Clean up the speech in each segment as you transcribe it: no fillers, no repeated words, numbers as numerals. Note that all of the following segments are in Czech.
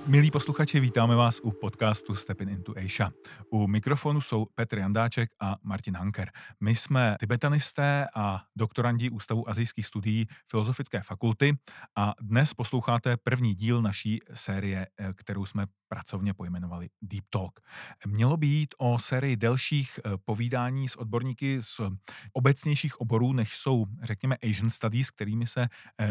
Milí posluchači, vítáme vás u podcastu Stepping into Asia. U mikrofonu jsou Petr Jandáček a Martin Hanker. My jsme tibetanisté a doktorandi Ústavu asijských studií Filozofické fakulty a dnes posloucháte první díl naší série, kterou jsme pracovně pojmenovali Deep Talk. Mělo by jít o sérii delších povídání s odborníky z obecnějších oborů, než jsou, řekněme, Asian Studies, kterými se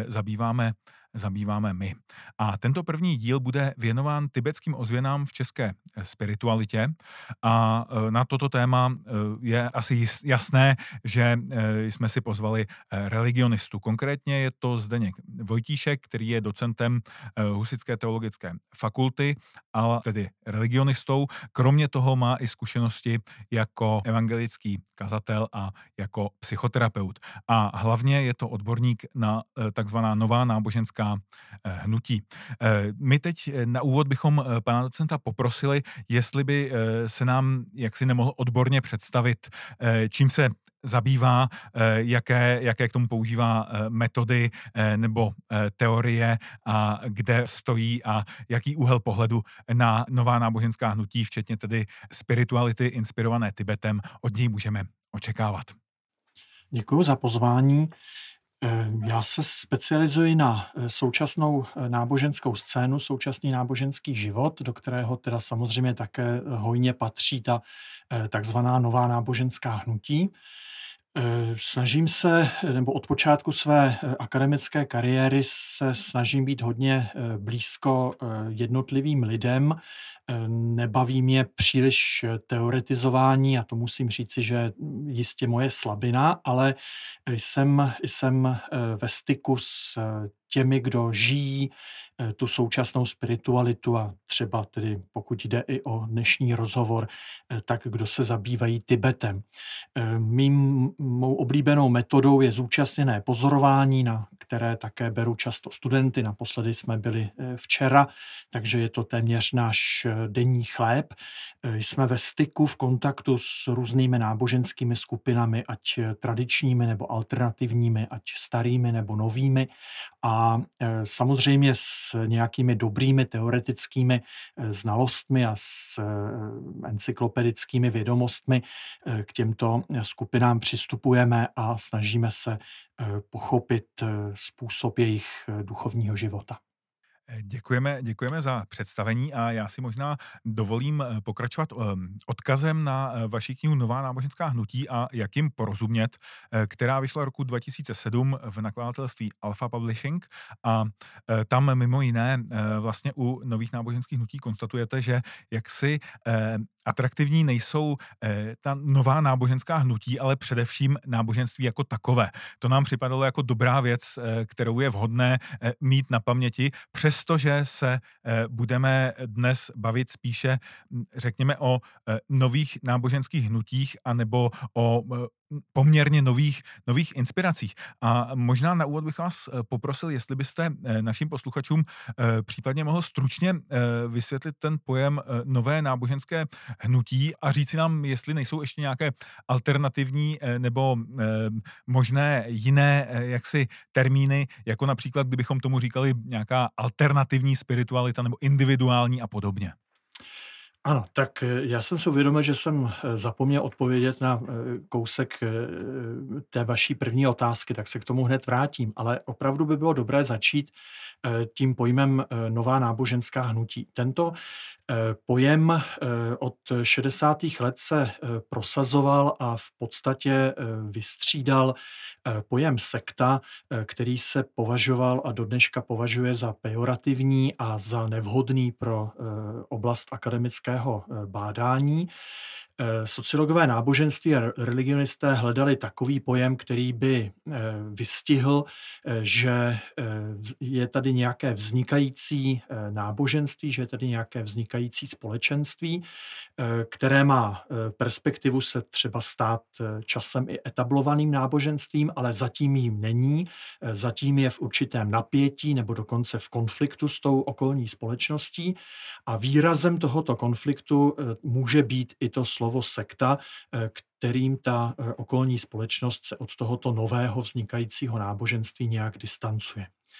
zabýváme my. A tento první díl bude věnován tibetským ozvěnám v české spiritualitě a na toto téma je asi jasné, že jsme si pozvali religionistu. Konkrétně je to Zdeněk Vojtíšek, který je docentem Husitské teologické fakulty, a tedy religionistou. Kromě toho má i zkušenosti jako evangelický kazatel a jako psychoterapeut. A hlavně je to odborník na takzvaná nová náboženská hnutí. My teď na úvod bychom pana docenta poprosili, jestli by se nám jaksi nemohl odborně představit, čím se zabývá, jaké k tomu používá metody nebo teorie a kde stojí a jaký úhel pohledu na nová náboženská hnutí, včetně tedy spirituality inspirované Tibetem, od něj můžeme očekávat. Děkuji za pozvání. Já se specializuji na současnou náboženskou scénu, současný náboženský život, do kterého teda samozřejmě také hojně patří ta takzvaná nová náboženská hnutí. Snažím se, nebo od počátku své akademické kariéry se snažím být hodně blízko jednotlivým lidem. Nebaví mě příliš teoretizování a to musím říci, že jistě moje slabina, ale jsem ve styku s těmi, kdo žijí tu současnou spiritualitu a třeba tedy, pokud jde i o dnešní rozhovor, tak kdo se zabývají Tibetem. Mou oblíbenou metodou je zúčastněné pozorování, na které také beru často studenty. Naposledy jsme byli včera, takže je to téměř náš denní chléb. Jsme ve styku, v kontaktu s různými náboženskými skupinami, ať tradičními nebo alternativními, ať starými nebo novými. A samozřejmě s nějakými dobrými teoretickými znalostmi a s encyklopedickými vědomostmi k těmto skupinám přistupujeme a snažíme se pochopit způsob jejich duchovního života. Děkujeme za představení a já si možná dovolím pokračovat odkazem na vaši knihu Nová náboženská hnutí a jak jim porozumět, která vyšla roku 2007 v nakladatelství Alpha Publishing a tam mimo jiné vlastně u nových náboženských hnutí konstatujete, že jaksi atraktivní nejsou ta nová náboženská hnutí, ale především náboženství jako takové. To nám připadalo jako dobrá věc, kterou je vhodné mít na paměti, přestože se budeme dnes bavit spíše, řekněme, o nových náboženských hnutích anebo o poměrně nových inspiracích. A možná na úvod bych vás poprosil, jestli byste našim posluchačům případně mohl stručně vysvětlit ten pojem nové náboženské hnutí a říci nám, jestli nejsou ještě nějaké alternativní nebo možné jiné jaksi termíny, jako například, kdybychom tomu říkali nějaká alternativní spiritualita nebo individuální a podobně. Ano, tak já jsem si uvědomil, že jsem zapomněl odpovědět na kousek té vaší první otázky, tak se k tomu hned vrátím. Ale opravdu by bylo dobré začít tím pojmem nová náboženská hnutí. Tento pojem od 60. let se prosazoval a v podstatě vystřídal pojem sekta, který se považoval a dodneška považuje za pejorativní a za nevhodný pro oblast akademického bádání. Sociologové náboženství a religionisté hledali takový pojem, který by vystihl, že je tady nějaké vznikající náboženství, že je tady nějaké vznikající společenství, které má perspektivu se třeba stát časem i etablovaným náboženstvím, ale zatím jím není. Zatím je v určitém napětí nebo dokonce v konfliktu s tou okolní společností a výrazem tohoto konfliktu může být i to slovo sekta, kterým ta okolní společnost se od tohoto nového vznikajícího náboženství nějak distancuje.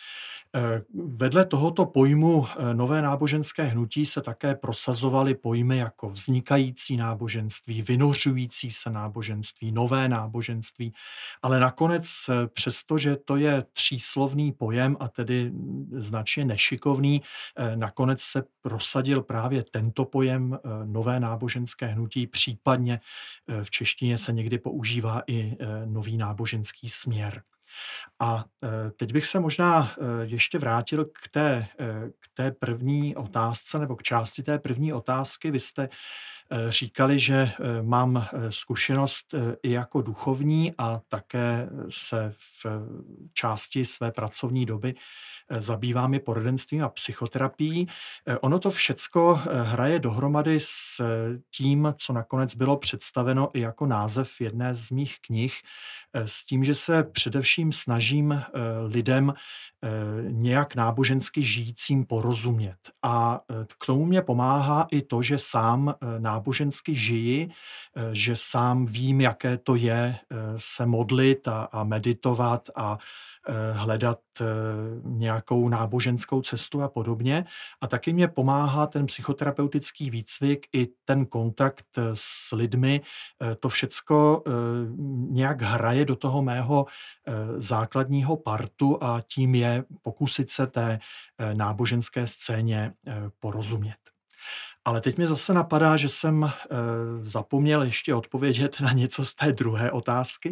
Vedle tohoto pojmu nové náboženské hnutí se také prosazovaly pojmy jako vznikající náboženství, vynořující se náboženství, nové náboženství, ale nakonec, přestože to je tříslovný pojem a tedy značně nešikovný, nakonec se prosadil právě tento pojem nové náboženské hnutí, případně v češtině se někdy používá i nový náboženský směr. A teď bych se možná ještě vrátil k té první otázce nebo k části té první otázky. Vy jste říkali, že mám zkušenost i jako duchovní a také se v části své pracovní doby zabývám i poradenstvím a psychoterapií. Ono to všecko hraje dohromady s tím, co nakonec bylo představeno i jako název jedné z mých knih, s tím, že se především snažím lidem nějak nábožensky žijícím porozumět. A k tomu mě pomáhá i to, že sám nábožensky žiji, že sám vím, jaké to je se modlit a meditovat a hledat nějakou náboženskou cestu a podobně. A taky mě pomáhá ten psychoterapeutický výcvik i ten kontakt s lidmi. To všecko nějak hraje do toho mého základního partu a tím je pokusit se té náboženské scéně porozumět. Ale teď mě zase napadá, že jsem zapomněl ještě odpovědět na něco z té druhé otázky.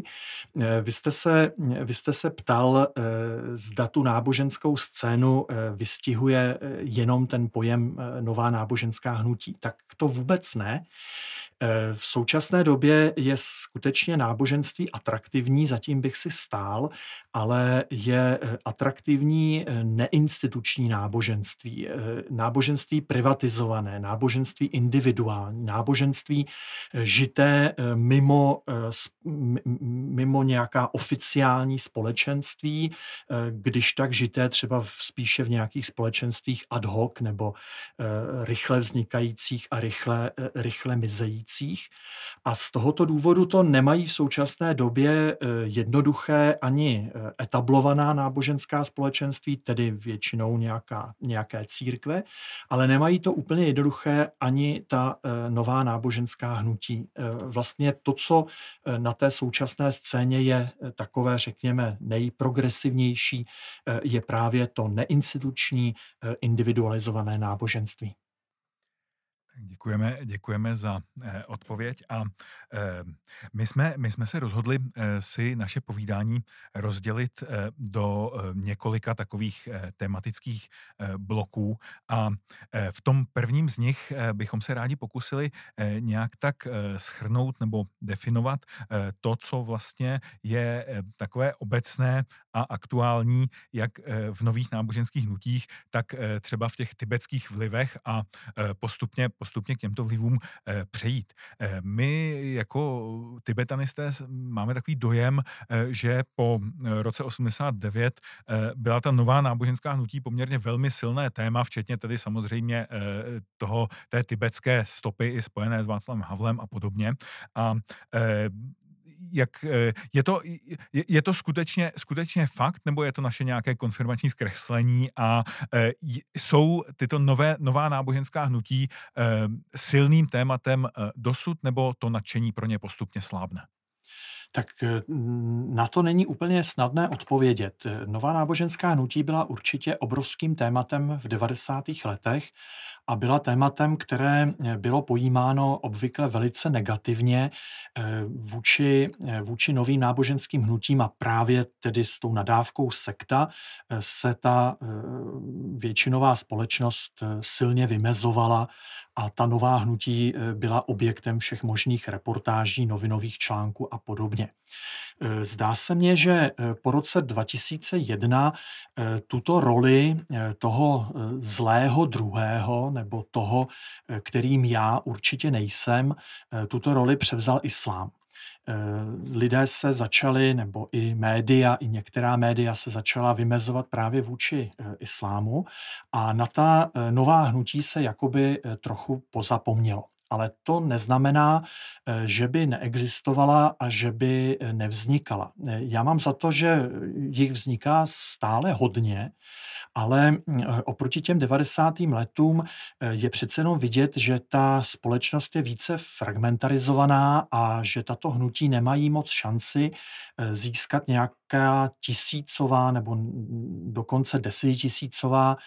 Vy jste se ptal, zda tu náboženskou scénu vystihuje jenom ten pojem nová náboženská hnutí. Tak to vůbec ne. V současné době je skutečně náboženství atraktivní, zatím bych si stál, ale je atraktivní neinstituční náboženství, náboženství privatizované, náboženství individuální, náboženství žité mimo nějaká oficiální společenství, když tak žité třeba spíše v nějakých společenstvích ad hoc nebo rychle vznikajících a rychle mizejících. A z tohoto důvodu to nemají v současné době jednoduché ani etablovaná náboženská společenství, tedy většinou nějaké církve, ale nemají to úplně jednoduché ani ta nová náboženská hnutí. Vlastně to, co na té současné scéně je takové, řekněme, nejprogresivnější, je právě to neinstituční, individualizované náboženství. Děkujeme za odpověď a my jsme se rozhodli si naše povídání rozdělit do několika takových tematických bloků a v tom prvním z nich bychom se rádi pokusili nějak tak shrnout nebo definovat to, co vlastně je takové obecné a aktuální jak v nových náboženských hnutích, tak třeba v těch tibetských vlivech a postupně k těmto vlivům přejít. My jako tibetanisté máme takový dojem, že po roce 89 byla ta nová náboženská hnutí poměrně velmi silné téma, včetně tedy samozřejmě té tibetské stopy i spojené s Václavem Havlem a podobně. A jak je to skutečně fakt, nebo je to naše nějaké konfirmační zkreslení a jsou tyto nová náboženská hnutí silným tématem dosud, nebo to nadšení pro ně postupně slábne? Tak na to není úplně snadné odpovědět. Nová náboženská hnutí byla určitě obrovským tématem v 90. letech a byla tématem, které bylo pojímáno obvykle velice negativně vůči novým náboženským hnutím a právě tedy s tou nadávkou sekta se ta většinová společnost silně vymezovala a ta nová hnutí byla objektem všech možných reportáží, novinových článků a podobně. Zdá se mně, že po roce 2001 tuto roli toho zlého druhého nebo toho, kterým já určitě nejsem, tuto roli převzal islám. Lidé se začali, nebo i média, i některá média se začala vymezovat právě vůči islámu a na ta nová hnutí se jakoby trochu pozapomnělo. ale to neznamená, že by neexistovala a že by nevznikala. Já mám za to, že jich vzniká stále hodně, ale oproti těm 90. letům je přece jenom vidět, že ta společnost je více fragmentarizovaná a že tato hnutí nemají moc šanci získat nějaká tisícová nebo dokonce desetitisícová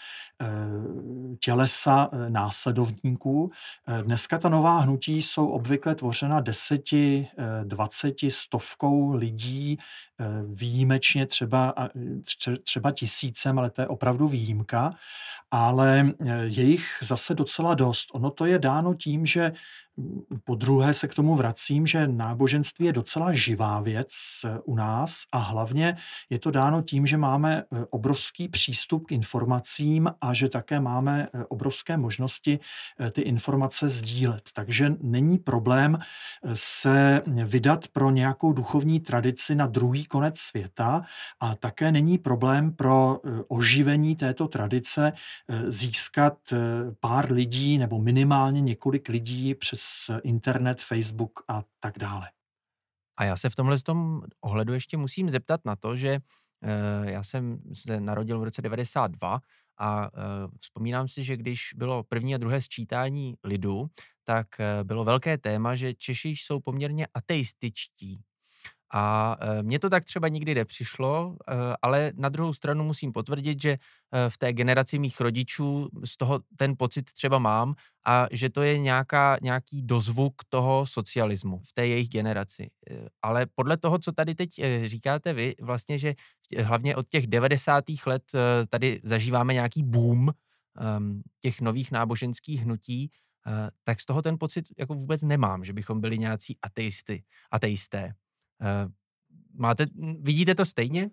tělesa následovníků. Dneska ta nová hnutí jsou obvykle tvořena 10, 20, stovkou lidí, výjimečně třeba tisícem, ale to je opravdu výjimka, ale je jich zase docela dost. Ono to je dáno tím, že podruhé se k tomu vracím, že náboženství je docela živá věc u nás a hlavně je to dáno tím, že máme obrovský přístup k informacím a že také máme obrovské možnosti ty informace sdílet. Takže není problém se vydat pro nějakou duchovní tradici na druhý konec světa a také není problém pro oživení této tradice získat pár lidí nebo minimálně několik lidí přes internet, Facebook a tak dále. A já se v tomhle tom ohledu ještě musím zeptat na to, že já jsem se narodil v roce 92 a vzpomínám si, že když bylo první a druhé sčítání lidu, tak bylo velké téma, že Češi jsou poměrně ateističtí. A mně to tak třeba nikdy nepřišlo, ale na druhou stranu musím potvrdit, že v té generaci mých rodičů z toho ten pocit třeba mám a že to je nějaký dozvuk toho socialismu v té jejich generaci. Ale podle toho, co tady teď říkáte vy, vlastně, že hlavně od těch 90. let tady zažíváme nějaký boom těch nových náboženských hnutí, tak z toho ten pocit jako vůbec nemám, že bychom byli nějací ateisté. Eh, vidíte to stejně?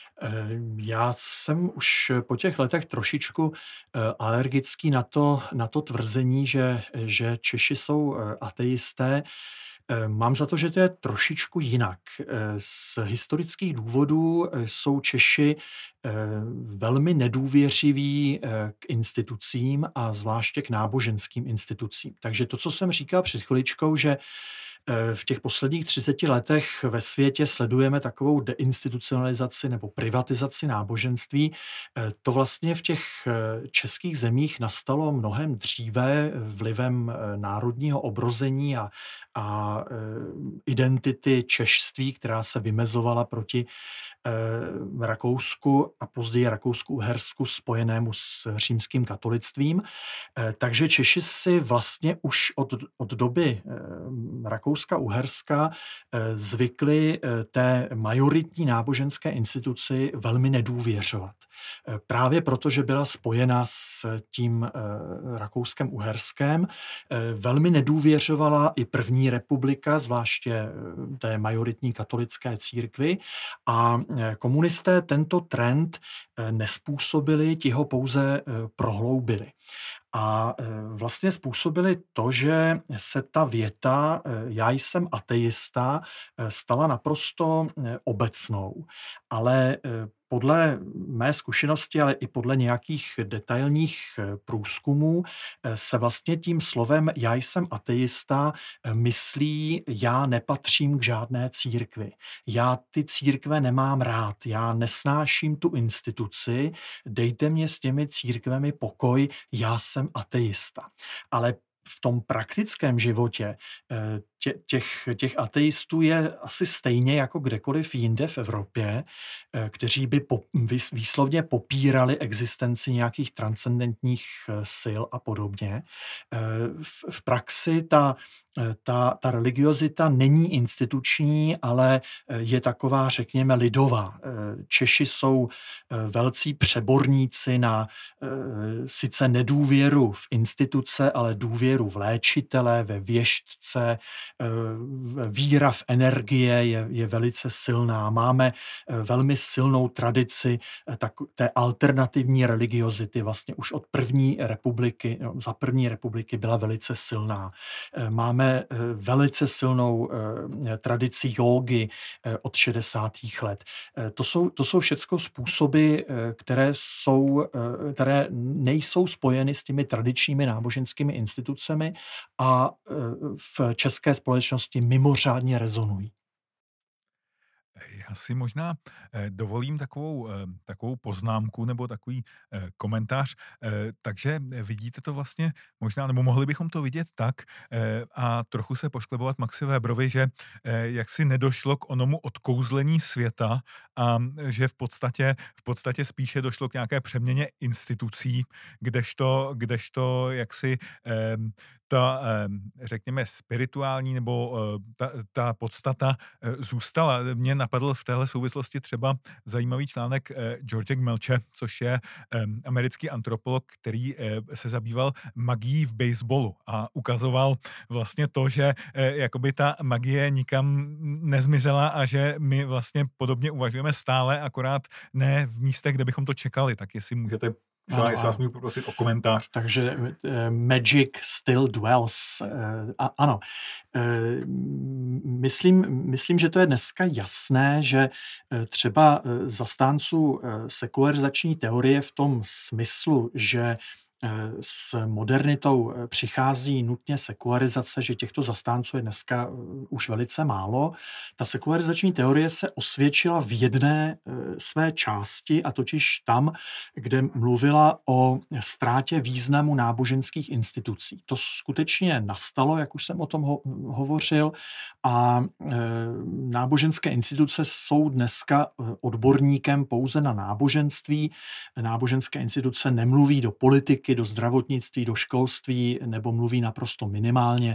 Já jsem už po těch letech trošičku alergický na to tvrzení, že Češi jsou ateisté. Mám za to, že to je trošičku jinak. Z historických důvodů jsou Češi velmi nedůvěřiví k institucím a zvláště k náboženským institucím. Takže to, co jsem říkal před chviličkou, že v těch posledních 30 letech ve světě sledujeme takovou deinstitucionalizaci nebo privatizaci náboženství. To vlastně v těch českých zemích nastalo mnohem dříve vlivem národního obrození a identity češství, která se vymezovala proti Rakousku a později Rakousku-Uhersku spojenému s římským katolictvím. Takže Češi si vlastně už od doby Rakouska-Uherska zvykli té majoritní náboženské instituci velmi nedůvěřovat. Právě proto, že byla spojena s tím Rakouskem-Uherskem, velmi nedůvěřovala i první republika, zvláště té majoritní katolické církvi a komunisté tento trend nespůsobili, ti ho pouze prohloubili. A vlastně způsobili to, že se ta věta "já jsem ateista" stala naprosto obecnou. Ale podle mé zkušenosti, ale i podle nějakých detailních průzkumů se vlastně tím slovem "já jsem ateista" myslí "já nepatřím k žádné církvi. Já ty církve nemám rád, já nesnáším tu instituci, dejte mě s těmi církvemi pokoj, já jsem ateista." Ale v tom praktickém životě těch ateistů je asi stejně jako kdekoliv jinde v Evropě, kteří by výslovně popírali existenci nějakých transcendentních sil a podobně. V praxi ta religiozita není instituční, ale je taková, řekněme, lidová. Češi jsou velcí přeborníci na sice nedůvěru v instituce, ale důvěru v léčitele, ve věštce. Víra v energie je velice silná. Máme velmi silnou tradici té alternativní religiozity. Vlastně už od první republiky, za první republiky byla velice silná. Máme velice silnou tradici jógy od 60. let. To jsou všecko způsoby, které nejsou spojeny s těmi tradičními náboženskými institucemi, institucemi a v české společnosti mimořádně rezonují. Já si možná dovolím takovou poznámku nebo takový komentář. Takže vidíte to vlastně možná, nebo mohli bychom to vidět tak a trochu se pošklebovat Maxi Weberovi, že jaksi nedošlo k onomu odkouzlení světa a že v podstatě spíše došlo k nějaké přeměně institucí, kdežto jaksi ta, řekněme, spirituální nebo ta podstata zůstala. Mě napadl v téhle souvislosti třeba zajímavý článek George Melche, což je americký antropolog, který se zabýval magií v baseballu a ukazoval vlastně to, že jakoby ta magie nikam nezmizela a že my vlastně podobně uvažujeme stále, akorát ne v místech, kde bychom to čekali. Tak jestli můžete třeba, jestli vás můžu poprosit o komentář. Takže magic still dwells. Ano. Myslím, že to je dneska jasné, že třeba zastánců sekularizační teorie v tom smyslu, že s modernitou přichází nutně sekularizace, že těchto zastánců je dneska už velice málo. Ta sekularizační teorie se osvědčila v jedné své části, a totiž tam, kde mluvila o ztrátě významu náboženských institucí. To skutečně nastalo, jak už jsem o tom hovořil, a náboženské instituce jsou dneska odborníkem pouze na náboženství. Náboženské instituce nemluví do politiky, do zdravotnictví, do školství, nebo mluví naprosto minimálně,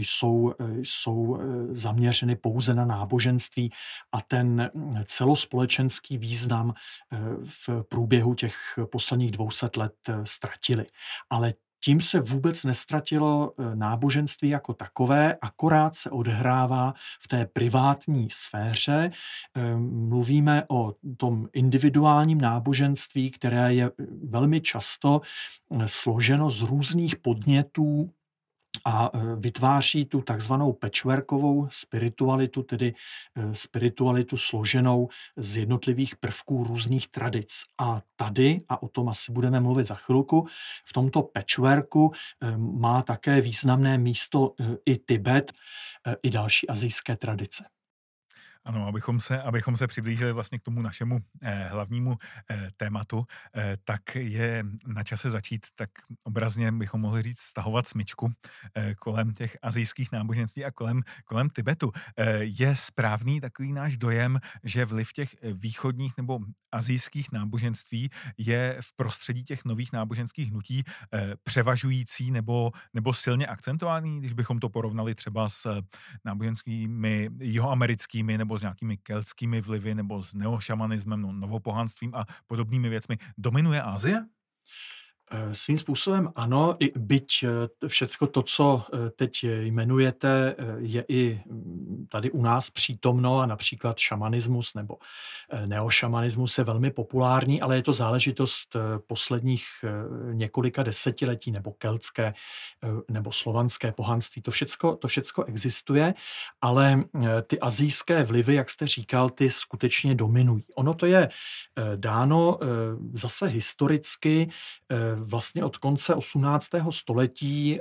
jsou zaměřeny pouze na náboženství a ten celospolečenský význam v průběhu těch posledních 200 let ztratili. Ale tím se vůbec nestratilo náboženství jako takové, akorát se odhrává v té privátní sféře. Mluvíme o tom individuálním náboženství, které je velmi často složeno z různých podnětů a vytváří tu takzvanou patchworkovou spiritualitu, tedy spiritualitu složenou z jednotlivých prvků různých tradic. A tady, a o tom asi budeme mluvit za chvilku, v tomto patchworku má také významné místo i Tibet, i další asijské tradice. Ano, abychom se přiblížili vlastně k tomu našemu hlavnímu tématu, tak je na čase začít, tak obrazně bychom mohli říct, stahovat smyčku kolem těch asijských náboženství a kolem Tibetu. Je správný takový náš dojem, že vliv těch východních nebo asijských náboženství je v prostředí těch nových náboženských hnutí převažující nebo silně akcentovaný, když bychom to porovnali třeba s náboženskými jihoamerickými nebo s nějakými keltskými vlivy nebo s neošamanismem, novopohanstvím a podobnými věcmi. Dominuje Asie? Svým způsobem ano, byť všecko to, co teď jmenujete, je i tady u nás přítomno a například šamanismus nebo neošamanismus je velmi populární, ale je to záležitost posledních několika desetiletí nebo keltské nebo slovanské pohanství. To všecko existuje, ale ty asijské vlivy, jak jste říkal, ty skutečně dominují. Ono to je dáno zase historicky. Vlastně od konce 18. století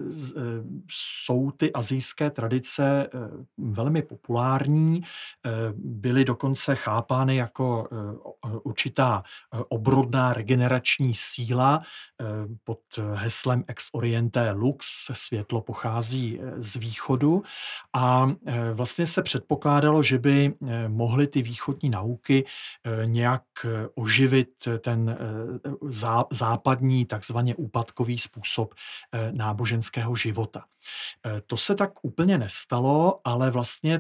jsou ty asijské tradice velmi populární, byly dokonce chápány jako určitá obrodná regenerační síla pod heslem Ex Oriente Lux, světlo pochází z východu, a vlastně se předpokládalo, že by mohly ty východní nauky nějak oživit ten západní takzvaně úpadkový způsob náboženského života. To se tak úplně nestalo, ale vlastně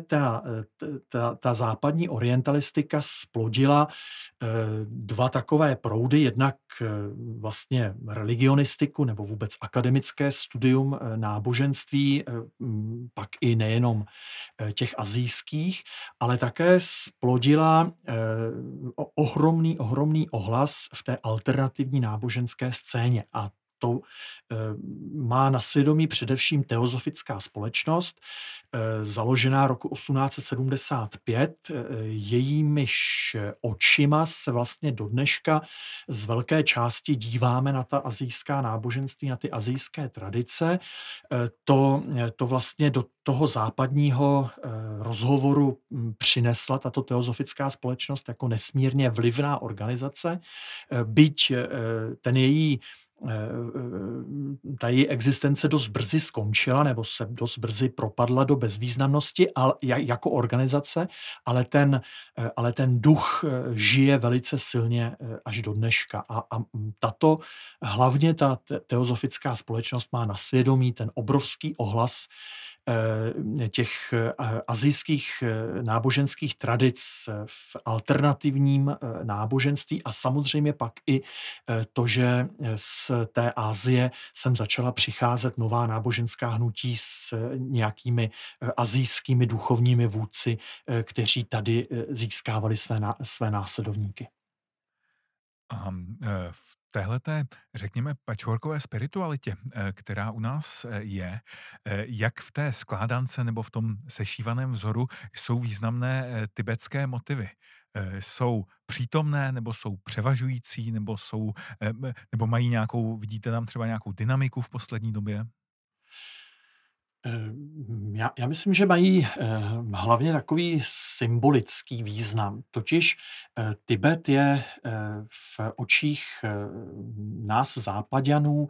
ta západní orientalistika splodila dva takové proudy, jednak vlastně religionistiku nebo vůbec akademické studium náboženství, pak i nejenom těch asijských, ale také splodila ohromný ohlas v té alternativní náboženské scéně. A to má na svědomí především teozofická společnost, založená roku 1875. Jejímiž očima se vlastně do dneška z velké části díváme na ta asijská náboženství, na ty asijské tradice. To vlastně do toho západního rozhovoru přinesla tato teozofická společnost jako nesmírně vlivná organizace, byť ta její existence dost brzy skončila nebo se dost brzy propadla do bezvýznamnosti jako organizace, ale ten duch žije velice silně až do dneška. A hlavně ta teozofická společnost má na svědomí ten obrovský ohlas těch asijských náboženských tradic v alternativním náboženství a samozřejmě pak i to, že z té Asie sem začala přicházet nová náboženská hnutí s nějakými asijskými duchovními vůdci, kteří tady získávali své následovníky. V téhleté, řekněme, patchworkové spiritualitě, která u nás je, jak v té skládance nebo v tom sešívaném vzoru jsou významné tibetské motivy? Jsou přítomné, nebo jsou převažující, nebo mají nějakou, vidíte tam třeba nějakou dynamiku v poslední době? Já myslím, že mají hlavně takový symbolický význam. Totiž Tibet je v očích nás Zápaďanů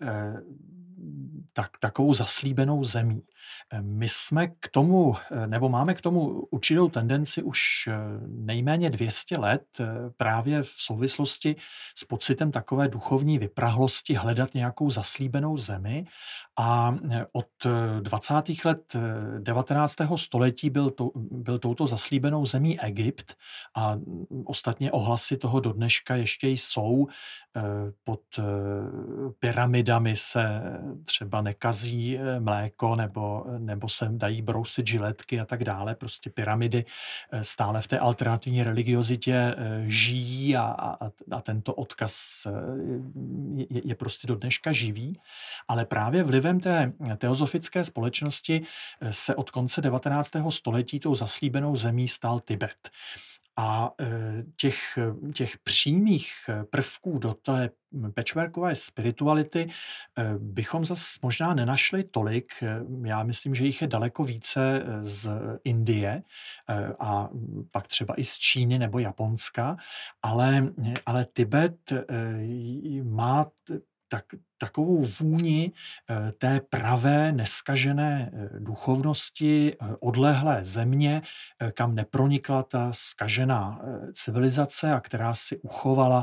takovou zaslíbenou zemí. My jsme k tomu, nebo máme k tomu určitou tendenci už nejméně 200 let právě v souvislosti s pocitem takové duchovní vyprahlosti hledat nějakou zaslíbenou zemi a od 20. let 19. století byl touto zaslíbenou zemí Egypt a ostatně ohlasy toho do dneška ještě jsou. Pod pyramidami se třeba nekazí mléko nebo se dají brousit žiletky a tak dále. Prostě pyramidy stále v té alternativní religiozitě žijí a tento odkaz je prostě do dneška živý. Ale právě vlivem té teozofické společnosti se od konce 19. století tou zaslíbenou zemí stal Tibet. A těch přímých prvků do té patchworkové spirituality bychom zas možná nenašli tolik. Já myslím, že jich je daleko více z Indie a pak třeba i z Číny nebo Japonska, ale Tibet má takovou vůni té pravé, neskažené duchovnosti, odlehlé země, kam nepronikla ta zkažená civilizace a která si uchovala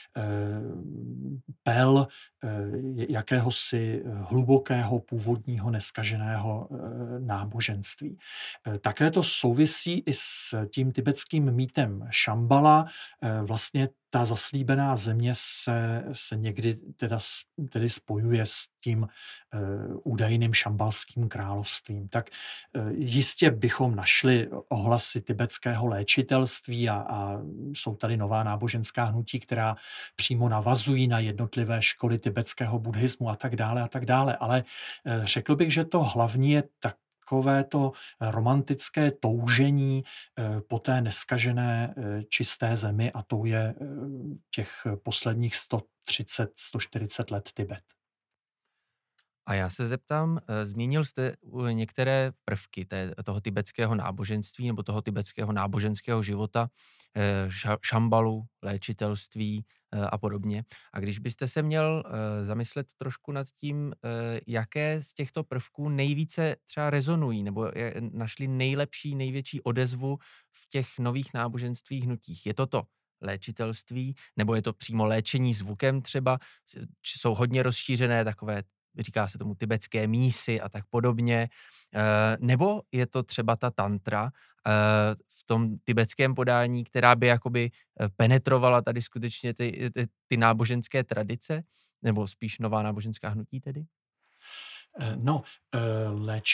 pel jakéhosi hlubokého, původního, neskaženého náboženství. Také to souvisí i s tím tibetským mýtem Šambala. Vlastně ta zaslíbená země se někdy tedy spojuje s tím údajným šambalským královstvím. Tak jistě bychom našli ohlasy tibetského léčitelství a jsou tady nová náboženská hnutí, která přímo navazují na jednotlivé školy tibetského buddhismu a tak dále. Ale řekl bych, že to hlavní je takové to romantické toužení po té neskažené čisté zemi a tou je těch posledních 130-140 let Tibet. A já se zeptám, zmínil jste některé prvky toho tibetského náboženství nebo toho tibetského náboženského života, šambalu, léčitelství a podobně. A když byste se měl zamyslet trošku nad tím, jaké z těchto prvků nejvíce třeba rezonují nebo našli největší odezvu v těch nových náboženstvích hnutích. Je to léčitelství, nebo je to přímo léčení zvukem třeba, jsou hodně rozšířené takové, říká se tomu tibetské mísy a tak podobně, nebo je to třeba ta tantra v tom tibetském podání, která by jakoby penetrovala tady skutečně ty náboženské tradice, nebo spíš nová náboženská hnutí tedy? No,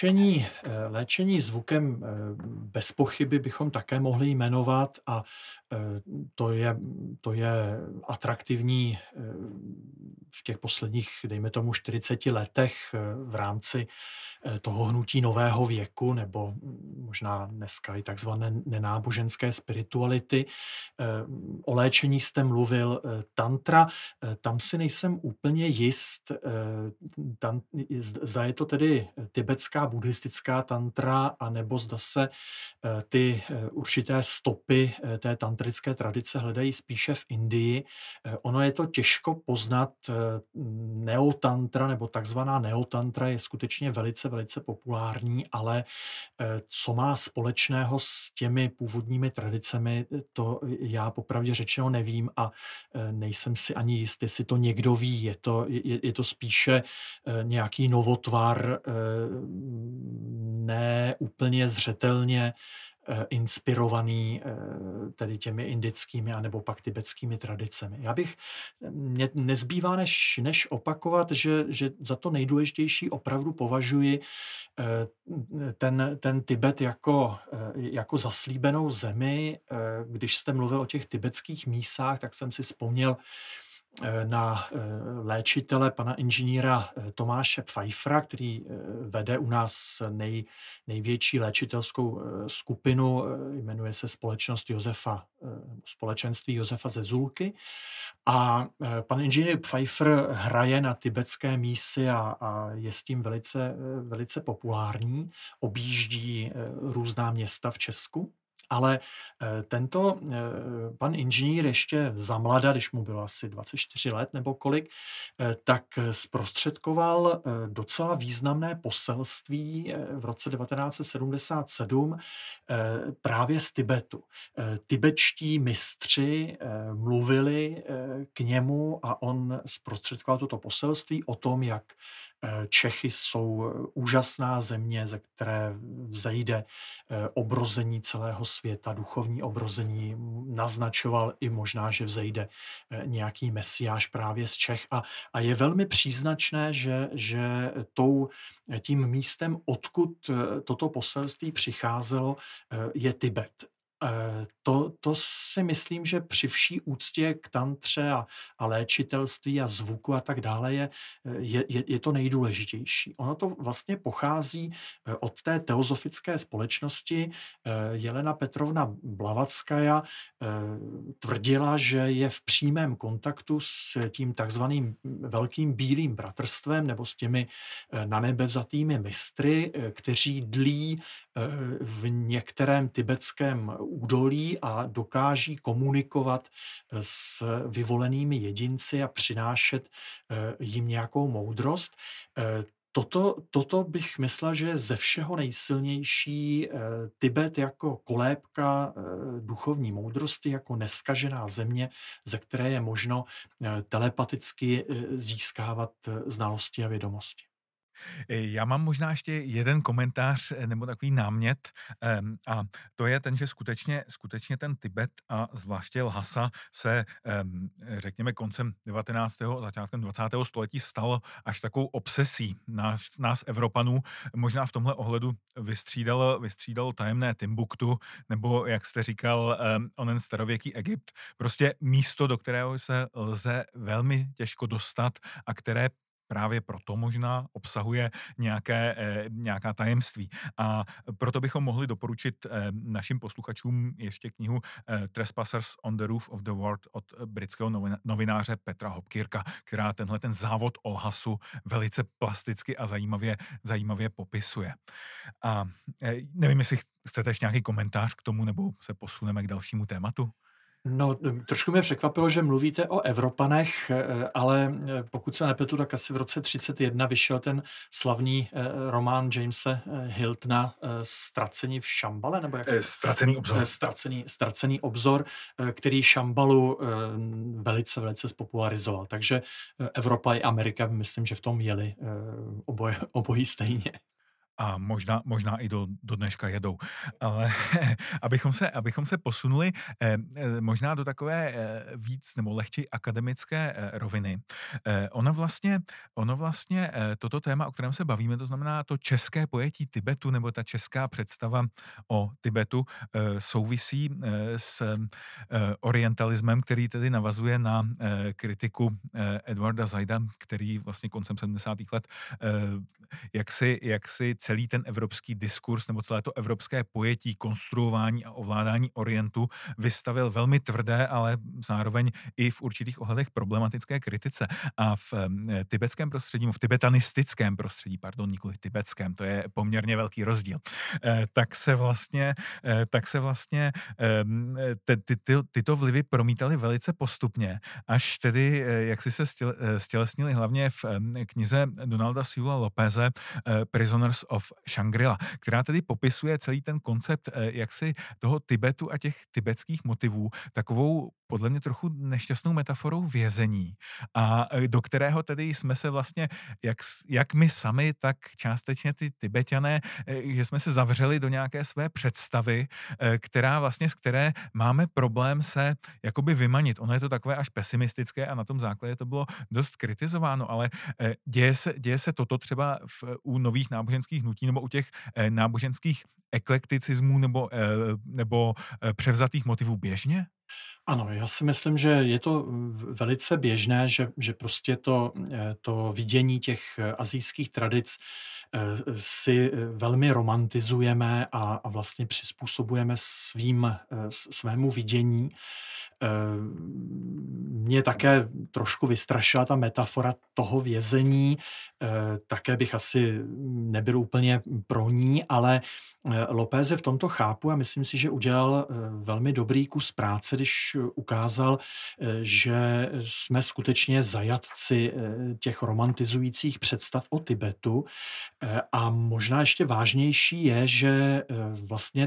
léčení zvukem bez pochyby bychom také mohli jmenovat a to je atraktivní v těch posledních, dejme tomu, 40 letech v rámci toho hnutí nového věku, nebo možná dneska i takzvané nenáboženské spirituality. O léčení jste mluvil, tantra, tam si nejsem úplně jist, zda je to tedy tibetská buddhistická tantra, anebo zda se ty určité stopy té tantrické tradice hledají spíše v Indii. Ono je to těžko poznat. Neotantra nebo takzvaná neotantra je skutečně velice, velice populární, ale co má společného s těmi původními tradicemi, to já popravdě řečeno nevím a nejsem si ani jist, jestli to někdo ví. Je to spíše nějaký novotvar, ne úplně zřetelně inspirovaný tedy těmi indickými anebo pak tibetskými tradicemi. Mně nezbývá než opakovat, že za to nejdůležitější opravdu považuji ten Tibet jako zaslíbenou zemi. Když jste mluvil o těch tibetských mísách, tak jsem si vzpomněl na léčitele, pana inženýra Tomáše Pfeiffera, který vede u nás největší léčitelskou skupinu, jmenuje se Společenství Josefa Zezulky. A pan inženýr Pfeiffer hraje na tibetské mísy a je s tím velice, velice populární. Objíždí různá města v Česku. Ale tento pan inženýr ještě zamlada, když mu bylo asi 24 let nebo kolik, tak zprostředkoval docela významné poselství v roce 1977 právě z Tibetu. Tibetští mistři mluvili k němu a on zprostředkoval toto poselství o tom, jak Čechy jsou úžasná země, ze které vzejde obrození celého světa, duchovní obrození. Naznačoval i možná, že vzejde nějaký mesiáš právě z Čech. A je velmi příznačné, že tím místem, odkud toto poselství přicházelo, je Tibet. To si myslím, že při vší úctě k tantře a léčitelství a zvuku a tak dále je to nejdůležitější. Ono to vlastně pochází od té teozofické společnosti. Jelena Petrovna Blavatskaja tvrdila, že je v přímém kontaktu s tím takzvaným velkým bílým bratrstvem nebo s těmi na nebe vzatými mistry, kteří dlí v některém tibetském údolí a dokáží komunikovat s vyvolenými jedinci a přinášet jim nějakou moudrost. Toto bych myslel, že je ze všeho nejsilnější. Tibet jako kolébka duchovní moudrosti, jako neskažená země, ze které je možno telepaticky získávat znalosti a vědomosti. Já mám možná ještě jeden komentář nebo takový námět a to je ten, že skutečně ten Tibet a zvláště Lhasa se, řekněme, koncem 19. začátkem 20. století stalo až takovou obsesí nás Evropanů. Možná v tomhle ohledu vystřídalo tajemné Timbuktu, nebo, jak jste říkal, onen starověký Egypt. Prostě místo, do kterého se lze velmi těžko dostat a které právě proto možná obsahuje nějaká tajemství. A proto bychom mohli doporučit našim posluchačům ještě knihu Trespassers on the Roof of the World od britského novináře Petra Hopkirka, která ten závod o Lhasu velice plasticky a zajímavě popisuje. A nevím, jestli chcete ještě nějaký komentář k tomu, nebo se posuneme k dalšímu tématu? No, trošku mě překvapilo, že mluvíte o Evropanech, ale pokud se nepletu, tak asi v roce 1931 vyšel ten slavný román Jamese Hiltona Ztracení v Šambale, nebo jak se... Ztracený obzor. Ztracený obzor, který Šambalu velice, velice spopularizoval. Takže Evropa i Amerika, myslím, že v tom jeli obojí stejně. A možná i do dneška jedou. Ale abychom se posunuli možná do takové víc nebo lehčej akademické roviny. Ono vlastně toto téma, o kterém se bavíme, to znamená to české pojetí Tibetu nebo ta česká představa o Tibetu souvisí s orientalismem, který tedy navazuje na kritiku Edwarda Saida, který vlastně koncem 70. let jak si celý ten evropský diskurs nebo celé to evropské pojetí konstruování a ovládání Orientu vystavil velmi tvrdé, ale zároveň i v určitých ohledech problematické kritice. A v tibetském prostředí, v tibetanistickém prostředí, pardon, nikoli tibetském, to je poměrně velký rozdíl, tak se vlastně tyto vlivy promítaly velice postupně, až tedy jak si se stělesnili hlavně v knize Donalda Sewella Lopeze Prisoners of Shangri-La, která tedy popisuje celý ten koncept jaksi toho Tibetu a těch tibetských motivů takovou podle mě trochu nešťastnou metaforou vězení, a do kterého tedy jsme se vlastně, jak my sami, tak částečně ty Tibetané, že jsme se zavřeli do nějaké své představy, která vlastně, z které máme problém se jakoby vymanit. Ono je to takové až pesimistické a na tom základě to bylo dost kritizováno, ale děje se toto třeba u nových náboženských hnutí nebo u těch náboženských eklekticismů nebo převzatých motivů běžně? Ano, já si myslím, že je to velice běžné, že prostě to vidění těch asijských tradic si velmi romantizujeme a vlastně přizpůsobujeme svému vidění. Mě také trošku vystrašila ta metafora toho vězení, také bych asi nebyl úplně pro ní, ale Lopéze v tomto chápu a myslím si, že udělal velmi dobrý kus práce, když ukázal, že jsme skutečně zajatci těch romantizujících představ o Tibetu. A možná ještě vážnější je, že vlastně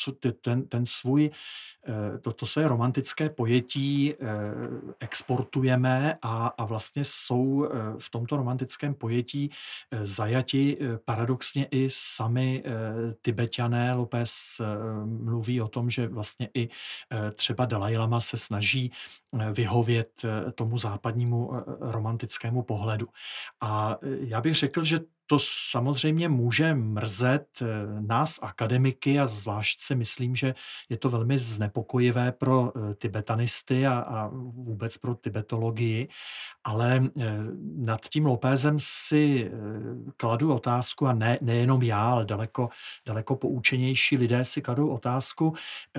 to své romantické pojetí exportujeme a vlastně jsou v tomto romantickém pojetí zajati paradoxně i sami Tibetané. López mluví o tom, že vlastně i třeba Dalaj Lama se snaží vyhovět tomu západnímu romantickému pohledu. A já bych řekl, že to samozřejmě může mrzet nás akademiky a zvlášť si myslím, že je to velmi znepokojivé pro tibetanisty a vůbec pro tibetologii, ale nad tím Lopézem si kladu otázku, a nejenom já, ale daleko poučenější lidé si kladou otázku,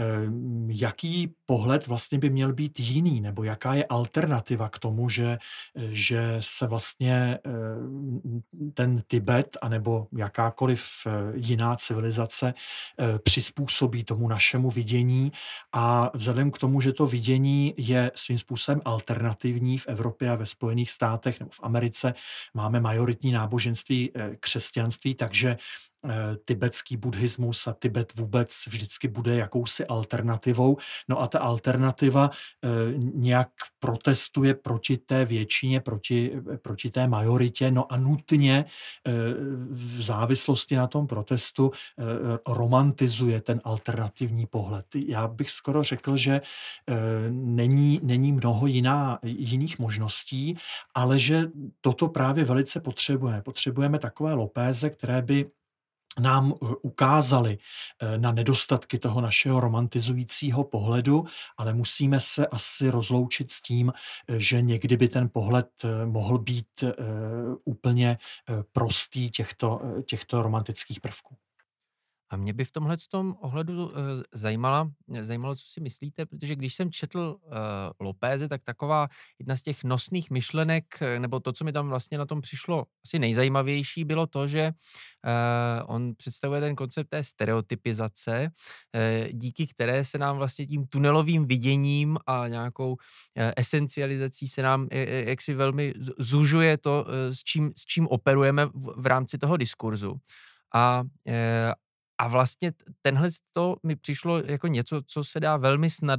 jaký pohled vlastně by měl být jiný, nebo jaká je alternativa k tomu, že se vlastně ten Tibet anebo jakákoliv jiná civilizace přizpůsobí tomu našemu vidění, a vzhledem k tomu, že to vidění je svým způsobem alternativní v Evropě a ve Spojených státech nebo v Americe, máme majoritní náboženství křesťanství, takže tibetský buddhismus a Tibet vůbec vždycky bude jakousi alternativou. No a ta alternativa nějak protestuje proti té většině, proti té majoritě, no a nutně v závislosti na tom protestu romantizuje ten alternativní pohled. Já bych skoro řekl, že není mnoho jiných možností, ale že toto právě velice potřebujeme. Potřebujeme takové Lopéze, které by nám ukázali na nedostatky toho našeho romantizujícího pohledu, ale musíme se asi rozloučit s tím, že někdy by ten pohled mohl být úplně prostý těchto romantických prvků. A mě by v tomhletom ohledu zajímalo, co si myslíte, protože když jsem četl Lopéze, tak taková jedna z těch nosných myšlenek, nebo to, co mi tam vlastně na tom přišlo asi nejzajímavější, bylo to, že on představuje ten koncept té stereotypizace, díky které se nám vlastně tím tunelovým viděním a nějakou esencializací se nám jaksi velmi zužuje to, s čím operujeme v rámci toho diskurzu. A vlastně tenhle to mi přišlo jako něco, co se dá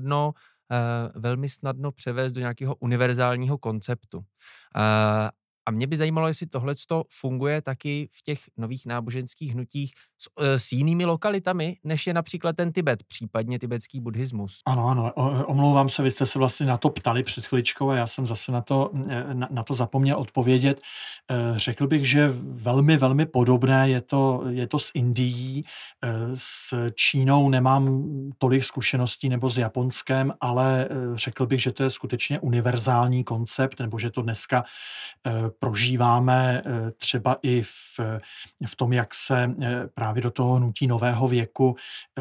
velmi snadno převést do nějakého univerzálního konceptu. A A mě by zajímalo, jestli tohleto funguje taky v těch nových náboženských hnutích s jinými lokalitami, než je například ten Tibet, případně tibetský buddhismus. Ano, ano, omlouvám se, vy jste se vlastně na to ptali před chviličkou a já jsem zase na to zapomněl odpovědět. Řekl bych, že velmi, velmi podobné je to s Indií. S Čínou nemám tolik zkušeností nebo s Japonskem, ale řekl bych, že to je skutečně univerzální koncept, nebo že to dneska prožíváme třeba i v tom, jak se právě do toho hnutí nového věku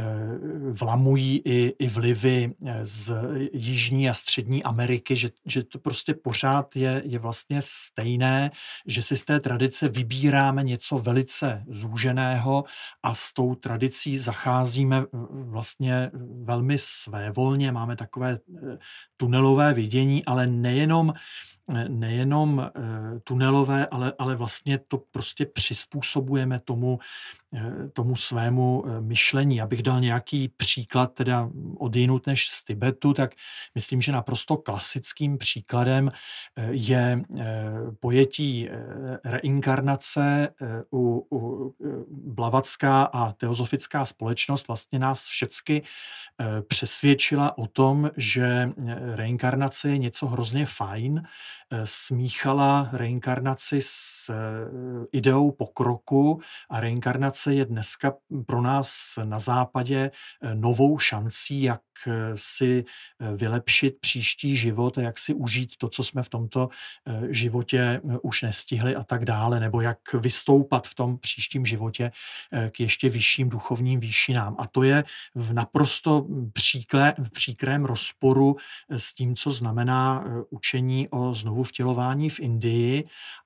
vlamují i vlivy z Jižní a Střední Ameriky, že to prostě pořád je vlastně stejné, že si z té tradice vybíráme něco velice zúženého a s tou tradicí zacházíme vlastně velmi svévolně, máme takové tunelové vidění, ale nejenom tunelové, ale vlastně to prostě přizpůsobujeme tomu svému myšlení. Abych dal nějaký příklad teda odjinud než z Tibetu, tak myslím, že naprosto klasickým příkladem je pojetí reinkarnace u Blavatska a teozofická společnost vlastně nás všecky přesvědčila o tom, že reinkarnace je něco hrozně fajn, smíchala reinkarnaci s ideou pokroku a reinkarnace je dneska pro nás na západě novou šancí, jak si vylepšit příští život a jak si užít to, co jsme v tomto životě už nestihli a tak dále, nebo jak vystoupat v tom příštím životě k ještě vyšším duchovním výšinám. A to je v naprosto příkrém rozporu s tím, co znamená učení o znovuvtělování v Indii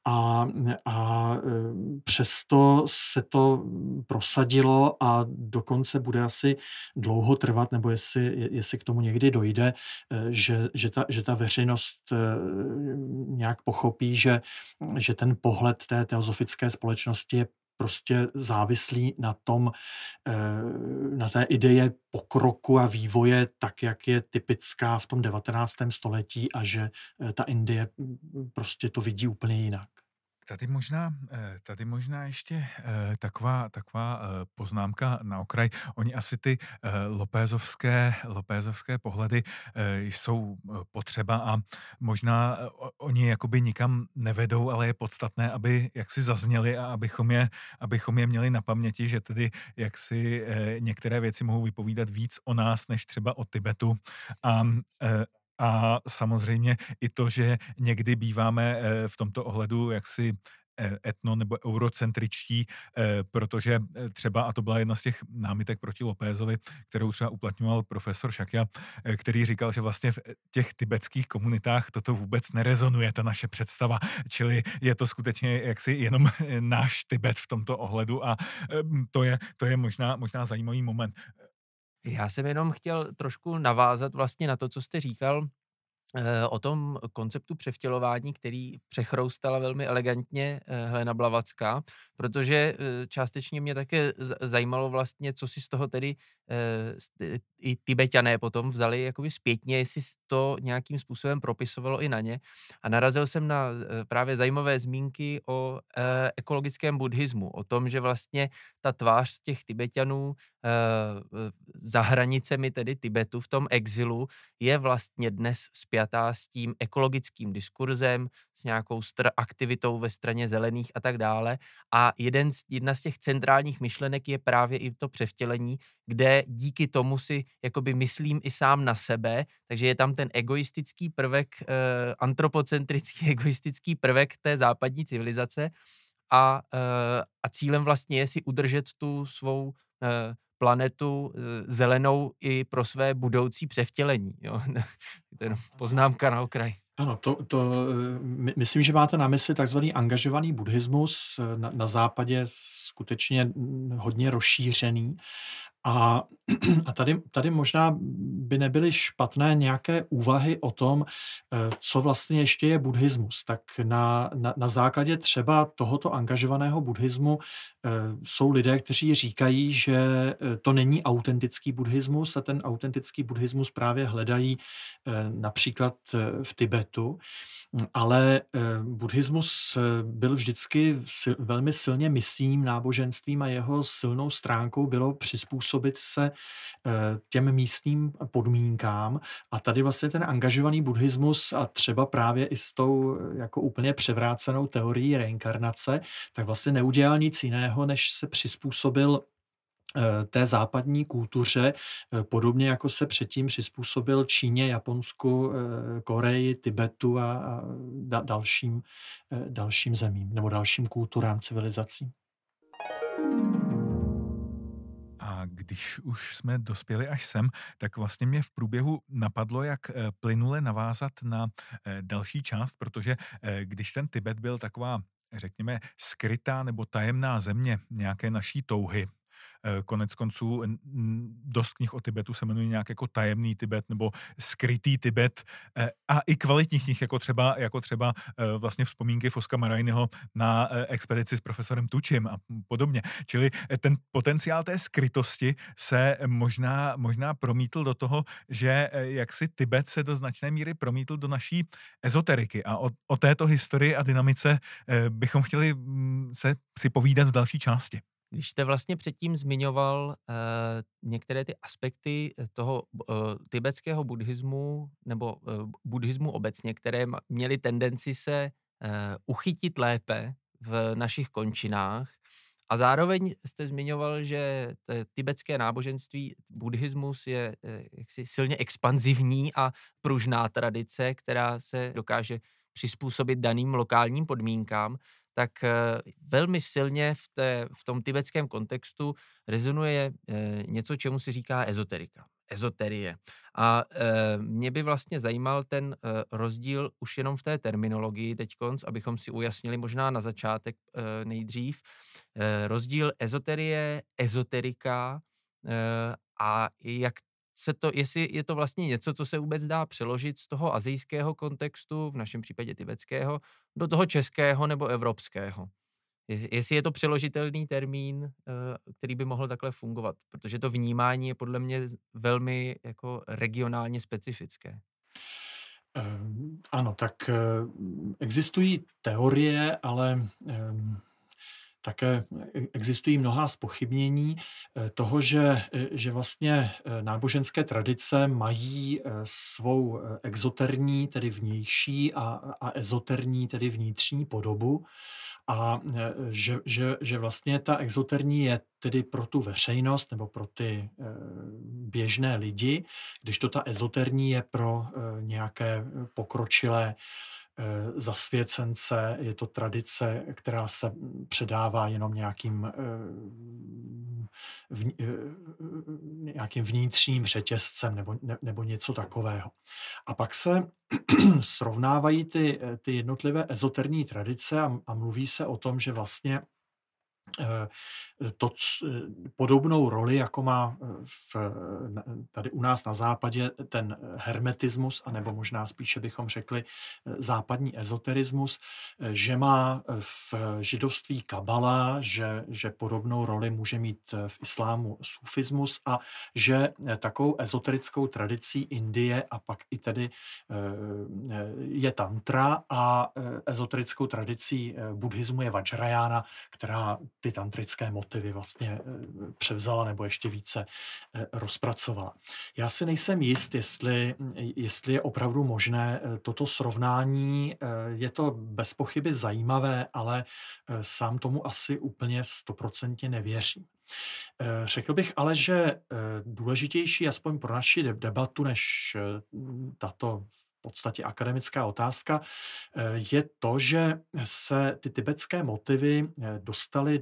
a přesto se to prosadilo a dokonce bude asi dlouho trvat, nebo jestli k tomu někdy dojde, že ta veřejnost nějak pochopí, že ten pohled té teozofické společnosti je prostě závislý na té ideje pokroku a vývoje, tak jak je typická v tom 19. století a že ta Indie prostě to vidí úplně jinak. Tady možná ještě taková poznámka na okraj. Oni asi ty Lopézovské pohledy jsou potřeba a možná oni jakoby nikam nevedou, ale je podstatné, aby jaksi zazněli a abychom je měli na paměti, že tedy jaksi některé věci mohou vypovídat víc o nás, než třeba o Tibetu. A samozřejmě i to, že někdy býváme v tomto ohledu jaksi etno- nebo eurocentričtí, protože třeba, a to byla jedna z těch námitek proti Lopézovi, kterou třeba uplatňoval profesor Šakya, který říkal, že vlastně v těch tibetských komunitách toto vůbec nerezonuje, ta naše představa, čili je to skutečně jaksi jenom náš Tibet v tomto ohledu a to je možná zajímavý moment. Já jsem jenom chtěl trošku navázat vlastně na to, co jste říkal o tom konceptu převtělování, který přechroustala velmi elegantně Helena Blavacká, protože částečně mě také zajímalo vlastně, co si z toho tedy i Tibetané potom vzali jakoby zpětně, jestli to nějakým způsobem propisovalo i na ně. A narazil jsem na právě zajímavé zmínky o ekologickém buddhismu, o tom, že vlastně ta tvář těch Tibetanů za hranicemi tedy Tibetu v tom exilu je vlastně dnes spjatá s tím ekologickým diskurzem, s nějakou aktivitou ve straně zelených a tak dále. A jedna z těch centrálních myšlenek je právě i to převtělení, kde díky tomu si jakoby myslím i sám na sebe, takže je tam ten egoistický prvek, antropocentrický egoistický prvek té západní civilizace a cílem vlastně je si udržet tu svou planetu zelenou i pro své budoucí převtělení. Jo? To je poznámka na okraj. Ano, myslím, že máte na mysli takzvaný angažovaný buddhismus na západě skutečně hodně rozšířený. A A tady možná by nebyly špatné nějaké úvahy o tom, co vlastně ještě je buddhismus. Tak na základě třeba tohoto angažovaného buddhismu jsou lidé, kteří říkají, že to není autentický buddhismus a ten autentický buddhismus právě hledají například v Tibetu. Ale buddhismus byl vždycky velmi silně misijním náboženstvím a jeho silnou stránkou bylo přizpůsobit se těm místním podmínkám. A tady vlastně ten angažovaný buddhismus a třeba právě i s tou jako úplně převrácenou teorií reinkarnace, tak vlastně neudělal nic jiného, než se přizpůsobil té západní kultuře, podobně jako se předtím přizpůsobil Číně, Japonsku, Koreji, Tibetu a dalším zemím nebo dalším kulturám, civilizacím. A když už jsme dospěli až sem, tak vlastně mě v průběhu napadlo, jak plynule navázat na další část, protože když ten Tibet byl taková, řekněme, skrytá nebo tajemná země nějaké naší touhy, konec konců dost knih o Tibetu se jmenuje nějak jako tajemný Tibet nebo skrytý Tibet a i kvalitních knih, jako třeba vlastně vzpomínky Foska Marajnyho na expedici s profesorem Tučim a podobně. Čili ten potenciál té skrytosti se možná promítl do toho, že jaksi Tibet se do značné míry promítl do naší ezoteriky a o této historii a dynamice bychom chtěli se si povídat v další části. Když jste vlastně předtím zmiňoval některé ty aspekty toho tibetského buddhismu nebo buddhismu obecně, které měly tendenci se uchytit lépe v našich končinách, a zároveň jste zmiňoval, že tibetské náboženství, buddhismus je jaksi silně expanzivní a pružná tradice, která se dokáže přizpůsobit daným lokálním podmínkám, tak velmi silně v tom tibetském kontextu rezonuje něco, čemu se říká ezoterika, ezoterie. A mě by vlastně zajímal ten rozdíl už jenom v té terminologii teďkonc, abychom si ujasnili možná na začátek nejdřív, rozdíl ezoterie, ezoterika a jak jestli je to vlastně něco, co se vůbec dá přeložit z toho asijského kontextu, v našem případě tibetského, do toho českého nebo evropského. Jestli je to přeložitelný termín, který by mohl takhle fungovat, protože to vnímání je podle mě velmi jako regionálně specifické. Ano, tak existují teorie, ale také existují mnohá zpochybnění toho, že vlastně náboženské tradice mají svou exoterní, tedy vnější a ezoterní, tedy vnitřní podobu a že vlastně ta exoterní je tedy pro tu veřejnost nebo pro ty běžné lidi, když to ta ezoterní je pro nějaké pokročilé zasvěcence, je to tradice, která se předává jenom nějakým vnitřním řetězcem nebo něco takového. A pak se srovnávají ty jednotlivé ezoterní tradice a mluví se o tom, že vlastně podobnou roli, jako má tady u nás na západě ten hermetismus, anebo možná spíše bychom řekli západní ezoterismus, že má v židovství kabala, že podobnou roli může mít v islámu sufismus a že takovou ezoterickou tradicí Indie a pak i tedy je tantra a ezoterickou tradicí buddhismu je vajrayána, která ty tantrické motivy vlastně převzala nebo ještě více rozpracovala. Já si nejsem jist, jestli je opravdu možné toto srovnání. Je to bez pochyby zajímavé, ale sám tomu asi úplně 100% nevěřím. Řekl bych ale, že důležitější aspoň pro naši debatu než tato podstatě akademická otázka, je to, že se ty tibetské motivy dostaly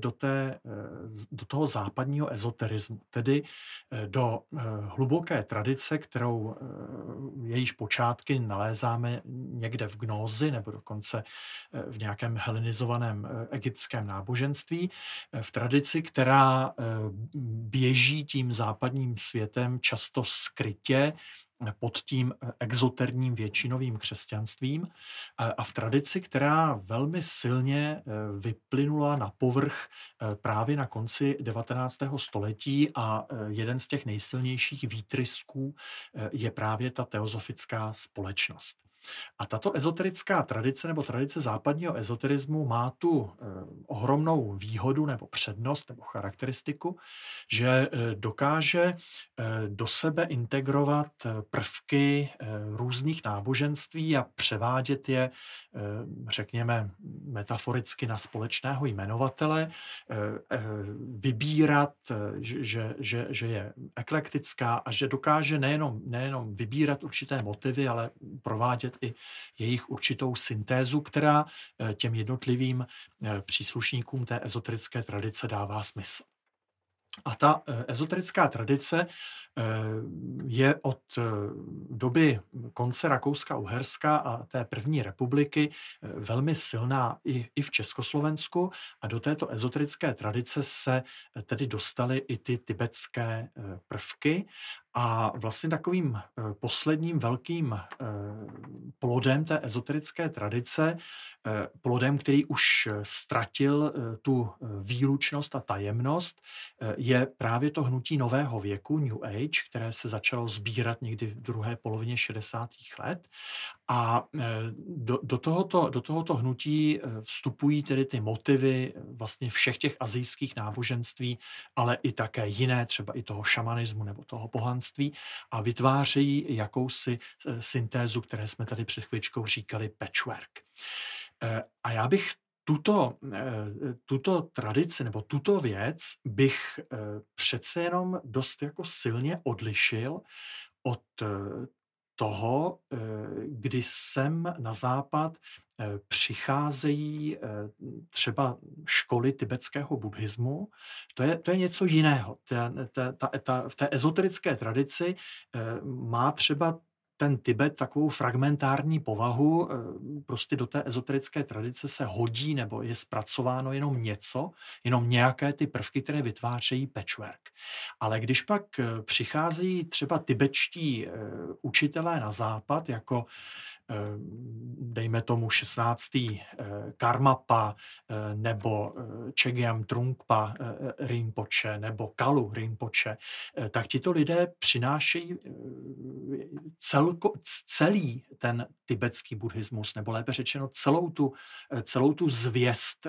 do toho západního ezoterismu, tedy do hluboké tradice, kterou jejíž počátky nalézáme někde v gnózi nebo dokonce v nějakém helenizovaném egyptském náboženství, v tradici, která běží tím západním světem často skrytě pod tím exoterním většinovým křesťanstvím a v tradici, která velmi silně vyplynula na povrch právě na konci 19. století a jeden z těch nejsilnějších výtrysků je právě ta teozofická společnost. A tato ezoterická tradice nebo tradice západního ezoterismu má tu ohromnou výhodu nebo přednost nebo charakteristiku, že dokáže do sebe integrovat prvky různých náboženství a převádět je, řekněme, metaforicky na společného jmenovatele, vybírat, že je eklektická a že dokáže nejenom vybírat určité motivy, ale provádět i jejich určitou syntézu, která těm jednotlivým příslušníkům té ezoterické tradice dává smysl. A ta ezoterická tradice je od doby konce Rakouska-Uherska a té první republiky velmi silná i v Československu a do této ezoterické tradice se tedy dostaly i ty tibetské prvky a vlastně takovým posledním velkým plodem té ezoterické tradice, plodem, který už ztratil tu výlučnost a tajemnost, je právě to hnutí nového věku, New Age, které se začalo sbírat někdy v druhé polovině 60. let. A do tohoto hnutí vstupují tedy ty motivy vlastně všech těch asijských náboženství, ale i také jiné, třeba i toho šamanismu nebo toho pohanství a vytvářejí jakousi syntézu, které jsme tady před chvíličkou říkali patchwork. A já bych tuto tradici nebo tuto věc bych přece jenom dost jako silně odlišil od toho, kdy sem na západ přicházejí třeba školy tibetského buddhismu. To je něco jiného. V té ezoterické tradici má třeba ten Tibet takovou fragmentární povahu, prostě do té ezoterické tradice se hodí nebo je zpracováno jenom nějaké ty prvky, které vytvářejí patchwork. Ale když pak přichází třeba tibetští učitelé na západ, jako dejme tomu 16. Karmapa nebo Chogyam Trungpa Rinpoche nebo Kalu Rinpoche, tak tito lidé přinášejí celý ten tibetský buddhismus, nebo lépe řečeno celou tu zvěst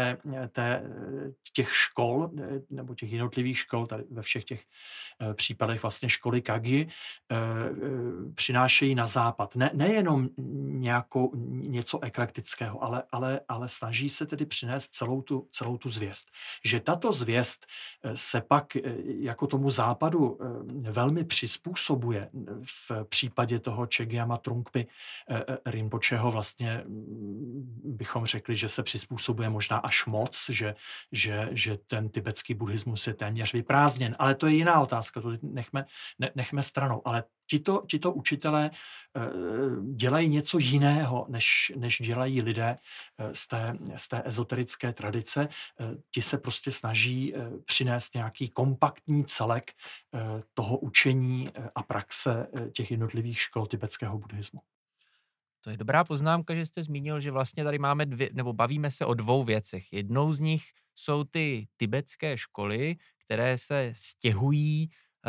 těch škol, nebo těch jednotlivých škol, tady ve všech těch případech vlastně školy Kagyi, přinášejí na západ. Nejenom něco eklektického, ale snaží se tedy přinést celou tu zvěst. Že tato zvěst se pak jako tomu západu velmi přizpůsobuje v případě toho Chogyama Trungpy Rinpocheho vlastně bychom řekli, že se přizpůsobuje možná až moc, že ten tibetský buddhismus je téměř vyprázdněn. Ale to je jiná otázka, to nechme stranou. Ale tito učitelé dělají něco jiného, než dělají lidé z té ezoterické tradice. Ti se prostě snaží přinést nějaký kompaktní celek toho učení a praxe těch jednotlivých škol tibetského buddhismu. To je dobrá poznámka, že jste zmínil, že vlastně tady máme bavíme se o dvou věcech. Jednou z nich jsou ty tibetské školy, které se stěhují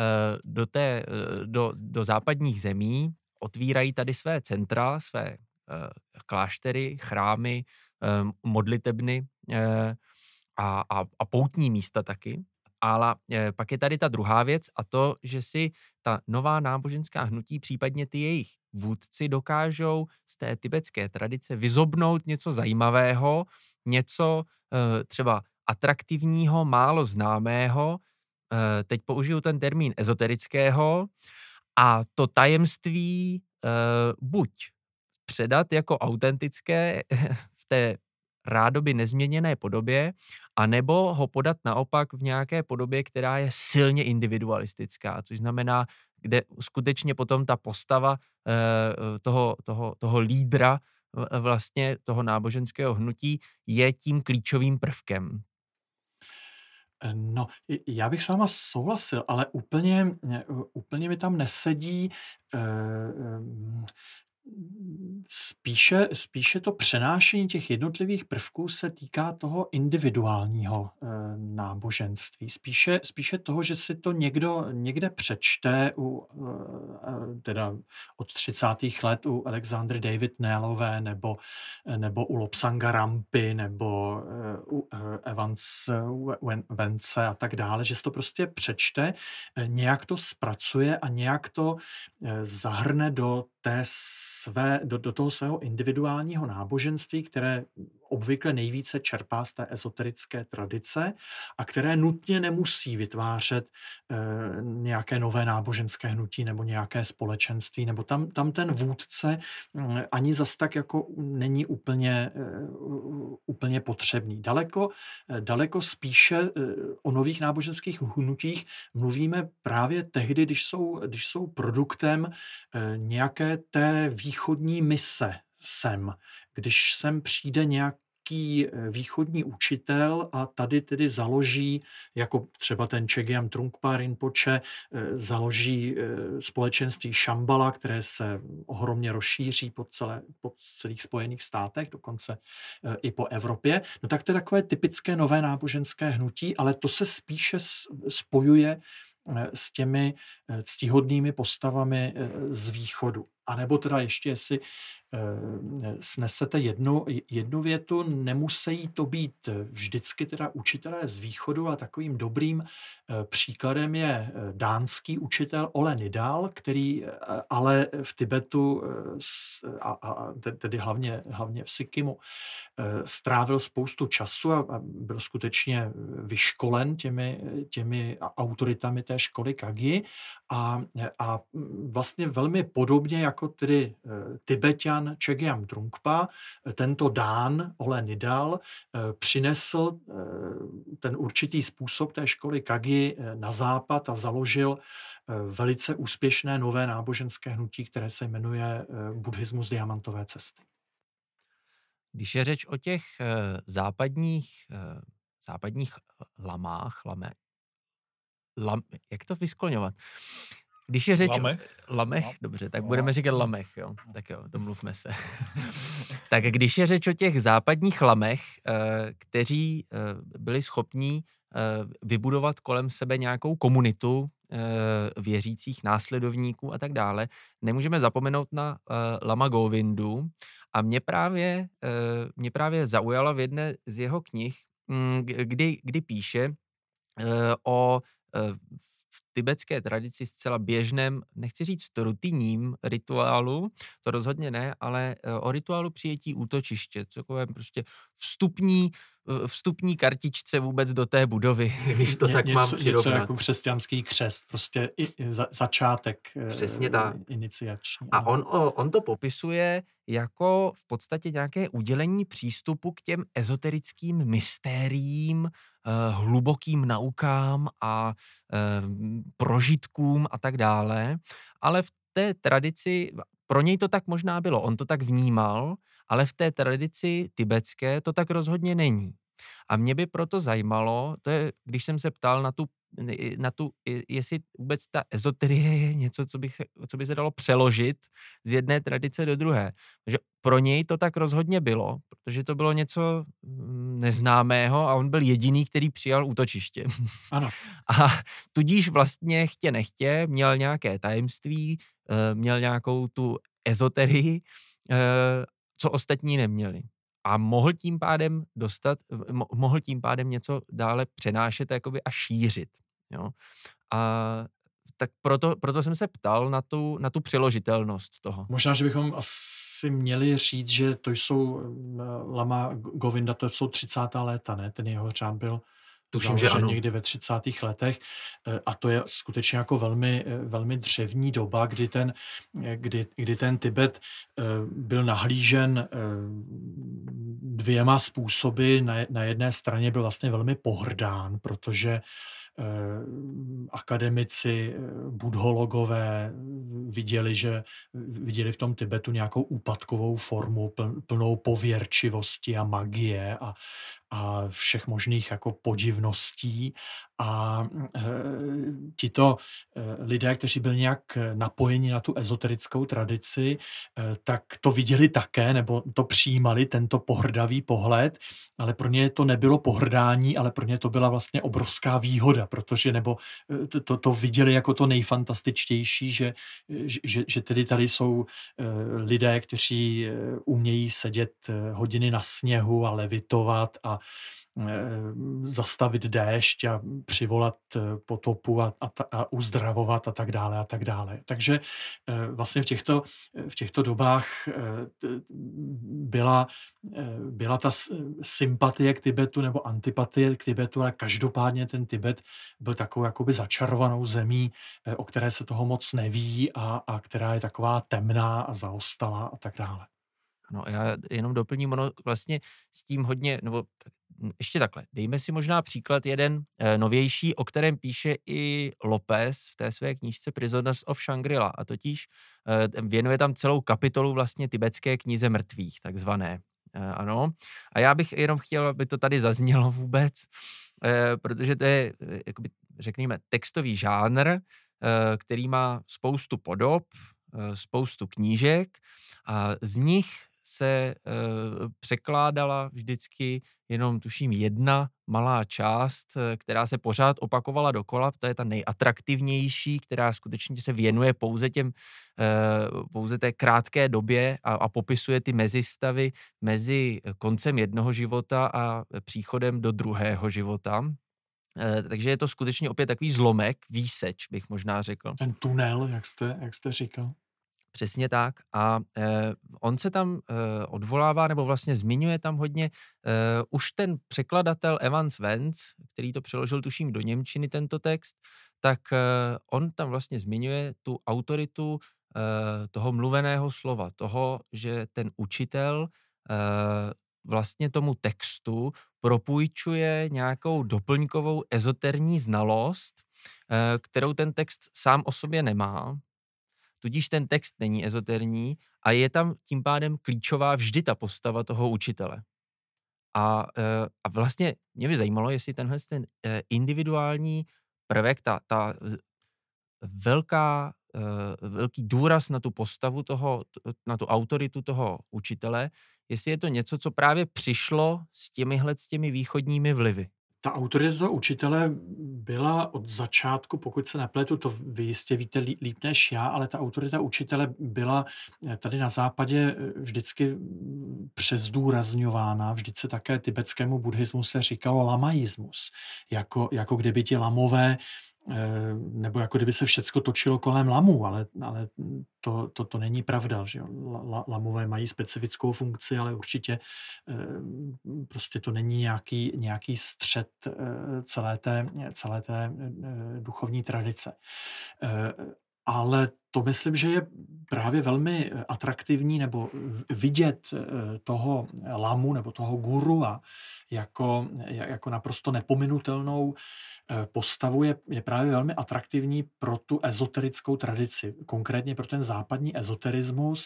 do západních zemí, otvírají tady své centra, své kláštery, chrámy, modlitebny a poutní místa taky. Ale pak je tady ta druhá věc a to, že si ta nová náboženská hnutí, případně ty jejich vůdci dokážou z té tibetské tradice vyzobnout něco zajímavého, něco třeba atraktivního, málo známého, teď použiju ten termín ezoterického, a to tajemství buď předat jako autentické v té rádoby nezměněné podobě, anebo ho podat naopak v nějaké podobě, která je silně individualistická, což znamená, kde skutečně potom ta postava toho lídra vlastně toho náboženského hnutí je tím klíčovým prvkem. No, já bych s váma souhlasil, ale úplně mi tam nesedí spíše to přenášení těch jednotlivých prvků se týká toho individuálního náboženství. Spíše toho, že si to někdo někde přečte teda od 30. let u Alexandry David Neilové nebo u Lobsanga Rampy nebo u Vence a tak dále, že si to prostě přečte, nějak to zpracuje a nějak to zahrne do toho svého individuálního náboženství, které obvykle nejvíce čerpá z té ezoterické tradice a které nutně nemusí vytvářet nějaké nové náboženské hnutí nebo nějaké společenství, nebo tam ten vůdce ani zas tak jako není úplně potřebný. Daleko spíše o nových náboženských hnutích mluvíme právě tehdy, když jsou produktem nějaké té východní mise sem. Když sem přijde nějaký východní učitel a tady tedy založí, jako třeba ten Chogyam Trungpa Rinpoche, založí společenství Shambhala, které se ohromně rozšíří po celých Spojených státech, dokonce i po Evropě, no tak to je takové typické nové náboženské hnutí, ale to se spíše spojuje s těmi ctihodnými postavami z východu. A nebo teda ještě, jestli snesete jednu větu, nemusí to být vždycky teda učitelé z východu a takovým dobrým příkladem je dánský učitel Ole Nidal, který ale v Tibetu a tedy hlavně v Sikkimu strávil spoustu času a byl skutečně vyškolen těmi autoritami té školy Kagyi a vlastně velmi podobně jako tedy Tibeťan Chogyam Trungpa, tento Dán Ole Nidal přinesl ten určitý způsob té školy Kagyi na západ a založil velice úspěšné nové náboženské hnutí, které se jmenuje buddhismus diamantové cesty. Když je řeč o těch západních lamách, jak to vyskloňovat? Když je řeč lamech, dobře, tak budeme říkat lamech, jo. Tak jo, domluvme se. Tak když je řeč o těch západních lamech, kteří byli schopní vybudovat kolem sebe nějakou komunitu věřících následovníků a tak dále, nemůžeme zapomenout na Lama Govindu. A mě právě zaujala v jedné z jeho knih, kdy píše o v tibetské tradici zcela běžném, nechci říct rutinním rituálu, to rozhodně ne, ale o rituálu přijetí útočiště, takové prostě vstupní kartičce vůbec do té budovy, když to tak mám přirovnat. Něco jako křesťanský křest, prostě začátek přesně tak. Iniciační. A on to popisuje jako v podstatě nějaké udělení přístupu k těm ezoterickým mystériím, hlubokým naukám a prožitkům a tak dále, ale v té tradici, pro něj to tak možná bylo, on to tak vnímal, ale v té tradici tibetské to tak rozhodně není. A mě by proto zajímalo, to je, když jsem se ptal na tu, jestli vůbec ta ezoterie je něco, co by se dalo přeložit z jedné tradice do druhé. Že pro něj to tak rozhodně bylo, protože to bylo něco neznámého a on byl jediný, který přijal útočiště. Ano. A tudíž vlastně chtě nechtě měl nějaké tajemství, měl nějakou tu ezoterii, co ostatní neměli. A mohl tím pádem něco dále přenášet jakoby a šířit. Jo? A tak proto jsem se ptal na tu přeložitelnost toho. Možná, že bychom asi měli říct, že to jsou Lama Govinda, to jsou 30. léta, ne? Ten jeho řád byl Tuším, že založen ano. někdy ve 30. letech, a to je skutečně jako velmi, velmi dřevní doba, kdy ten Tibet byl nahlížen dvěma způsoby. Na jedné straně byl vlastně velmi pohrdán, protože akademici, buddhologové viděli v tom Tibetu nějakou úpadkovou formu plnou pověrčivosti a magie a všech možných jako podivností. A tito lidé, kteří byli nějak napojeni na tu ezoterickou tradici, tak to viděli také, nebo to přijímali, tento pohrdavý pohled, ale pro ně to nebylo pohrdání, ale pro ně to byla vlastně obrovská výhoda, protože nebo to viděli jako to nejfantastičtější, že tedy tady jsou lidé, kteří umějí sedět hodiny na sněhu a levitovat a zastavit déšť a přivolat potopu a uzdravovat a tak dále a tak dále. Takže vlastně v těchto dobách byla ta sympatie k Tibetu nebo antipatie k Tibetu, ale každopádně ten Tibet byl takovou jakoby začarovanou zemí, o které se toho moc neví a která je taková temná a zaostalá a tak dále. No, já jenom doplním, ono vlastně s tím hodně, nebo ještě takhle, dejme si možná příklad jeden novější, o kterém píše i López v té své knížce Prisoners of Shangri-La, a totiž věnuje tam celou kapitolu vlastně tibetské knize mrtvých, takzvané. Ano. A já bych jenom chtěl, aby to tady zaznělo vůbec, protože to je, jakoby, řekněme, textový žánr, který má spoustu podob, spoustu knížek a z nich se překládala vždycky jenom, tuším, jedna malá část, která se pořád opakovala dokola, to je ta nejatraktivnější, která skutečně se věnuje pouze té krátké době a popisuje ty mezistavy mezi koncem jednoho života a příchodem do druhého života. Takže je to skutečně opět takový zlomek, výseč, bych možná řekl. Ten tunel, jak jste říkal. Přesně tak. A on se tam odvolává, nebo vlastně zmiňuje tam hodně, už ten překladatel Evans Wentz, který to přeložil tuším do němčiny tento text, tak on tam vlastně zmiňuje tu autoritu toho mluveného slova, toho, že ten učitel vlastně tomu textu propůjčuje nějakou doplňkovou ezoterní znalost, kterou ten text sám o sobě nemá. Tudíž ten text není ezoterní a je tam tím pádem klíčová vždy ta postava toho učitele. A vlastně mě by zajímalo, jestli tenhle ten individuální prvek, ta velký důraz na tu postavu na tu autoritu toho učitele, jestli je to něco, co právě přišlo s těmi východními vlivy. Ta autorita toho učitele byla od začátku, pokud se nepletu, to vy jistě víte líp než já, ale ta autorita učitele byla tady na západě vždycky přezdůrazňována. Vždyť se také tibetskému buddhismu se říkalo lamaismus. Jako kdyby ti lamové nebo jako kdyby se všecko točilo kolem lamů, ale to není pravda, že jo? Lamové mají specifickou funkci, ale určitě prostě to není nějaký střed celé té duchovní tradice. Ale to myslím, že je právě velmi atraktivní nebo vidět toho lamu nebo toho gurua jako naprosto nepominutelnou postavu je právě velmi atraktivní pro tu ezoterickou tradici, konkrétně pro ten západní ezoterismus,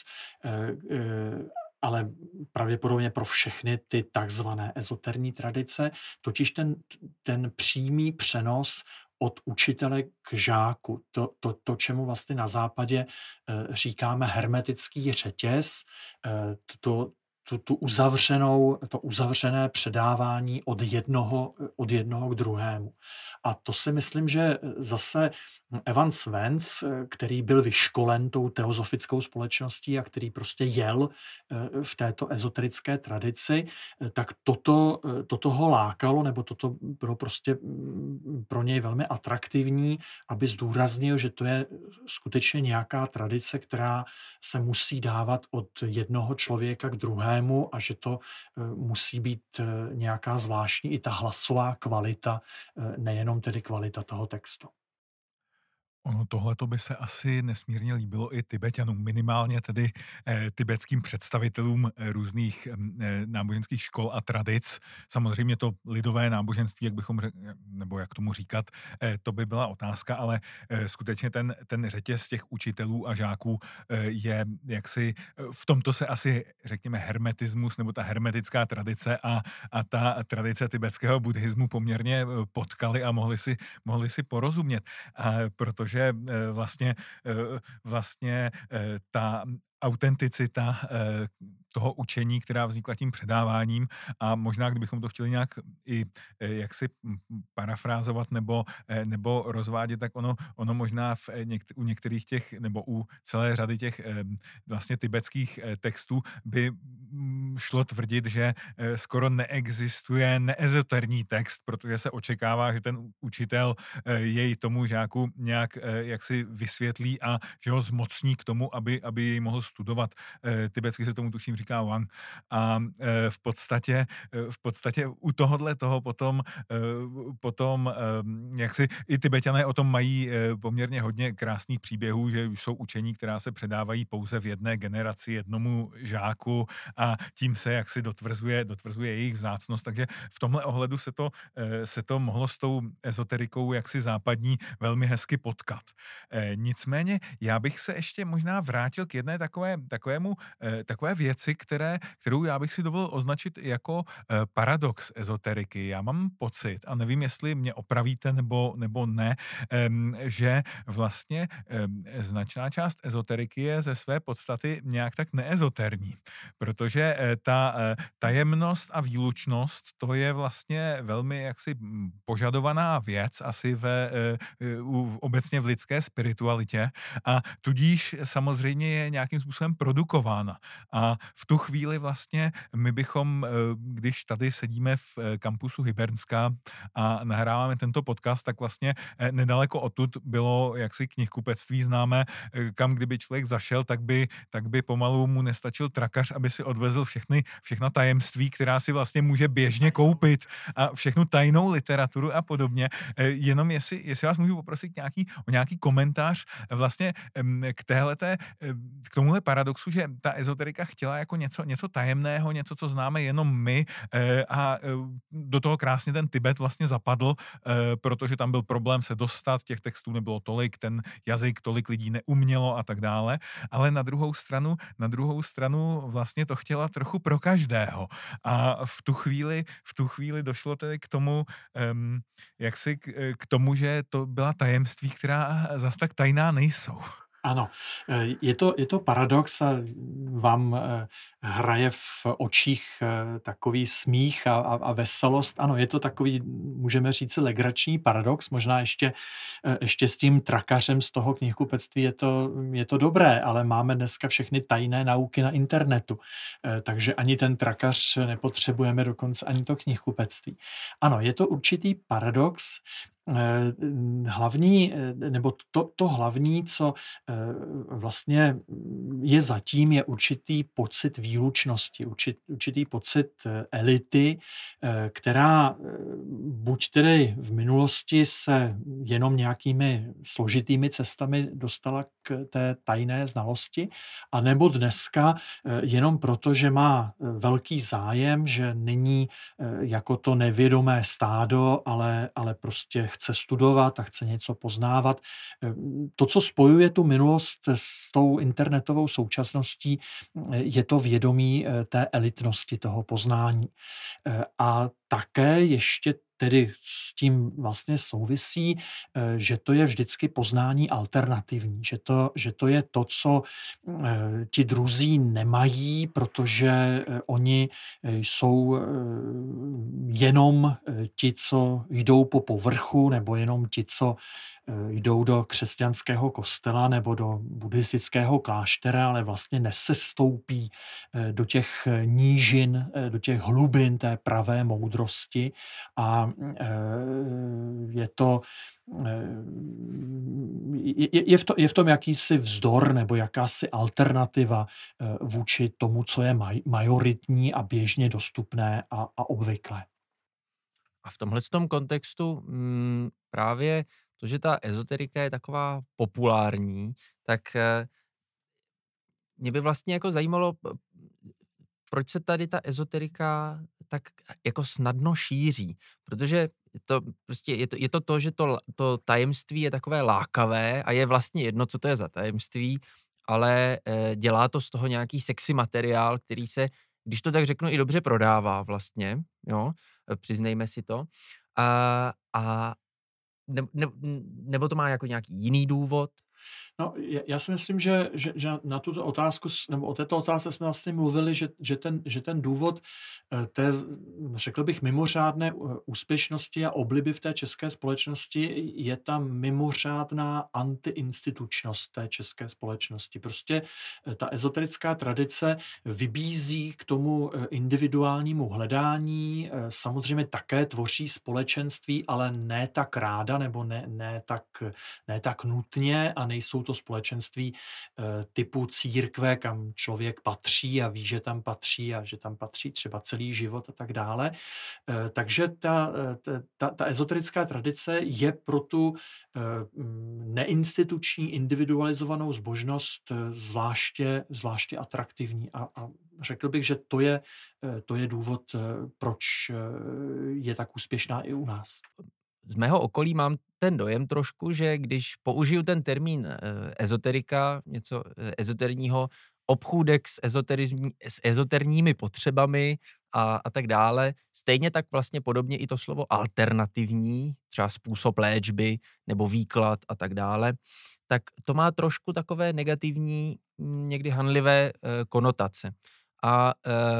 ale pravděpodobně pro všechny ty takzvané ezoterní tradice, totiž ten přímý přenos od učitele k žáku, to čemu vlastně na západě říkáme hermetický řetěz, to uzavřené předávání od jednoho k druhému. A to si myslím, že zase Evans Wentz, který byl vyškolen tou teozofickou společností a který prostě jel v této ezoterické tradici, tak toto ho lákalo, nebo toto bylo prostě pro něj velmi atraktivní, aby zdůraznil, že to je skutečně nějaká tradice, která se musí dávat od jednoho člověka k druhému. problému a že to musí být nějaká zvláštní i ta hlasová kvalita, nejenom tedy kvalita toho textu. Ono tohleto by se asi nesmírně líbilo i Tibeťanům, minimálně tedy tibetským představitelům různých náboženských škol a tradic. Samozřejmě to lidové náboženství, jak bychom nebo jak tomu říkat, to by byla otázka, ale skutečně ten řetěz těch učitelů a žáků je jaksi, v tomto se asi, řekněme, hermetismus nebo ta hermetická tradice a ta tradice tibetského buddhismu poměrně potkali a mohli si porozumět. Protože vlastně ta autenticita toho učení, která vznikla tím předáváním a možná, kdybychom to chtěli nějak i jaksi parafrázovat nebo rozvádět, tak ono možná u některých těch, nebo u celé řady těch vlastně tibetských textů by šlo tvrdit, že skoro neexistuje neezoterní text, protože se očekává, že ten učitel jej tomu žáku nějak jaksi vysvětlí a že ho zmocní k tomu, aby jej mohl studovat. Tibetsky se tomu tuším říká Wang. A v podstatě u tohohle toho potom jaksi i Tibeťané o tom mají poměrně hodně krásných příběhů, že jsou učení, která se předávají pouze v jedné generaci jednomu žáku a tím se jaksi dotvrzuje jejich vzácnost. Takže v tomhle ohledu se to mohlo s tou ezoterikou jaksi západní velmi hezky potkat. Nicméně já bych se ještě možná vrátil k jedné takové věci, kterou já bych si dovolil označit jako paradox ezoteriky. Já mám pocit, a nevím, jestli mě opravíte nebo ne, že vlastně značná část ezoteriky je ze své podstaty nějak tak neezoterní, protože ta tajemnost a výlučnost, to je vlastně velmi jaksi požadovaná věc asi obecně v lidské spiritualitě a tudíž samozřejmě je nějakým způsobem produkována. A v tu chvíli vlastně my bychom, když tady sedíme v kampusu Hybernská a nahráváme tento podcast, tak vlastně nedaleko odtud bylo jaksi knihkupectví známé, kam kdyby člověk zašel, tak by pomalu mu nestačil trakař, aby si odvezl všechna tajemství, která si vlastně může běžně koupit a všechnu tajnou literaturu a podobně. Jenom jestli vás můžu poprosit o nějaký komentář vlastně k tomuhle paradoxu, že ta ezoterika chtěla jako něco tajemného, něco, co známe jenom my a do toho krásně ten Tibet vlastně zapadl, protože tam byl problém se dostat, těch textů nebylo tolik, ten jazyk tolik lidí neumělo a tak dále, ale na druhou stranu vlastně to chtěla trochu pro každého. A v tu chvíli došlo tedy k tomu, k tomu, že to byla tajemství, která zas tak tajná nejsou. Ano, je to paradox a vám hraje v očích takový smích a veselost. Ano, je to takový, můžeme říct, legrační paradox. Možná ještě s tím trakařem z toho knihkupectví je to dobré, ale máme dneska všechny tajné nauky na internetu, takže ani ten trakař nepotřebujeme, dokonce ani to knihkupectví. Ano, je to určitý paradox. Hlavní, nebo to hlavní, co vlastně je zatím, je určitý pocit výlučnosti, určitý pocit elity, která buď tedy v minulosti se jenom nějakými složitými cestami dostala k té tajné znalosti, anebo dneska jenom proto, že má velký zájem, že není jako to nevědomé stádo, ale prostě chce studovat a chce něco poznávat. To, co spojuje tu minulost s tou internetovou současností, je to vědomí té elitnosti toho poznání. A také ještě tedy s tím vlastně souvisí, že to je vždycky poznání alternativní, že to je to, co ti druzí nemají, protože oni jsou jenom ti, co jdou po povrchu, nebo jenom ti, co jdou do křesťanského kostela nebo do buddhistického kláštera, ale vlastně nesestoupí do těch nížin, do těch hlubin té pravé moudrosti a je to je v tom jakýsi vzdor nebo jakási alternativa vůči tomu, co je majoritní a běžně dostupné a obvyklé. A v tomhletom kontextu právě to, že ta ezoterika je taková populární, tak mě by vlastně jako zajímalo, proč se tady ta ezoterika tak jako snadno šíří. Protože je to, že to tajemství je takové lákavé a je vlastně jedno, co to je za tajemství, ale dělá to z toho nějaký sexy materiál, který se, když to tak řeknu, i dobře prodává vlastně, jo, přiznejme si to. A nebo to má jako nějaký jiný důvod? No, já si myslím, že na tuto otázku, nebo o této otázce jsme vlastně mluvili, že ten důvod té, řekl bych, mimořádné úspěšnosti a obliby v té české společnosti je ta mimořádná antiinstitučnost té české společnosti. Prostě ta ezoterická tradice vybízí k tomu individuálnímu hledání, samozřejmě také tvoří společenství, ale ne tak ráda, nebo ne tak nutně a nejsou to společenství typu církve, kam člověk patří a ví, že tam patří a že tam patří třeba celý život a tak dále. Takže ta ezoterická tradice je pro tu neinstituční individualizovanou zbožnost zvláště atraktivní a řekl bych, že to je důvod, proč je tak úspěšná i u nás. Z mého okolí mám ten dojem trošku, že když použiju ten termín ezoterika, něco ezoterního, obchůdek s ezoterními potřebami a tak dále, stejně tak vlastně podobně i to slovo alternativní, třeba způsob léčby nebo výklad a tak dále, tak to má trošku takové negativní, někdy hanlivé konotace. A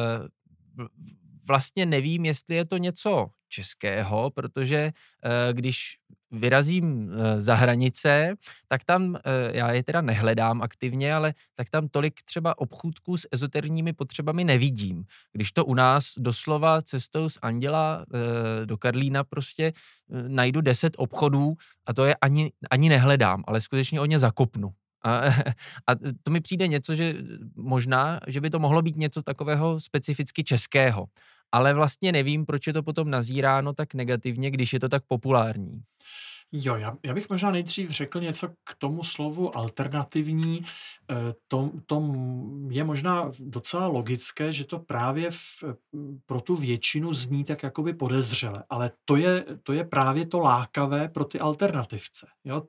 vlastně nevím, jestli je to něco českého, protože když vyrazím za hranice, tak tam, já je teda nehledám aktivně, ale tak tam tolik třeba obchůdků s ezoterními potřebami nevidím. Když to u nás doslova cestou z Anděla do Karlína prostě najdu 10 obchodů a to je ani nehledám, ale skutečně o ně zakopnu. A to mi přijde něco, že možná, že by to mohlo být něco takového specificky českého. Ale vlastně nevím, proč je to potom nazíráno tak negativně, když je to tak populární. Jo, já bych možná nejdřív řekl něco k tomu slovu alternativní. To je možná docela logické, že to právě pro tu většinu zní tak jakoby podezřele, ale to je právě to lákavé pro ty alternativce. Jo,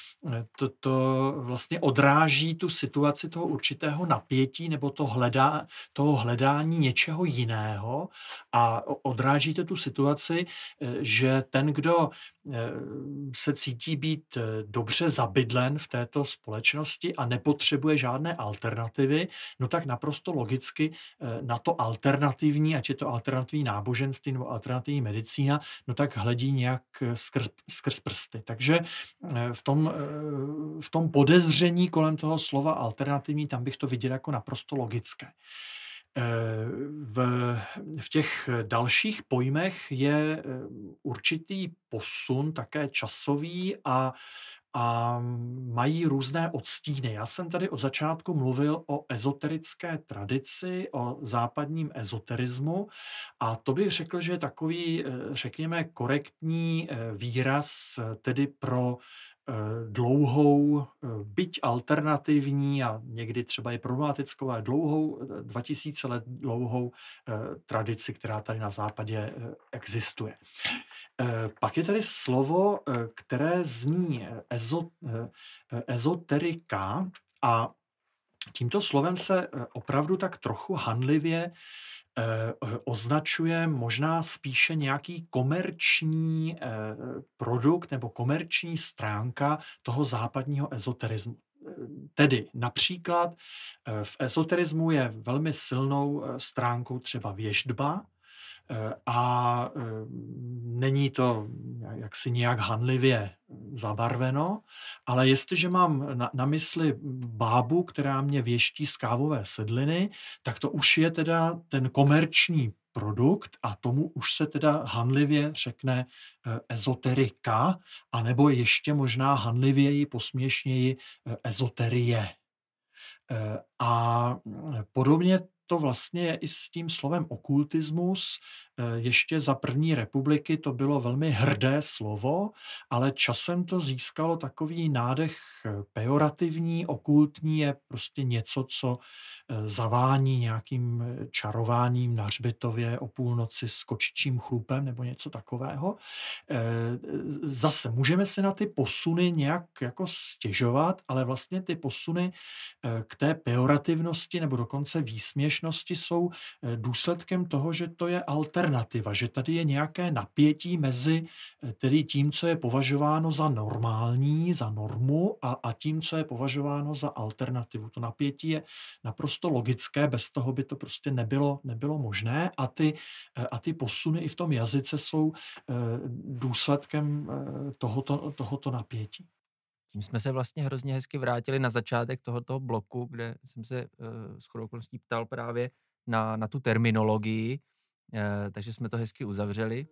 to vlastně odráží tu situaci toho určitého napětí nebo toho hledání něčeho jiného a odráží to tu situaci, že ten, kdo se cítí být dobře zabydlen v této společnosti a nepotřebuje žádné alternativy, no tak naprosto logicky na to alternativní, ať je to alternativní náboženství nebo alternativní medicína, no tak hledí nějak skrz prsty. Takže v tom podezření kolem toho slova alternativní, tam bych to viděl jako naprosto logické. V těch dalších pojmech je určitý posun, také časový a mají různé odstíny. Já jsem tady od začátku mluvil o ezoterické tradici, o západním ezoterismu a to bych řekl, že je takový, řekněme, korektní výraz tedy pro dlouhou, byť alternativní a někdy třeba je problematickou, ale dlouhou, 2000 let dlouhou tradici, která tady na západě existuje. Pak je tady slovo, které zní ezoterika a tímto slovem se opravdu tak trochu hanlivě označuje možná spíše nějaký komerční produkt nebo komerční stránka toho západního ezoterismu. Tedy například v ezoterismu je velmi silnou stránkou třeba věštba a není to jaksi nějak hanlivě zabarveno, ale jestliže mám na mysli bábu, která mě věští z kávové sedliny, tak to už je teda ten komerční produkt a tomu už se teda hanlivě řekne ezoterika, anebo ještě možná hanlivěji, posměšněji ezoterie. A podobně to vlastně je i s tím slovem okultismus. Ještě za první republiky to bylo velmi hrdé slovo, ale časem to získalo takový nádech pejorativní. Okultní je prostě něco, co zavání nějakým čarováním na hřbitově o půlnoci s kočičím chlupem nebo něco takového. Zase můžeme si na ty posuny nějak jako stěžovat, ale vlastně ty posuny k té pejorativnosti nebo dokonce výsměšnosti jsou důsledkem toho, že to je alternativa, že tady je nějaké napětí mezi tedy tím, co je považováno za normální, za normu a tím, co je považováno za alternativu. To napětí je naprosto logické, bez toho by to prostě nebylo možné a ty posuny i v tom jazyce jsou důsledkem tohoto napětí. Tím jsme se vlastně hrozně hezky vrátili na začátek tohoto bloku, kde jsem se shodou okolností ptal právě na tu terminologii, takže jsme to hezky uzavřeli.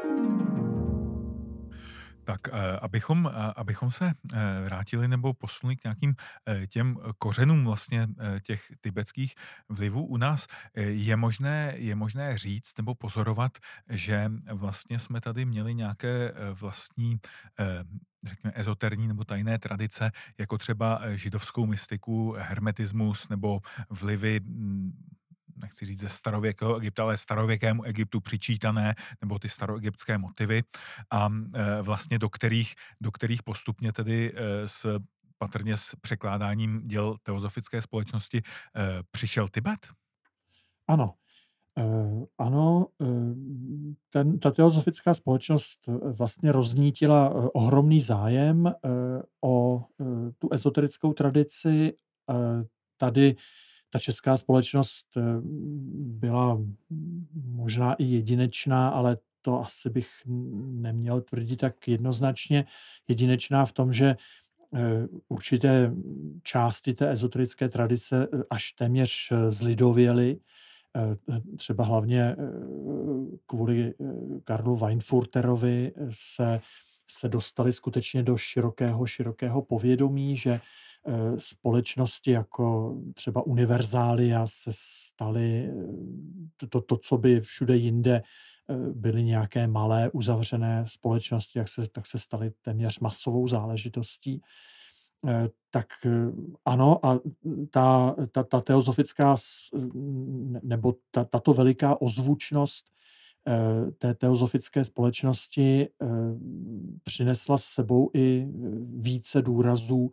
Tak abychom se vrátili nebo posunuli k nějakým těm kořenům vlastně těch tibetských vlivů u nás, je možné říct nebo pozorovat, že vlastně jsme tady měli nějaké vlastní řekněme ezoterní nebo tajné tradice, jako třeba židovskou mystiku, hermetismus nebo vlivy nechci říct ze starověkého Egypta, ale starověkému Egyptu přičítané, nebo ty staroegyptské motivy a vlastně do kterých postupně tedy patrně s překládáním děl teozofické společnosti přišel Tibet? Ano. Ano, ta teozofická společnost vlastně roznítila ohromný zájem o tu ezoterickou tradici. Tady ta česká společnost byla možná i jedinečná, ale to asi bych neměl tvrdit tak jednoznačně. Jedinečná v tom, že určité části té ezoterické tradice až téměř zlidověly, třeba hlavně kvůli Karlu Weinfurterovi se dostali skutečně do širokého povědomí, že společnosti jako třeba univerzália se staly to, co by všude jinde byly nějaké malé uzavřené společnosti, tak se staly téměř masovou záležitostí. Tak ano, a ta teozofická nebo tato veliká ozvučnost té teozofické společnosti přinesla s sebou i více důrazů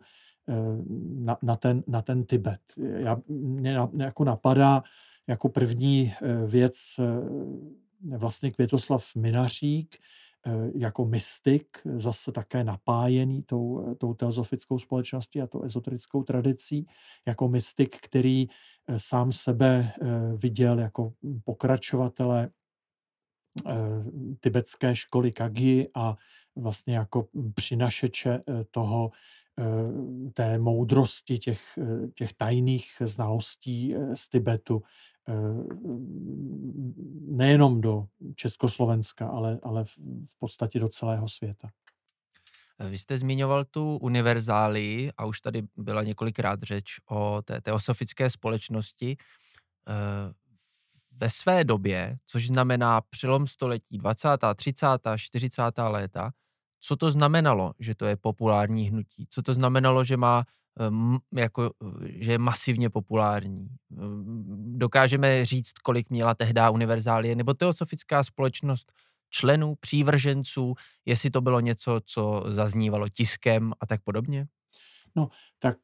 na ten Tibet. Mě jako napadá jako první věc vlastně Květoslav Minařík, jako mystik, zase také napájený tou teozofickou společností a tou ezoterickou tradicí, jako mystik, který sám sebe viděl jako pokračovatele tibetské školy Kagyi a vlastně jako přinašeče té moudrosti těch tajných znalostí z Tibetu nejenom do Československa, ale v podstatě do celého světa. Vy jste zmiňoval tu univerzálii a už tady byla několikrát řeč o té teosofické společnosti. Ve své době, což znamená přelom století 20., 30., 40. léta, co to znamenalo, že to je populární hnutí? Co to znamenalo, že že je masivně populární? Dokážeme říct, kolik měla tehdy univerzálie nebo teosofická společnost členů, přívrženců, jestli to bylo něco, co zaznívalo tiskem a tak podobně? No, tak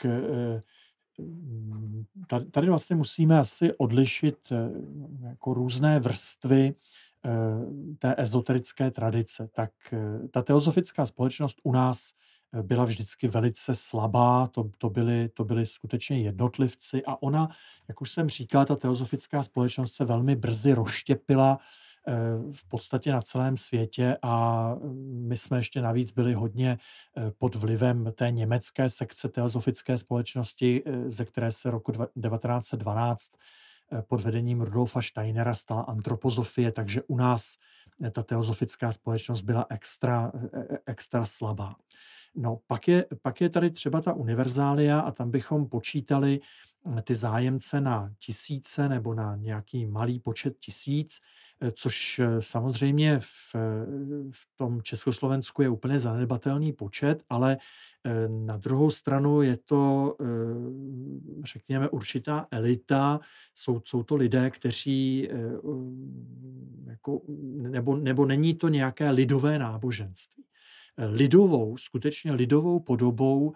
tady vlastně musíme asi odlišit jako různé vrstvy té ezoterické tradice. Tak ta teozofická společnost u nás byla vždycky velice slabá, to byli skutečně jednotlivci a ona, jak už jsem říkal, ta teozofická společnost se velmi brzy rozštěpila v podstatě na celém světě a my jsme ještě navíc byli hodně pod vlivem té německé sekce teozofické společnosti, ze které se roku 1912 pod vedením Rudolfa Steinera stala antropozofie, takže u nás ta teozofická společnost byla extra slabá. No, pak je tady třeba ta univerzália a tam bychom počítali ty zájemce na tisíce nebo na nějaký malý počet tisíc, což samozřejmě v tom Československu je úplně zanedbatelný počet, ale na druhou stranu je to, řekněme, určitá elita. Jsou to lidé, kteří jako, nebo není to nějaké lidové náboženství. Skutečně lidovou podobou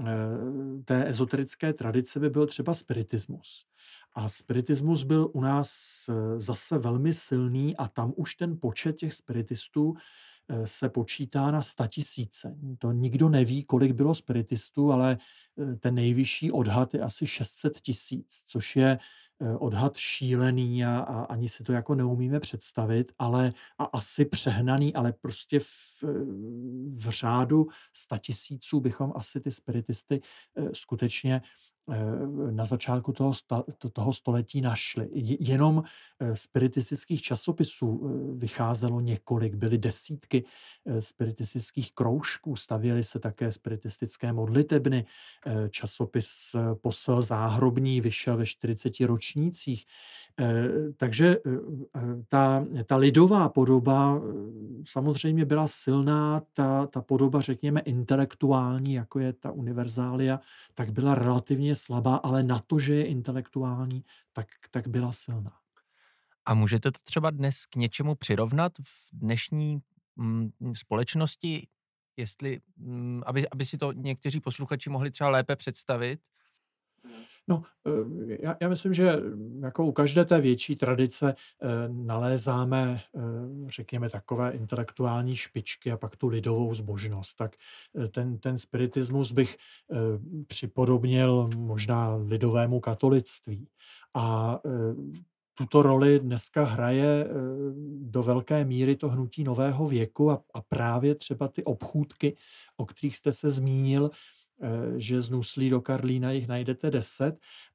té ezoterické tradice by byl třeba spiritismus. A spiritismus byl u nás zase velmi silný a tam už ten počet těch spiritistů se počítá na 100 000. To nikdo neví, kolik bylo spiritistů, ale ten nejvyšší odhad je asi 600 000, což je odhad šílený a ani si to jako neumíme představit, ale a asi přehnaný, ale prostě v řádu 100 000 bychom asi ty spiritisty skutečně na začátku toho století našli. Jenom spiritistických časopisů vycházelo několik, byly desítky spiritistických kroužků, stavěly se také spiritistické modlitebny, časopis Posel záhrobní vyšel ve 40 ročnících. Takže ta lidová podoba samozřejmě byla silná, ta podoba, řekněme, intelektuální, jako je ta univerzália, tak byla relativně slabá, ale na to, že je intelektuální, tak byla silná. A můžete to třeba dnes k něčemu přirovnat v dnešní společnosti, jestli, aby si to někteří posluchači mohli třeba lépe představit? No, já myslím, že jako u každé té větší tradice nalézáme, řekněme, takové intelektuální špičky a pak tu lidovou zbožnost. Tak ten spiritismus bych připodobnil možná lidovému katolictví. A tuto roli dneska hraje do velké míry to hnutí nového věku a právě třeba ty obchůdky, o kterých jste se zmínil, že z Nuslí do Karlína jich najdete 10,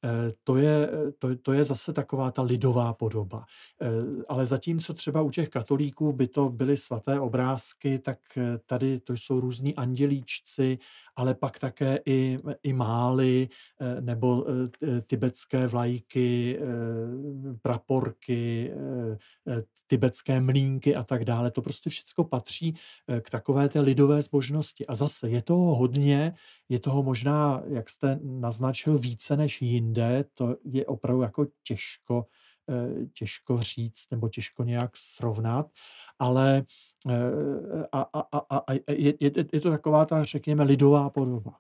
to je zase taková ta lidová podoba. Ale zatímco třeba u těch katolíků by to byly svaté obrázky, tak tady to jsou různí andělíčci, ale pak také i mály nebo tibetské vlajky, praporky, tibetské mlýnky a tak dále. To prostě všechno patří k takové té lidové zbožnosti. A zase je toho hodně, je toho možná, jak jste naznačil, více než jinde. To je opravdu jako těžko říct nebo těžko nějak srovnat, ale je to taková ta, řekněme, lidová podoba.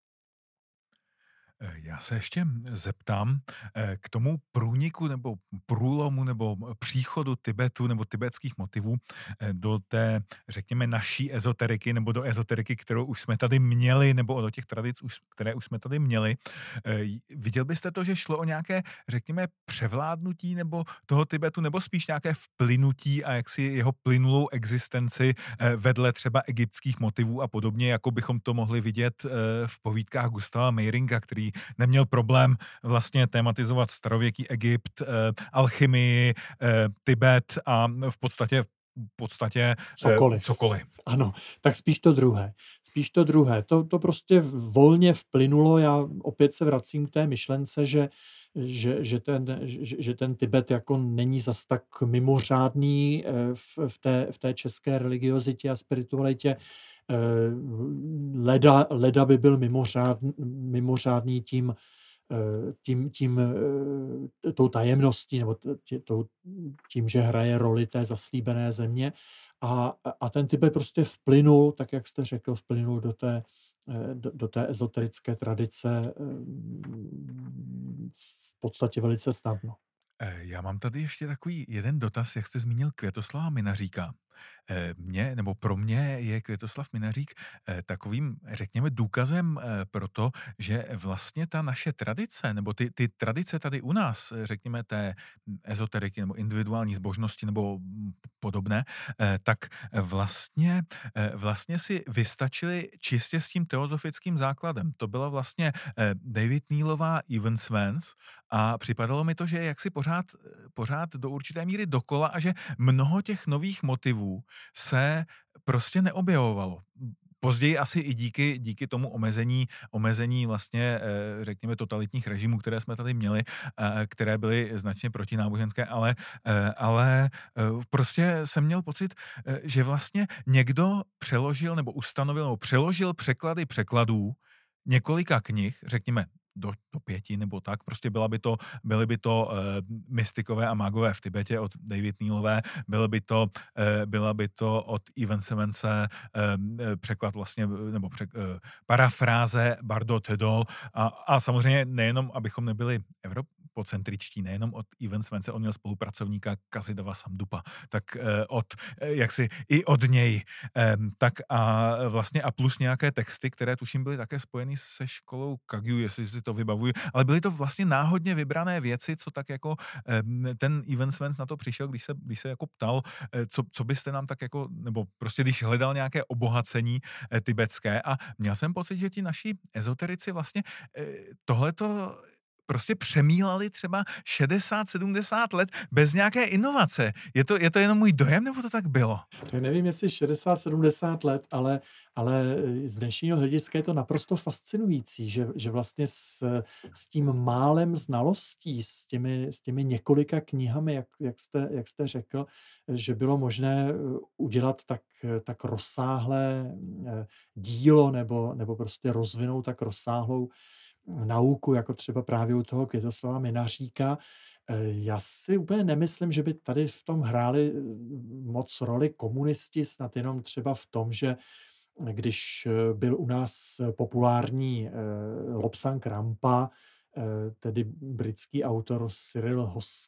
Já se ještě zeptám k tomu průniku nebo průlomu nebo příchodu Tibetu nebo tibetských motivů do té, řekněme, naší ezoteriky nebo do ezoteriky, kterou už jsme tady měli, nebo do těch tradic, které už jsme tady měli. Viděl byste to, že šlo o nějaké, řekněme, převládnutí nebo toho Tibetu, nebo spíš nějaké vplynutí a jaksi jeho plynulou existenci vedle třeba egyptských motivů a podobně, jako bychom to mohli vidět v povídkách Gustava Meiringa, který neměl problém vlastně tematizovat starověký Egypt, alchymii, Tibet a v podstatě cokoliv. Ano, tak spíš to druhé. To prostě volně vplynulo. Já opět se vracím k té myšlence, že ten Tibet jako není zas tak mimořádný v té české religiozitě a spiritualitě. Leda by byl mimořádný tou tajemností nebo tím, že hraje roli té zaslíbené země. A ten Tibet prostě vplynul, tak jak jste řekl, do té ezoterické tradice v podstatě velice snadno. Já mám tady ještě takový jeden dotaz, jak jste zmínil Květoslava Minaříka. Nebo pro mě je Květoslav Minařík takovým, řekněme, důkazem pro to, že vlastně ta naše tradice, nebo ty tradice tady u nás, řekněme té ezoteriky nebo individuální zbožnosti nebo podobné, tak vlastně si vystačili čistě s tím teozofickým základem. To byla vlastně David Nealová Evans Vance a připadalo mi to, že jaksi pořád do určité míry dokola a že mnoho těch nových motivů se prostě neobjevovalo. Později asi i díky tomu omezení vlastně, řekněme, totalitních režimů, které jsme tady měli, které byly značně protináboženské, ale prostě jsem měl pocit, že vlastně někdo přeložil nebo ustanovil nebo přeložil překlady překladů několika knih, řekněme do 5 nebo tak, prostě byly by to mystikové a mágové v Tibetě od David Nealové, byla by to od Evanse Vance překlad vlastně, nebo parafráze Bardo Tedol a samozřejmě nejenom, abychom nebyli europocentričtí, nejenom od Evans Vance, on měl spolupracovníka Kazidava Samdupa, tak jaksi i od něj, tak a vlastně a plus nějaké texty, které tuším byly také spojeny se školou Kagyu, jestli si to vybavuju, ale byly to vlastně náhodně vybrané věci, co tak jako ten Evans Vance na to přišel, když se jako ptal, co byste nám tak jako, nebo prostě když hledal nějaké obohacení tibetské a měl jsem pocit, že ti naši ezoterici vlastně tohleto prostě přemílali třeba 60-70 let bez nějaké inovace. Je to jenom můj dojem, nebo to tak bylo? Tak nevím, jestli 60-70 let, ale z dnešního hlediska je to naprosto fascinující, že vlastně s tím málem znalostí, s těmi několika knihami, jak jste řekl, že bylo možné udělat tak rozsáhlé dílo nebo prostě rozvinout tak rozsáhlou nauku, jako třeba právě u toho Květoslava Minaříka. Já si úplně nemyslím, že by tady v tom hráli moc roli komunisti, snad jenom třeba v tom, že když byl u nás populární Lobsang Rampa, tedy britský autor Cyril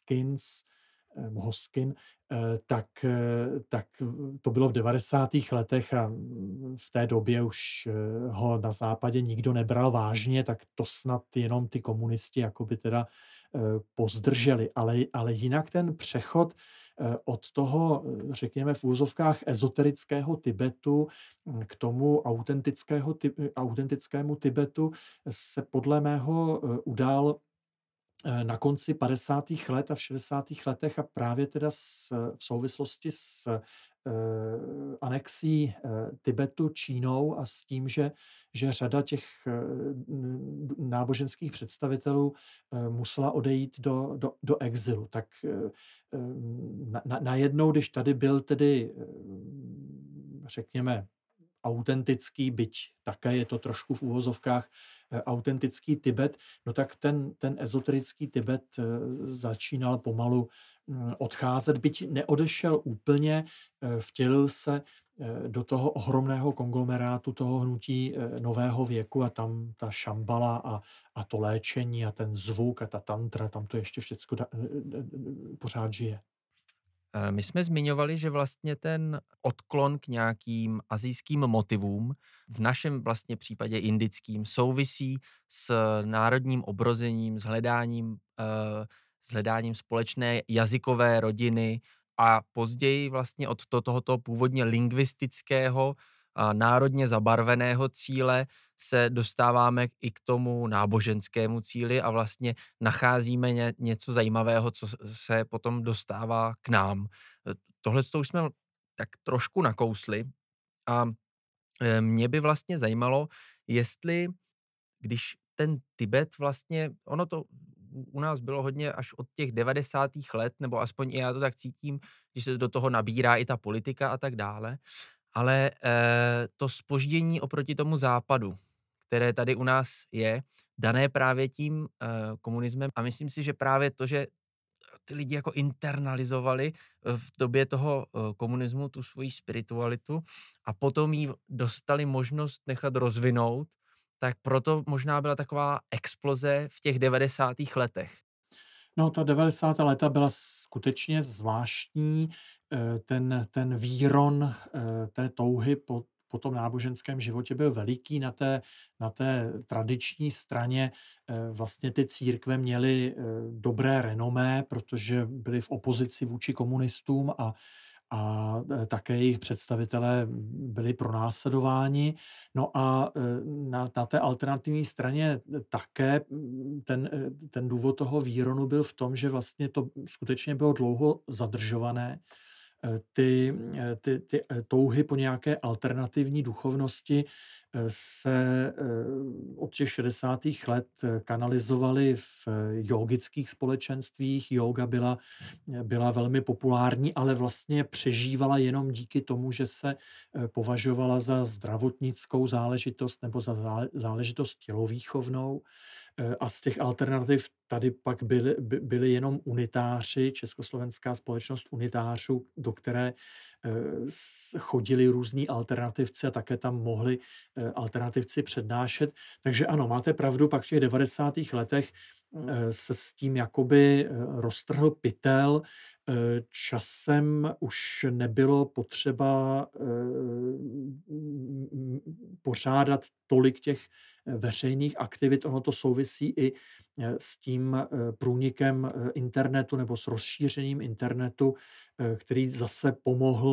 Hoskin, tak to bylo v 90. letech a v té době už ho na západě nikdo nebral vážně, tak to snad jenom ty komunisti jakoby teda pozdrželi. Ale jinak ten přechod od toho, řekněme v úvozovkách, ezoterického Tibetu k tomu autentickému Tibetu se podle mého udál na konci 50. let a v 60. letech a právě teda v souvislosti s anexí Tibetu Čínou a s tím, že řada těch náboženských představitelů musela odejít do exilu. Tak najednou, když tady byl tedy, řekněme, autentický, byť také je to trošku v úvozovkách autentický Tibet, no tak ten ezoterický Tibet začínal pomalu odcházet, byť neodešel úplně, vtělil se do toho ohromného konglomerátu toho hnutí nového věku a tam ta šambala a to léčení a ten zvuk a ta tantra, tam to ještě všecko pořád žije. My jsme zmiňovali, že vlastně ten odklon k nějakým asijským motivům v našem vlastně případě indickým souvisí s národním obrozením, s hledáním společné jazykové rodiny a později vlastně od tohoto původně lingvistického a národně zabarveného cíle se dostáváme i k tomu náboženskému cíli a vlastně nacházíme něco zajímavého, co se potom dostává k nám. Tohle už jsme tak trošku nakousli a mě by vlastně zajímalo, jestli když ten Tibet vlastně, ono to u nás bylo hodně až od těch 90. let, nebo aspoň i já to tak cítím, když se do toho nabírá i ta politika a tak dále, ale to zpoždění oproti tomu západu, které tady u nás je, dané právě tím komunismem a myslím si, že právě to, že ty lidi jako internalizovali v době toho komunismu tu svoji spiritualitu a potom jí dostali možnost nechat rozvinout, tak proto možná byla taková exploze v těch 90. letech. No, ta 90. léta byla skutečně zvláštní. Ten výron té touhy po tom náboženském životě byl veliký. Na té tradiční straně vlastně ty církve měly dobré renomé, protože byly v opozici vůči komunistům a také jejich představitelé byli pronásledováni. No a na té alternativní straně také ten důvod toho výronu byl v tom, že vlastně to skutečně bylo dlouho zadržované. Ty touhy po nějaké alternativní duchovnosti se od těch 60. let kanalizovaly v jógických společenstvích. Jóga byla velmi populární, ale vlastně přežívala jenom díky tomu, že se považovala za zdravotnickou záležitost nebo za záležitost tělovýchovnou. A z těch alternativ tady pak byli jenom unitáři, československá společnost unitářů, do které chodili různí alternativci a také tam mohli alternativci přednášet. Takže ano, máte pravdu, pak v těch 90. letech se s tím jakoby roztrhl pytel. Časem už nebylo potřeba pořádat tolik těch veřejných aktivit. Ono to souvisí i s tím průnikem internetu nebo s rozšířením internetu, který zase pomohl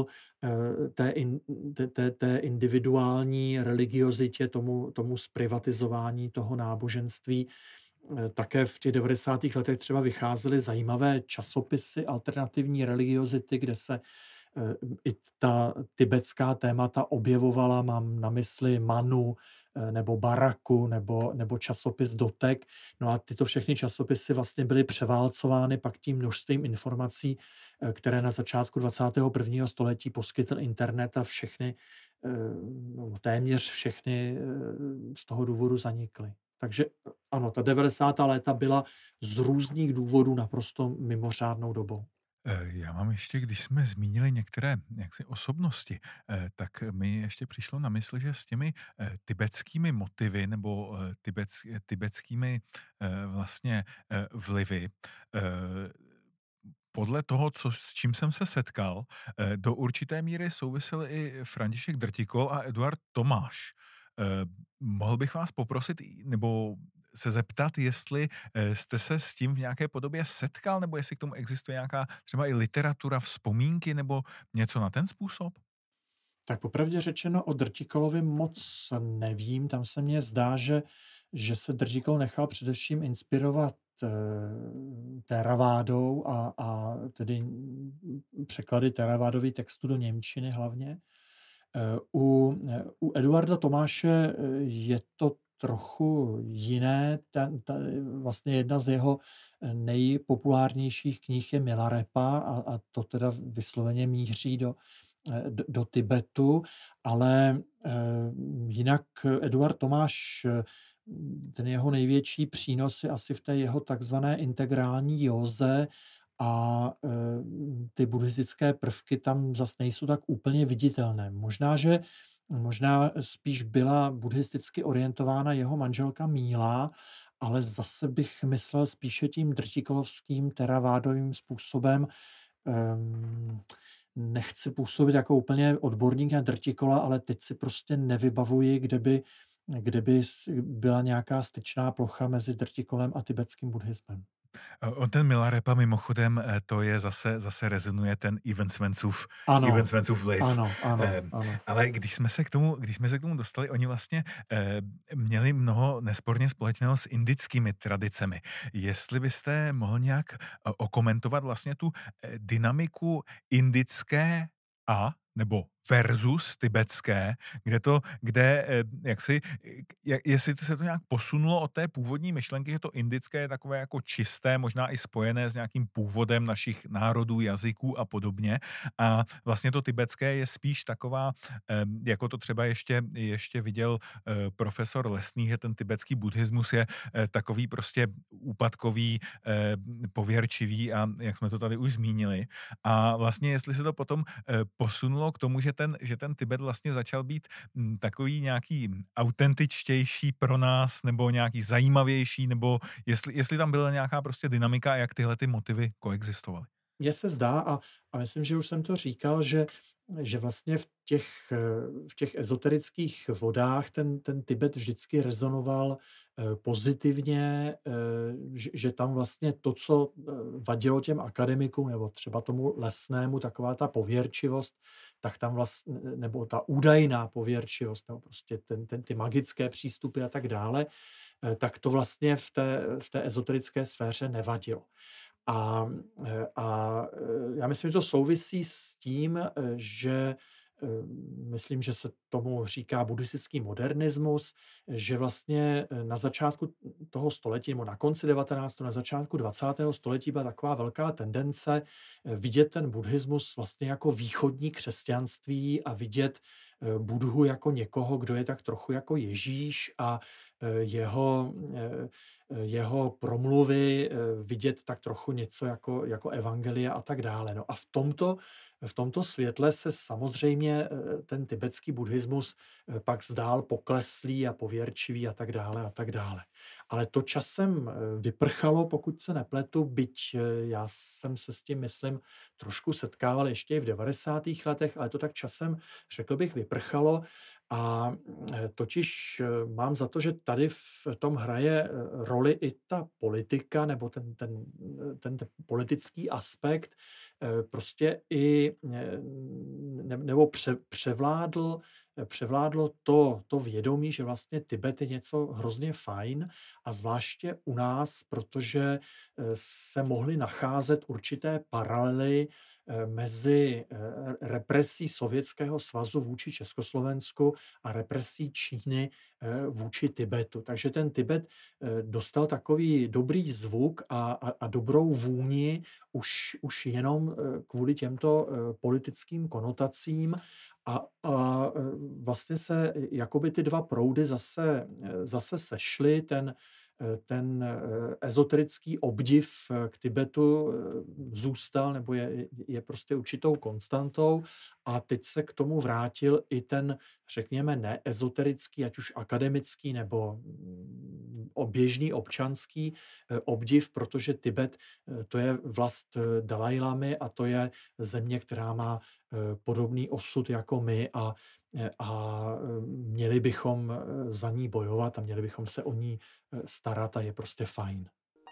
té individuální religiozitě, tomu zprivatizování toho náboženství. Také v těch 90. letech třeba vycházely zajímavé časopisy alternativní religiozity, kde se i ta tibetská témata objevovala. Mám na mysli Manu nebo Baraku nebo časopis Dotek. No a tyto všechny časopisy vlastně byly převálcovány pak tím množstvím informací, které na začátku 21. století poskytl internet a všechny, téměř všechny z toho důvodu zanikly. Takže ano, ta 90. léta byla z různých důvodů naprosto mimořádnou dobou. Já mám ještě, když jsme zmínili některé jaksi osobnosti, tak mi ještě přišlo na mysl, že s těmi tibetskými motivy nebo tibetskými vlastně vlivy, podle toho, s čím jsem se setkal, do určité míry souvisel i František Drtikol a Eduard Tomáš. Mohl bych vás poprosit nebo se zeptat, jestli jste se s tím v nějaké podobě setkal, nebo jestli k tomu existuje nějaká třeba i literatura, vzpomínky nebo něco na ten způsob? Tak popravdě řečeno o Drtikolovi moc nevím. Tam se mně zdá, že se Drtikol nechal především inspirovat Theravádou a tedy překlady Theravádových textů do němčiny hlavně. U Eduarda Tomáše je to trochu jiné. Vlastně jedna z jeho nejpopulárnějších knih je Milarepa a to teda vysloveně míří do Tibetu, ale jinak Eduard Tomáš, ten jeho největší přínos je asi v té jeho takzvané integrální józe a ty buddhistické prvky tam zas nejsou tak úplně viditelné. Možná spíš byla buddhisticky orientována jeho manželka Míla, ale zase bych myslel spíše tím drtikolovským teravádovým způsobem. Nechci působit jako úplně odborník na Drtikola, ale teď si prostě nevybavuji, kde by byla nějaká styčná plocha mezi Drtikolem a tibetským buddhismem. On ten Milarepa mimochodem, to je zase rezonuje ten Ivan Svencův vliv. Ano, ano, Ehm, ano. ale když jsme se k tomu dostali, oni vlastně měli mnoho nesporně společného s indickými tradicemi. Jestli byste mohl nějak okomentovat vlastně tu dynamiku indické nebo versus tibetské, jestli se to nějak posunulo od té původní myšlenky, že to indické je takové jako čisté, možná i spojené s nějakým původem našich národů, jazyků a podobně. A vlastně to tibetské je spíš taková, jako to třeba ještě viděl profesor Lesný, že ten tibetský buddhismus je takový prostě úpadkový, pověrčivý a jak jsme to tady už zmínili. A vlastně jestli se to potom posunulo přispělo k tomu, že ten Tibet vlastně začal být takový nějaký autentičtější pro nás, nebo nějaký zajímavější, nebo jestli tam byla nějaká prostě dynamika a jak tyhle ty motivy koexistovaly? Mně se zdá a myslím, že už jsem to říkal, že vlastně v těch ezoterických vodách ten Tibet vždycky rezonoval pozitivně, že tam vlastně to, co vadilo těm akademikům nebo třeba tomu lesnému, taková ta pověrčivost, tak tam vlastně, nebo ta údajná pověrčivost, nebo prostě ty magické přístupy a tak dále, tak to vlastně v té ezoterické sféře nevadilo. A, já myslím, že to souvisí s tím, že myslím, že se tomu říká buddhistický modernismus, že vlastně na začátku toho století, nebo na konci 19., na začátku 20. století byla taková velká tendence vidět ten buddhismus vlastně jako východní křesťanství a vidět Buddhu jako někoho, kdo je tak trochu jako Ježíš a jeho jeho promluvy vidět tak trochu něco jako evangelia a tak dále. No a v tomto světle se samozřejmě ten tibetský buddhismus pak zdál pokleslý a pověrčivý a tak dále a tak dále. Ale to časem vyprchalo, pokud se nepletu, byť já jsem se s tím, myslím, trošku setkával ještě i v 90. letech, ale to tak časem, řekl bych, vyprchalo. A totiž mám za to, že tady v tom hraje roli i ta politika nebo ten politický aspekt, prostě i nebo převládlo to vědomí, že vlastně Tibet je něco hrozně fajn a zvláště u nás, protože se mohly nacházet určité paralely mezi represí Sovětského svazu vůči Československu a represí Číny vůči Tibetu. Takže ten Tibet dostal takový dobrý zvuk a dobrou vůni už jenom kvůli těmto politickým konotacím a vlastně se jakoby ty dva proudy zase sešly, ten ezoterický obdiv k Tibetu zůstal nebo je prostě určitou konstantou a teď se k tomu vrátil i ten, řekněme, neezoterický, ať už akademický nebo běžný občanský obdiv, protože Tibet to je vlast Dalajlamy a to je země, která má podobný osud jako my a měli bychom za ní bojovat a měli bychom se o ní starat a je prostě fajn.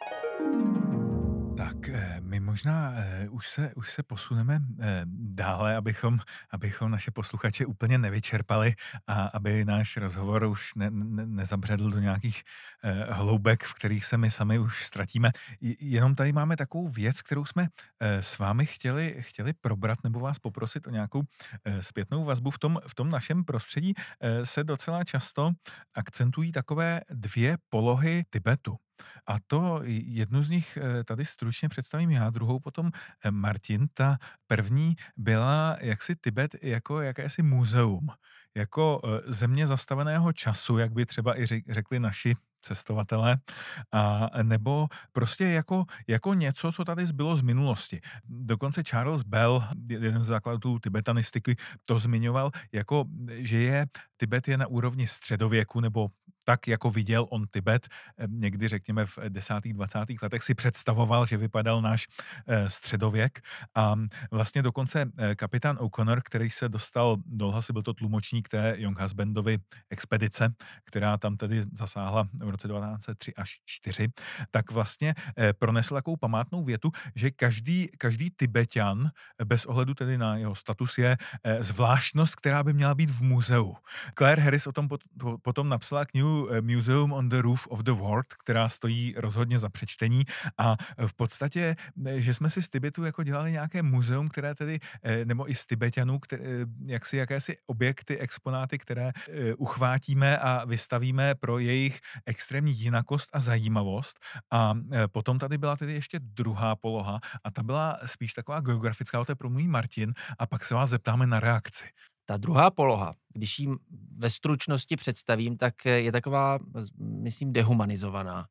Tak my možná už se posuneme dále, abychom naše posluchače úplně nevyčerpali a aby náš rozhovor už nezabředl do nějakých hloubek, v kterých se my sami už ztratíme. Jenom tady máme takovou věc, kterou jsme s vámi chtěli probrat nebo vás poprosit o nějakou zpětnou vazbu. V tom našem prostředí se docela často akcentují takové dvě polohy Tibetu. A to jednu z nich tady stručně představím já, druhou potom Martin. Ta první byla jaksi Tibet jako jakési muzeum, jako země zastaveného času, jak by třeba i řekli naši cestovatelé, a nebo prostě jako něco, co tady zbylo z minulosti. Dokonce Charles Bell, jeden z základů tibetanistiky, to zmiňoval, jako, že Tibet je na úrovni středověku, nebo tak, jako viděl on Tibet, někdy řekněme v 10. 20. letech si představoval, že vypadal náš středověk. A vlastně dokonce kapitán O'Connor, který se dostal do Lhasy, byl to tlumočník té Younghusbandovy expedice, která tam tedy zasáhla v roce 1903 až 4, tak vlastně pronesl takovou památnou větu, že každý Tibeťan, bez ohledu tedy na jeho status, je zvláštnost, která by měla být v muzeu. Claire Harris o tom potom napsala knihu Museum on the Roof of the World, která stojí rozhodně za přečtení a v podstatě, že jsme si z Tibetu jako dělali nějaké muzeum, které tedy, nebo i z Tibeťanů, jakési objekty, exponáty, které uchvátíme a vystavíme pro jejich extrémní jinakost a zajímavost. A potom tady byla tedy ještě druhá poloha a ta byla spíš taková geografická, o té promluví Martin a pak se vás zeptáme na reakci. Ta druhá poloha, když ji ve stručnosti představím, tak je taková, myslím, dehumanizovaná.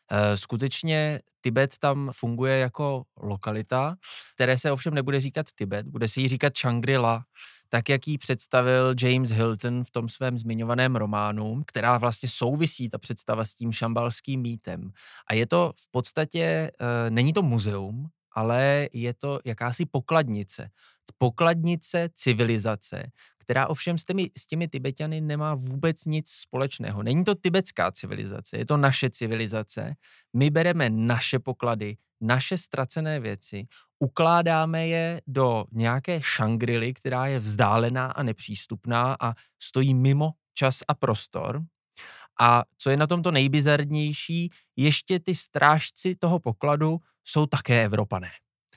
Skutečně Tibet tam funguje jako lokalita, které se ovšem nebude říkat Tibet, bude se jí říkat Shangri-La, tak jak ji představil James Hilton v tom svém zmiňovaném románu, která vlastně souvisí ta představa s tím šambalským mýtem. A je to v podstatě, není to muzeum, ale je to jakási pokladnice. Pokladnice civilizace, která ovšem s těmi Tibetany nemá vůbec nic společného. Není to tibetská civilizace, je to naše civilizace. My bereme naše poklady, naše ztracené věci, ukládáme je do nějaké Šangrily, která je vzdálená a nepřístupná a stojí mimo čas a prostor. A co je na tomto nejbizarnější, ještě ty strážci toho pokladu jsou také Evropané.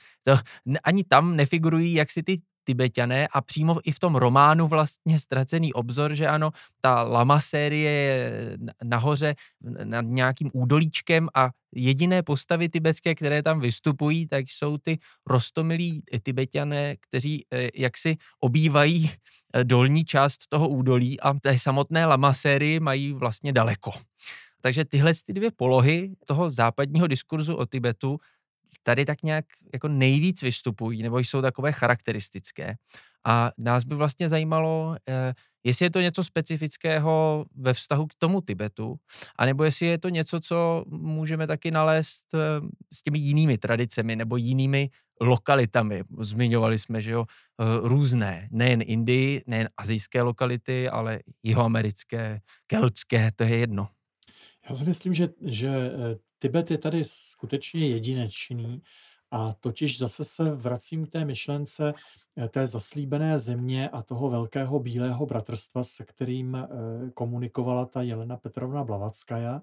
Ani tam nefigurují jaksi ty Tibetané a přímo i v tom románu vlastně Ztracený obzor, že ano, ta lama série je nahoře nad nějakým údolíčkem a jediné postavy tibetské, které tam vystupují, tak jsou ty roztomilí Tibetané, kteří jaksi obývají dolní část toho údolí a té samotné lama série mají vlastně daleko. Takže tyhle ty dvě polohy toho západního diskurzu o Tibetu tady tak nějak jako nejvíc vystupují, nebo jsou takové charakteristické. A nás by vlastně zajímalo, jestli je to něco specifického ve vztahu k tomu Tibetu, anebo jestli je to něco, co můžeme taky nalézt s těmi jinými tradicemi nebo jinými lokalitami. Zmiňovali jsme, že jo, různé, nejen Indii, nejen asijské lokality, ale jihoamerické, keltské, to je jedno. Já si myslím, že Tibet je tady skutečně jedinečný a totiž zase se vracím k té myšlence té zaslíbené země a toho velkého bílého bratrstva, se kterým komunikovala ta Jelena Petrovna Blavatskaja.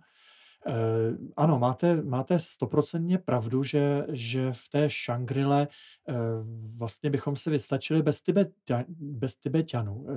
Ano, máte stoprocentně pravdu, že v té Šangrile vlastně bychom si vystačili bez Tibeťanů.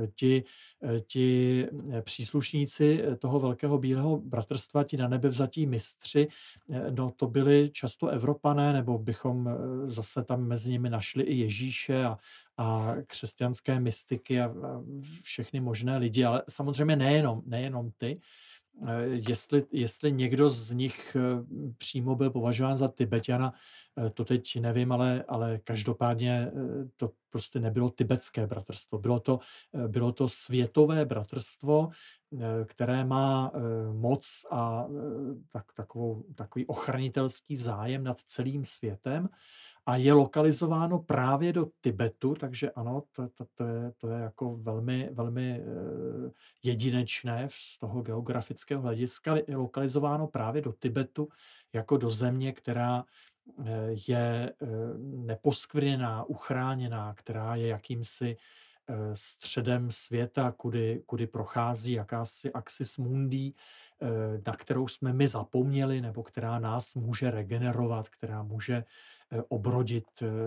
Ti příslušníci toho velkého bílého bratrstva, ti na nebe vzatí mistři, no to byli často Evropané, nebo bychom zase tam mezi nimi našli i Ježíše a křesťanské mystiky a všechny možné lidi, ale samozřejmě nejenom ty. Jestli někdo z nich přímo byl považován za Tibeťana, to teď nevím, ale každopádně to prostě nebylo tibetské bratrstvo. Bylo to světové bratrstvo, které má moc a takový ochranitelský zájem nad celým světem a je lokalizováno právě do Tibetu, takže ano, to je jako velmi, velmi jedinečné z toho geografického hlediska. Je lokalizováno právě do Tibetu jako do země, která je neposkvrněná, uchráněná, která je jakýmsi středem světa, kudy prochází jakási axis mundi, na kterou jsme my zapomněli, nebo která nás může regenerovat, která může obrodit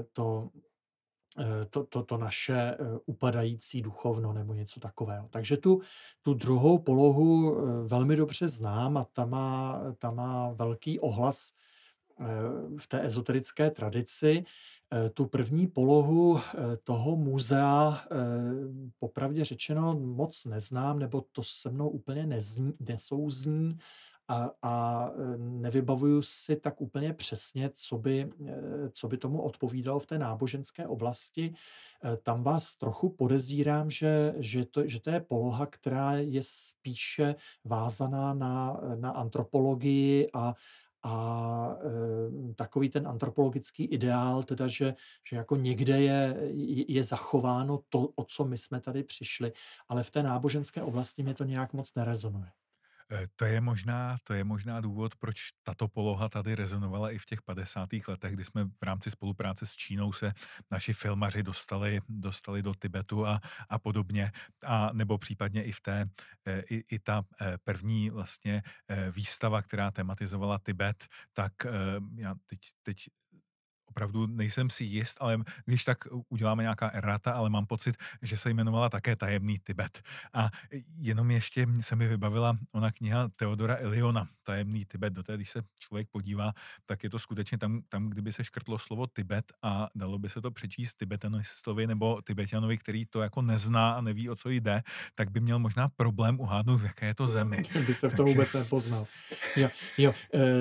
to naše upadající duchovno nebo něco takového. Takže tu druhou polohu velmi dobře znám a ta má velký ohlas v té ezoterické tradici. Tu první polohu toho muzea popravdě řečeno moc neznám, nebo to se mnou úplně nesouzní a nevybavuju si tak úplně přesně, co by tomu odpovídalo v té náboženské oblasti. Tam vás trochu podezírám, že to je poloha, která je spíše vázaná na antropologii a takový ten antropologický ideál, teda, že jako někde je zachováno to, o co my jsme tady přišli, ale v té náboženské oblasti mě to nějak moc nerezonuje. To je možná důvod, proč tato poloha tady rezonovala i v těch 50. letech, kdy jsme v rámci spolupráce s Čínou se naši filmaři dostali do Tibetu a podobně. A nebo případně i i ta první vlastně výstava, která tematizovala Tibet, tak já teď opravdu nejsem si jist, ale když tak uděláme nějaká errata, ale mám pocit, že se jmenovala také Tajemný Tibet. A jenom ještě se mi vybavila ona kniha Theodora Eliona, Tajemný Tibet. Do té, když se člověk podívá, tak je to skutečně tam, kdyby se škrtlo slovo Tibet a dalo by se to přečíst tibetanistovi nebo tibetianovi, který to jako nezná a neví, o co jde, tak by měl možná problém uhádnout, v jaké je to zemi. By se v tom vůbec nepoznal. Jo,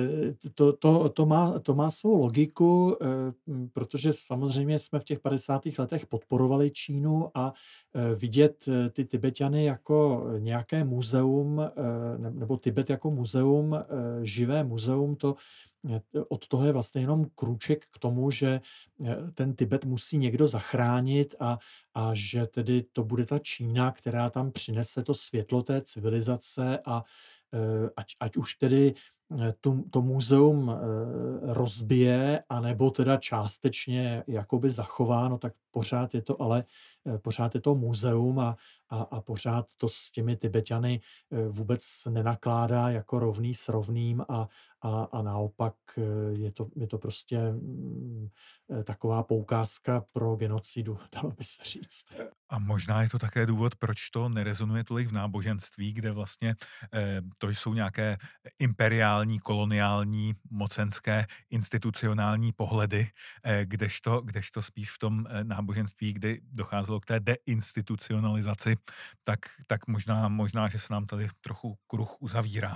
to má svou logiku, protože samozřejmě jsme v těch 50. letech podporovali Čínu a vidět ty Tibetany jako nějaké muzeum, nebo Tibet jako muzeum, živé muzeum, od toho je vlastně jenom krůček k tomu, že ten Tibet musí někdo zachránit a že tedy to bude ta Čína, která tam přinese to světlo té civilizace a ať už tedy to muzeum rozbije, anebo teda částečně jakoby zachová, no tak pořád je to ale pořád je to muzeum a pořád to s těmi Tibetany vůbec nenakládá jako rovný s rovným a naopak je to prostě taková poukázka pro genocidu, dalo by se říct. A možná je to také důvod, proč to nerezonuje tolik v náboženství, kde vlastně to jsou nějaké imperiální, koloniální, mocenské, institucionální pohledy, kdežto spíš v tom náboženství, kdy docházelo k té deinstitucionalizaci, tak možná, že se nám tady trochu kruh uzavírá.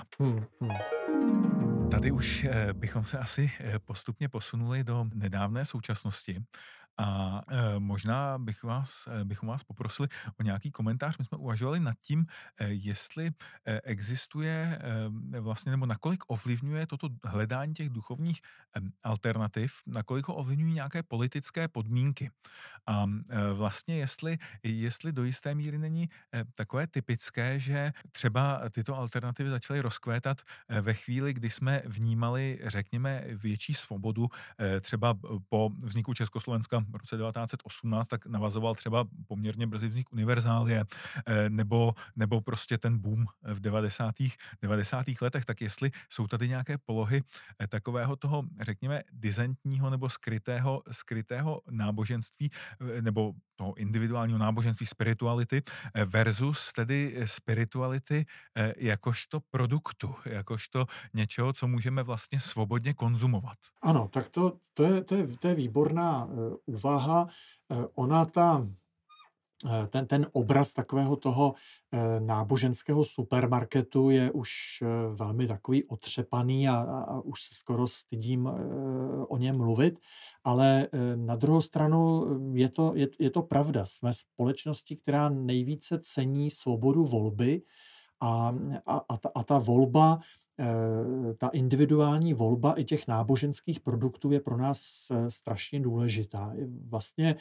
Tady už bychom se asi postupně posunuli do nedávné současnosti. A možná bychom vás poprosili o nějaký komentář. My jsme uvažovali nad tím, jestli existuje vlastně, nebo nakolik ovlivňuje toto hledání těch duchovních alternativ, nakolik ho ovlivňují nějaké politické podmínky. A vlastně jestli do jisté míry není takové typické, že třeba tyto alternativy začaly rozkvétat ve chvíli, kdy jsme vnímali, řekněme, větší svobodu, třeba po vzniku Československa v roce 1918, tak navazoval třeba poměrně brzy vznik univerzálie, nebo prostě ten boom v 90. letech, tak jestli jsou tady nějaké polohy takového toho, řekněme, dizentního nebo skrytého náboženství, nebo toho individuálního náboženství, spirituality versus tedy spirituality jakožto produktu, jakožto něčeho, co můžeme vlastně svobodně konzumovat. Ano, tak to je výborná úvaha. Ona ten obraz takového toho náboženského supermarketu je už velmi takový otřepaný a už se skoro stydím o něm mluvit, ale na druhou stranu je to pravda. Jsme společností, která nejvíce cení svobodu volby a ta volba, ta individuální volba i těch náboženských produktů je pro nás strašně důležitá. Vlastně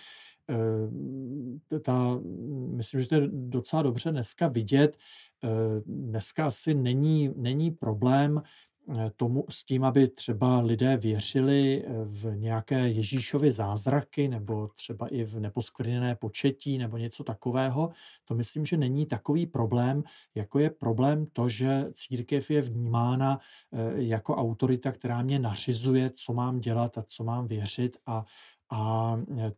myslím, že to je docela dobře dneska vidět. Dneska asi není problém s tím, aby třeba lidé věřili v nějaké Ježíšovy zázraky nebo třeba i v neposkvrněné početí nebo něco takového. To myslím, že není takový problém, jako je problém to, že církev je vnímána jako autorita, která mě nařizuje, co mám dělat a co mám věřit a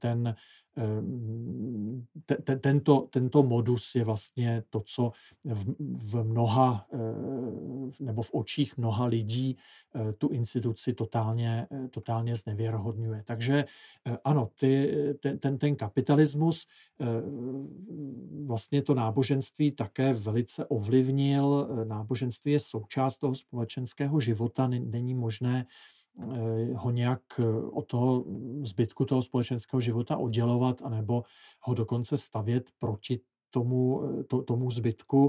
tento modus je vlastně to, co v mnoha nebo v očích mnoha lidí tu instituci totálně znevěrohodňuje. Takže ano, ten kapitalismus vlastně to náboženství také velice ovlivnil. Náboženství je součást toho společenského života, není možné ho nějak od toho zbytku toho společenského života oddělovat, anebo ho dokonce stavět proti tomu zbytku.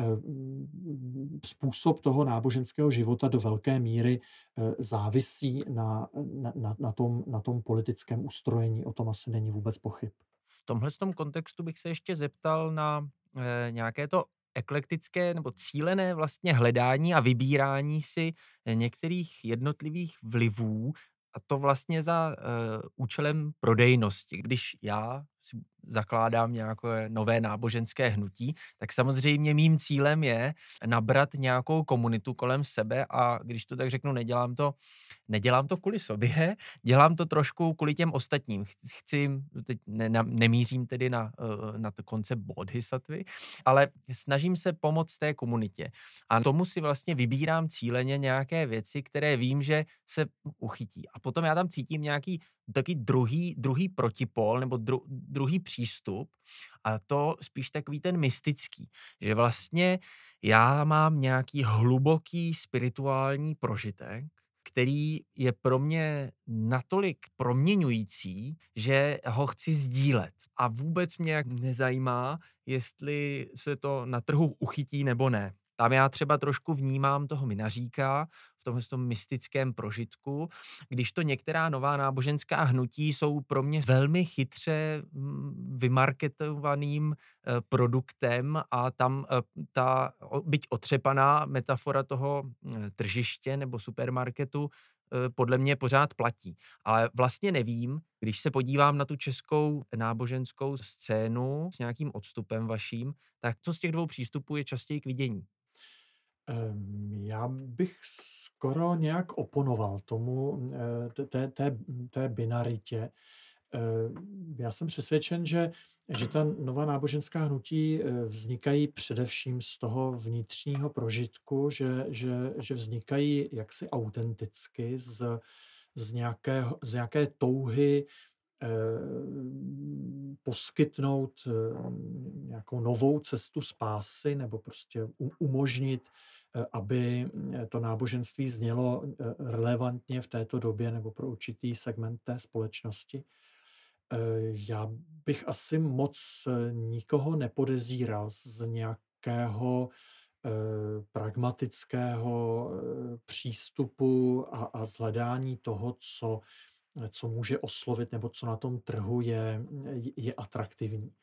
Způsob toho náboženského života do velké míry závisí na tom politickém ustrojení. O tom asi není vůbec pochyb. V tomhle kontextu bych se ještě zeptal na nějaké to eklektické nebo cílené vlastně hledání a vybírání si některých jednotlivých vlivů, a to vlastně za účelem prodejnosti. Když já si zakládám nějaké nové náboženské hnutí, tak samozřejmě mým cílem je nabrat nějakou komunitu kolem sebe a když to tak řeknu, nedělám to kvůli sobě, dělám to trošku kvůli těm ostatním. Chci, teď nemířím tedy na to koncept bodhisattvy, ale snažím se pomoct té komunitě. A tomu si vlastně vybírám cíleně nějaké věci, které vím, že se uchytí. A potom já tam cítím nějaký taky druhý protipol nebo druhý přístup a to spíš takový ten mystický, že vlastně já mám nějaký hluboký spirituální prožitek, který je pro mě natolik proměňující, že ho chci sdílet. A vůbec mě nezajímá, jestli se to na trhu uchytí nebo ne. Tam já třeba trošku vnímám toho minaříka v tom mystickém prožitku, když to některá nová náboženská hnutí jsou pro mě velmi chytře vymarketovaným produktem a tam ta byť otřepaná metafora toho tržiště nebo supermarketu podle mě pořád platí. Ale vlastně nevím, když se podívám na tu českou náboženskou scénu s nějakým odstupem vaším, tak co z těch dvou přístupů je častěji k vidění? Já bych skoro nějak oponoval tomu, té binaritě. Já jsem přesvědčen, že ta nová náboženská hnutí vznikají především z toho vnitřního prožitku, že vznikají jaksi autenticky z nějaké touhy poskytnout nějakou novou cestu spásy nebo prostě umožnit, aby to náboženství znělo relevantně v této době nebo pro určitý segment té společnosti. Já bych asi moc nikoho nepodezíral z nějakého pragmatického přístupu a z hledání toho, co může oslovit nebo co na tom trhu je atraktivní.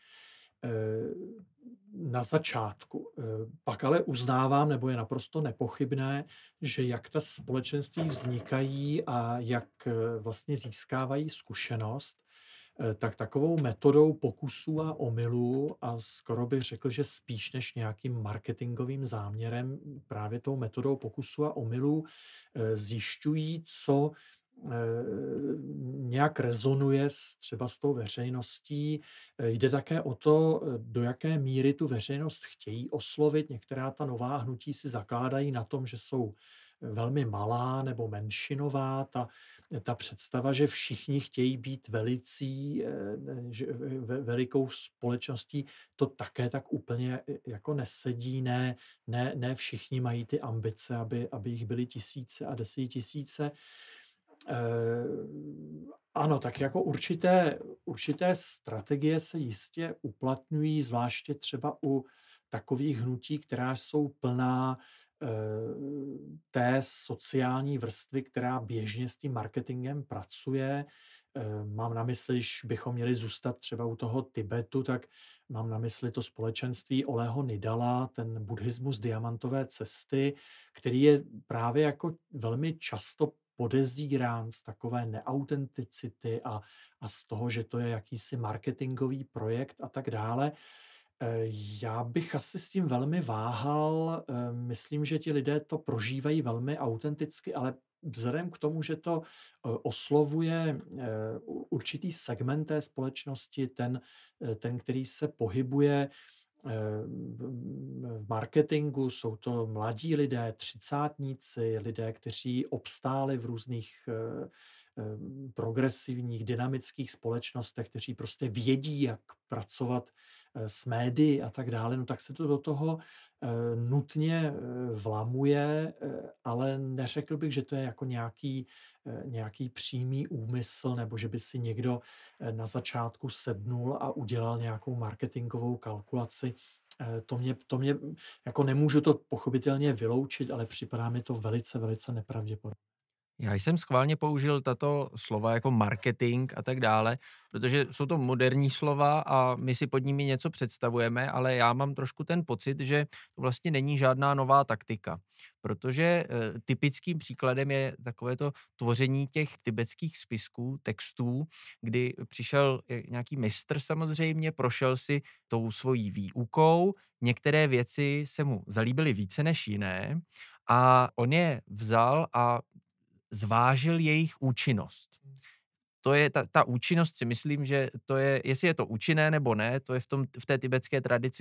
Na začátku. Pak ale uznávám, nebo je naprosto nepochybné, že jak ta společenství vznikají a jak vlastně získávají zkušenost, tak takovou metodou pokusů a omylů a skoro bych řekl, že spíš než nějakým marketingovým záměrem, právě tou metodou pokusů a omylů zjišťují, co nějak rezonuje třeba s tou veřejností. Jde také o to, do jaké míry tu veřejnost chtějí oslovit. Některá ta nová hnutí si zakládají na tom, že jsou velmi malá nebo menšinová. Ta představa, že všichni chtějí být velicí, velikou společností, to také tak úplně jako nesedí. Ne všichni mají ty ambice, aby jich byly tisíce a desetitisíce. Ano, tak jako určité strategie se jistě uplatňují, zvláště třeba u takových hnutí, která jsou plná té sociální vrstvy, která běžně s tím marketingem pracuje. Mám na mysli, když bychom měli zůstat třeba u toho Tibetu, tak mám na mysli to společenství Oleho Nidala, ten buddhismus diamantové cesty, který je právě jako velmi často podezírán z takové neautenticity a z toho, že to je jakýsi marketingový projekt a tak dále. Já bych asi s tím velmi váhal. Myslím, že ti lidé to prožívají velmi autenticky, ale vzhledem k tomu, že to oslovuje určitý segment té společnosti, ten, který se pohybuje v marketingu, jsou to mladí lidé, třicátníci, lidé, kteří obstáli v různých progresivních, dynamických společnostech, kteří prostě vědí, jak pracovat s médii a tak dále, no tak se to do toho nutně vlamuje, ale neřekl bych, že to je jako nějaký přímý úmysl, nebo že by si někdo na začátku sednul a udělal nějakou marketingovou kalkulaci. To mě jako nemůžu to pochopitelně vyloučit, ale připadá mi to velice, velice nepravděpodobné. Já jsem schválně použil tato slova jako marketing a tak dále, protože jsou to moderní slova a my si pod nimi něco představujeme, ale já mám trošku ten pocit, že to vlastně není žádná nová taktika, protože typickým příkladem je takové to tvoření těch tibetských spisků, textů, kdy přišel nějaký mistr samozřejmě, prošel si tou svojí výukou, některé věci se mu zalíbily více než jiné a on je vzal a zvážil jejich účinnost. To je ta účinnost, si myslím, že to je, jestli je to účinné nebo ne, to je v té tibetské tradici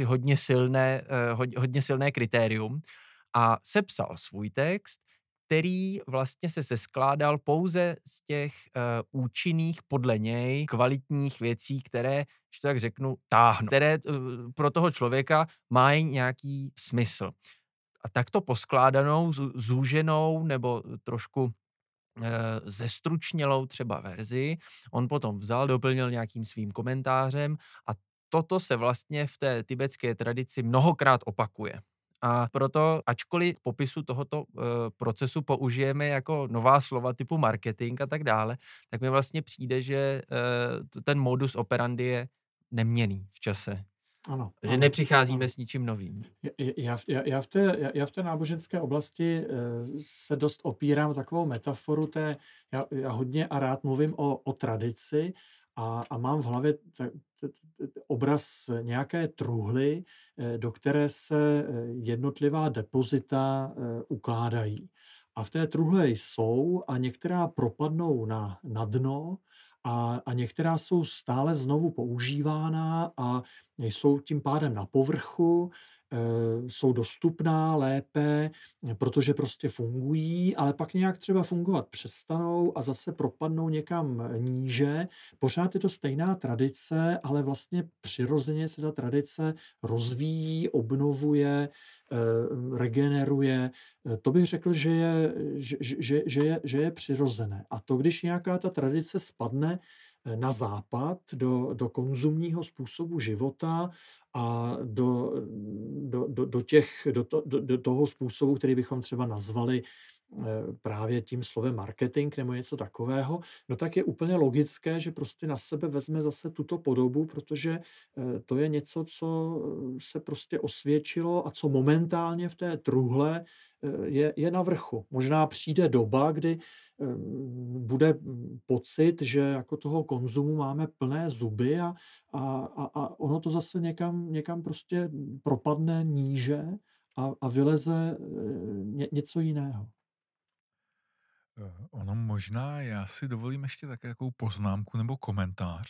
hodně silné kritérium. A sepsal svůj text, který vlastně se seskládal pouze z těch účinných, podle něj, kvalitních věcí, které, když to tak řeknu, táhnou, které pro toho člověka mají nějaký smysl. A takto poskládanou, zúženou nebo trošku zestručnělou třeba verzi, on potom vzal, doplnil nějakým svým komentářem a toto se vlastně v té tibetské tradici mnohokrát opakuje. A proto, ačkoliv k popisu tohoto procesu použijeme jako nová slova typu marketing a tak dále, tak mi vlastně přijde, že ten modus operandi je neměnný v čase. Ano, Že nepřicházíme s ničím novým. Já v té náboženské oblasti se dost opírám o takovou metaforu já hodně a rád mluvím o tradici a mám v hlavě obraz nějaké truhly, do které se jednotlivá depozita ukládají. A v té truhle jsou a některá propadnou na dno a některá jsou stále znovu používána a jsou tím pádem na povrchu, jsou dostupná lépe, protože prostě fungují, ale pak nějak třeba fungovat přestanou a zase propadnou někam níže. Pořád je to stejná tradice, ale vlastně přirozeně se ta tradice rozvíjí, obnovuje, regeneruje. To bych řekl, že je přirozené. A to, když nějaká ta tradice spadne na západ, do konzumního způsobu života a do toho způsobu, který bychom třeba nazvali právě tím slovem marketing nebo něco takového, no tak je úplně logické, že prostě na sebe vezme zase tuto podobu, protože to je něco, co se prostě osvědčilo a co momentálně v té truhle je na vrchu. Možná přijde doba, kdy bude pocit, že jako toho konzumu máme plné zuby a ono to zase někam prostě propadne níže a vyleze něco jiného. Ono možná, já si dovolím ještě tak jakou poznámku nebo komentář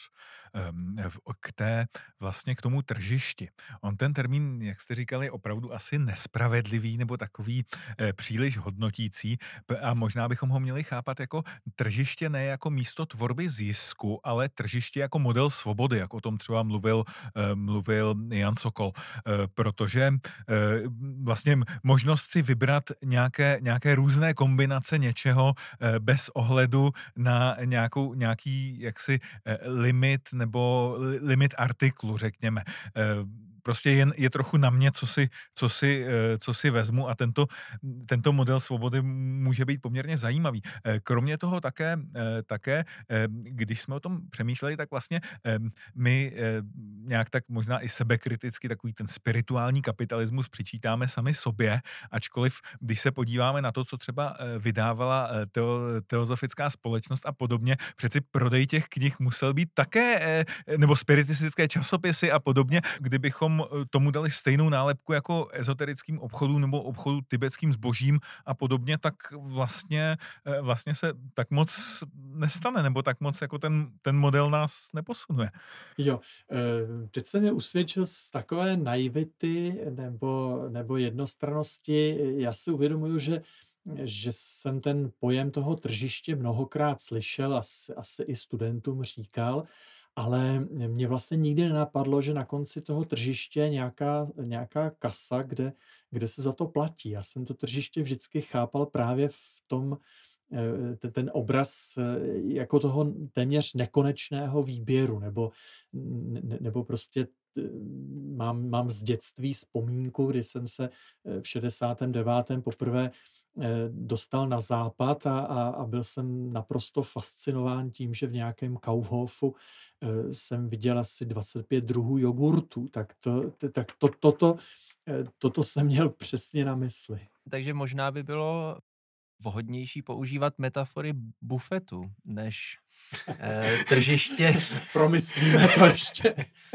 k tomu tržišti. On ten termín, jak jste říkali, je opravdu asi nespravedlivý nebo takový příliš hodnotící a možná bychom ho měli chápat jako tržiště ne jako místo tvorby zisku, ale tržiště jako model svobody, jak o tom třeba mluvil Jan Sokol, protože vlastně možnost si vybrat nějaké různé kombinace něčeho bez ohledu na nějaký jaksi limit nebo limit artiklu, řekněme. Prostě je trochu na mě, co si vezmu a tento model svobody může být poměrně zajímavý. Kromě toho také, když jsme o tom přemýšleli, tak vlastně my nějak tak možná i sebekriticky takový ten spirituální kapitalismus přičítáme sami sobě, ačkoliv když se podíváme na to, co třeba vydávala teozofická společnost a podobně, přeci prodej těch knih musel být také, nebo spiritistické časopisy a podobně, kdybychom tomu dali stejnou nálepku jako ezoterickým obchodům nebo obchodu tibetským zbožím a podobně, tak vlastně se tak moc nestane, nebo tak moc jako ten model nás neposunuje. Jo, teď se mě usvědčil z takové naivity nebo jednostrannosti. Já si uvědomuju, že jsem ten pojem toho tržiště mnohokrát slyšel, asi i studentům říkal, ale mě vlastně nikdy nenapadlo, že na konci toho tržiště je nějaká kasa, kde se za to platí. Já jsem to tržiště vždycky chápal právě v tom, ten obraz jako toho téměř nekonečného výběru, nebo prostě mám z dětství vzpomínku, kdy jsem se v 69. poprvé dostal na západ a byl jsem naprosto fascinován tím, že v nějakém Kaufhofu jsem viděl asi 25 druhů jogurtů. Toto jsem měl přesně na mysli. Takže možná by bylo vhodnější používat metafory bufetu, než tržiště. Promyslíme to ještě.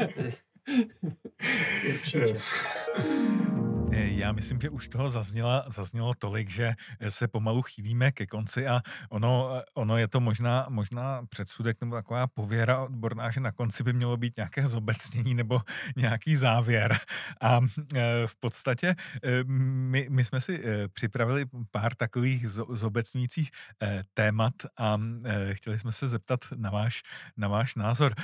Určitě. Já myslím, že už toho zaznělo tolik, že se pomalu chýlíme ke konci a ono je to možná předsudek nebo taková pověra odborná, že na konci by mělo být nějaké zobecnění nebo nějaký závěr. A v podstatě my jsme si připravili pár takových zobecňujících témat a chtěli jsme se zeptat na váš názor.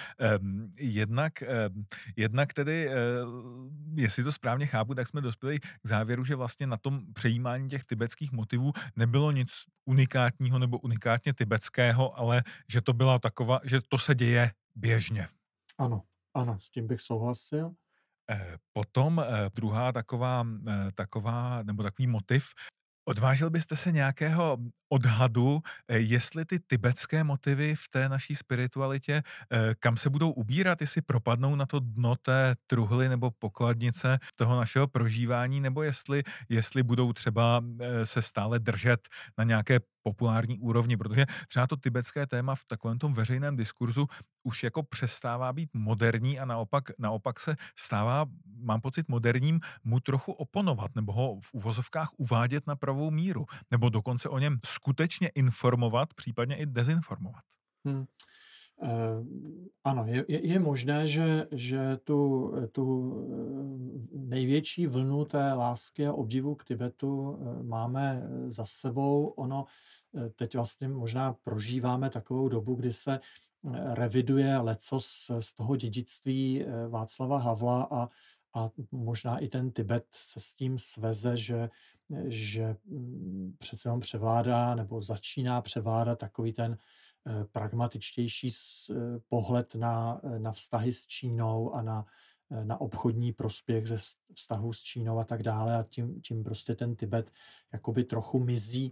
Jednak tedy, jestli to správně chápu, tak jsme dospěli k závěru, že vlastně na tom přejímání těch tibetských motivů nebylo nic unikátního nebo unikátně tibetského, ale že to byla že to se děje běžně. Ano, s tím bych souhlasil. Potom druhá taková nebo takový motiv. Odvážil byste se nějakého odhadu, jestli ty tibetské motivy v té naší spiritualitě, kam se budou ubírat, jestli propadnou na to dno té truhly nebo pokladnice toho našeho prožívání, nebo jestli budou třeba se stále držet na nějaké populární úrovni, protože třeba to tibetské téma v takovém tom veřejném diskurzu už jako přestává být moderní a naopak se stává, mám pocit, moderním mu trochu oponovat nebo ho v uvozovkách uvádět na pravou míru, nebo dokonce o něm skutečně informovat, případně i dezinformovat. Ano, je možné, že tu největší vlnu té lásky a obdivu k Tibetu máme za sebou. Ono teď vlastně možná prožíváme takovou dobu, kdy se reviduje lecos z toho dědictví Václava Havla a možná i ten Tibet se s tím sveze, že přece on převládá nebo začíná převládat takový ten pragmatičtější pohled na vztahy s Čínou a na obchodní prospěch ze vztahu s Čínou a tak dále a tím prostě ten Tibet jakoby trochu mizí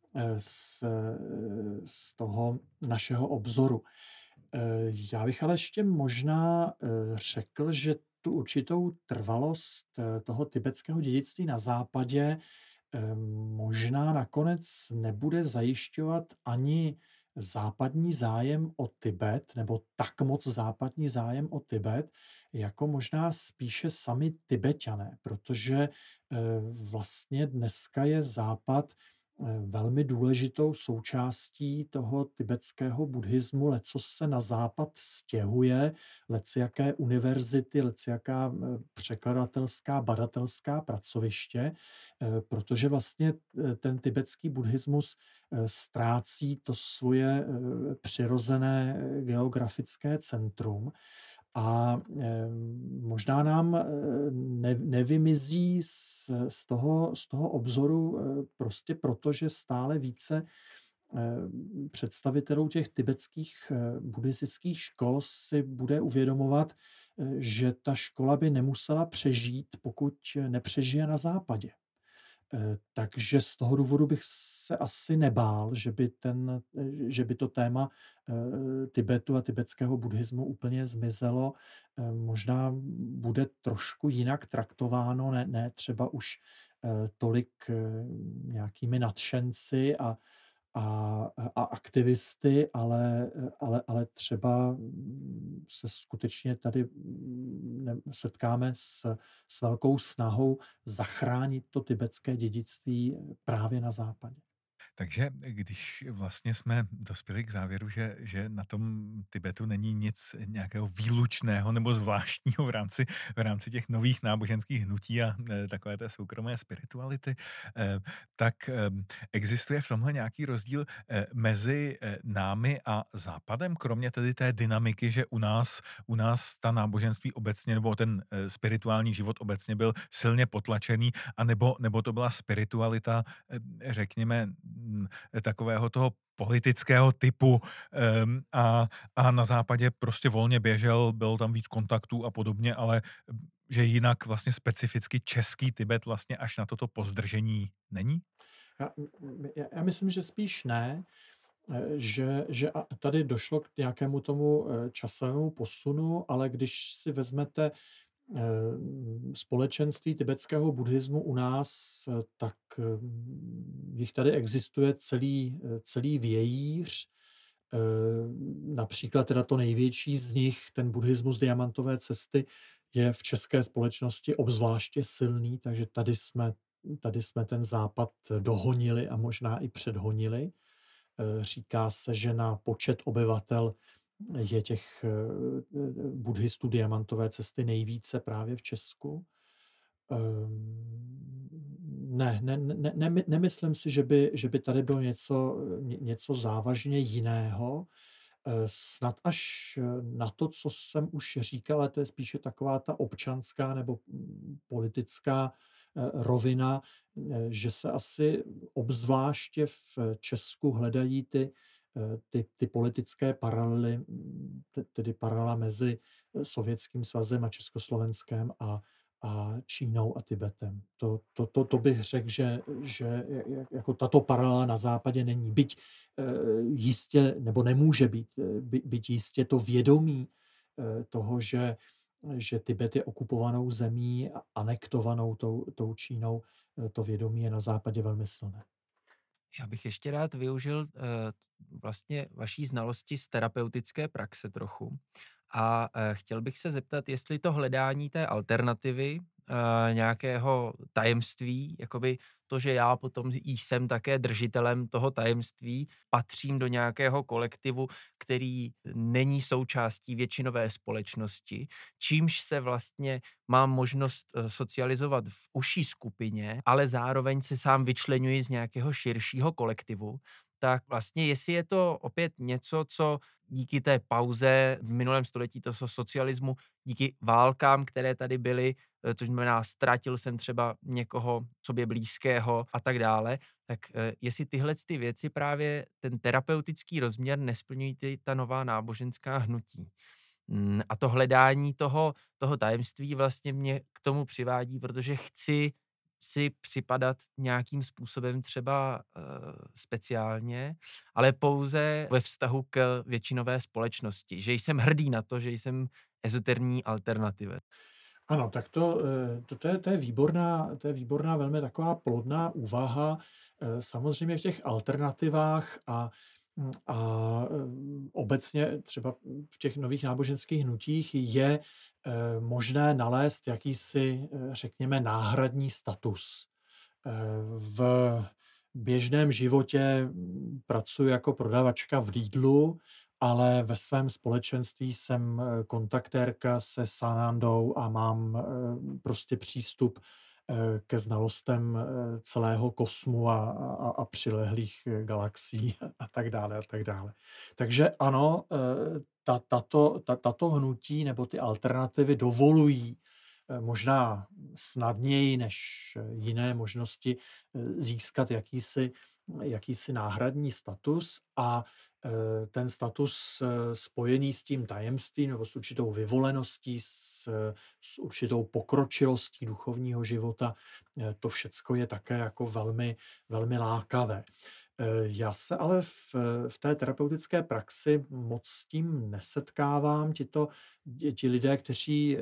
z toho našeho obzoru. Já bych ale ještě možná řekl, že tu určitou trvalost toho tibetského dědictví na západě možná nakonec nebude zajišťovat ani západní zájem o Tibet, nebo tak moc západní zájem o Tibet, jako možná spíše sami Tibetané, protože vlastně dneska je Západ velmi důležitou součástí toho tibetského buddhismu, lecos se na západ stěhuje, lecijaké univerzity, lecijaká překladatelská, badatelská pracoviště, protože vlastně ten tibetský buddhismus ztrácí to svoje přirozené geografické centrum a možná nám nevymizí z toho obzoru prostě proto, že stále více představitelů těch tibetských buddhistických škol si bude uvědomovat, že ta škola by nemusela přežít, pokud nepřežije na západě. Takže z toho důvodu bych se asi nebál, že by to téma Tibetu a tibetského buddhismu úplně zmizelo. Možná bude trošku jinak traktováno, ne třeba už tolik nějakými nadšenci a aktivisty, ale třeba se skutečně tady setkáme s velkou snahou zachránit to tibetské dědictví právě na západě. Takže když vlastně jsme dospěli k závěru, že na tom Tibetu není nic nějakého výlučného nebo zvláštního v rámci těch nových náboženských hnutí a takové té soukromé spirituality, tak existuje v tomhle nějaký rozdíl mezi námi a Západem, kromě tedy té dynamiky, že u nás ta náboženství obecně nebo ten spirituální život obecně byl silně potlačený, nebo to byla spiritualita, řekněme, takového toho politického typu a na západě prostě volně běžel, bylo tam víc kontaktů a podobně, ale že jinak vlastně specificky český Tibet vlastně až na toto pozdržení není? Já myslím, že spíš ne, že tady došlo k nějakému tomu časovému posunu, ale když si vezmete společenství tibetského buddhismu u nás, tak jich tady existuje celý vějíř. Eh, Například teda to největší z nich, ten buddhismus diamantové cesty, je v české společnosti obzvláště silný, takže tady jsme ten západ dohonili a možná i předhonili. Říká se, že na počet obyvatel je těch buddhistů diamantové cesty nejvíce právě v Česku. Nemyslím si, že by tady bylo něco závažně jiného. Snad až na to, co jsem už říkal, ale to je spíše taková ta občanská nebo politická rovina, že se asi obzvláště v Česku hledají ty politické paralely, tedy paralela mezi Sovětským svazem a Československem a Čínou a Tibetem. To bych řekl, že jako tato paralela na západě není. Byť jistě, nebo nemůže být, byť jistě to vědomí toho, že Tibet je okupovanou zemí a anektovanou tou Čínou, to vědomí je na západě velmi silné. Já bych ještě rád využil vlastně vaší znalosti z terapeutické praxe trochu a chtěl bych se zeptat, jestli to hledání té alternativy, nějakého tajemství, jakoby to, že já potom jsem také držitelem toho tajemství, patřím do nějakého kolektivu, který není součástí většinové společnosti, čímž se vlastně mám možnost socializovat v užší skupině, ale zároveň se sám vyčleňuji z nějakého širšího kolektivu, tak vlastně jestli je to opět něco, co díky té pauze v minulém století toho socialismu, díky válkám, které tady byly, což znamená, ztratil jsem třeba někoho sobě blízkého a tak dále, tak jestli tyhle ty věci právě ten terapeutický rozměr nesplňují ta nová náboženská hnutí. A to hledání toho tajemství vlastně mě k tomu přivádí, protože chci si připadat nějakým způsobem třeba speciálně, ale pouze ve vztahu k většinové společnosti. Že jsem hrdý na to, že jsem ezoterní alternativec. Ano, tak to je výborná, velmi taková plodná úvaha. Samozřejmě v těch alternativách a obecně třeba v těch nových náboženských hnutích je možné nalézt jakýsi, řekněme, náhradní status. V běžném životě pracuji jako prodavačka v Lidlu, ale ve svém společenství jsem kontaktérka se Sanandou a mám prostě přístup ke znalostem celého kosmu a přilehlých galaxií a tak dále a tak dále. Takže ano, tato hnutí nebo ty alternativy dovolují možná snadněji než jiné možnosti získat jakýsi náhradní status a ten status spojený s tím tajemstvím nebo s určitou vyvoleností, s určitou pokročilostí duchovního života, to všecko je také jako velmi, velmi lákavé. Já se ale v té terapeutické praxi moc s tím nesetkávám. Ti lidé, kteří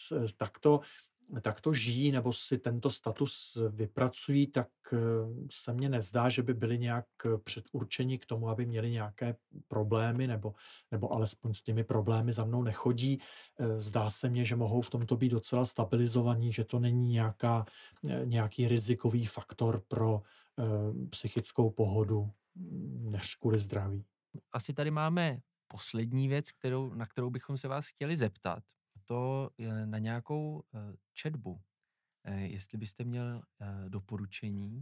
takto žijí nebo si tento status vypracují, tak se mně nezdá, že by byli nějak předurčeni k tomu, aby měli nějaké problémy nebo alespoň s těmi problémy za mnou nechodí. Zdá se mně, že mohou v tomto být docela stabilizovaní, že to není nějaký rizikový faktor pro psychickou pohodu než kvůli zdraví. Asi tady máme poslední věc, na kterou bychom se vás chtěli zeptat. To je na nějakou četbu. Jestli byste měl doporučení.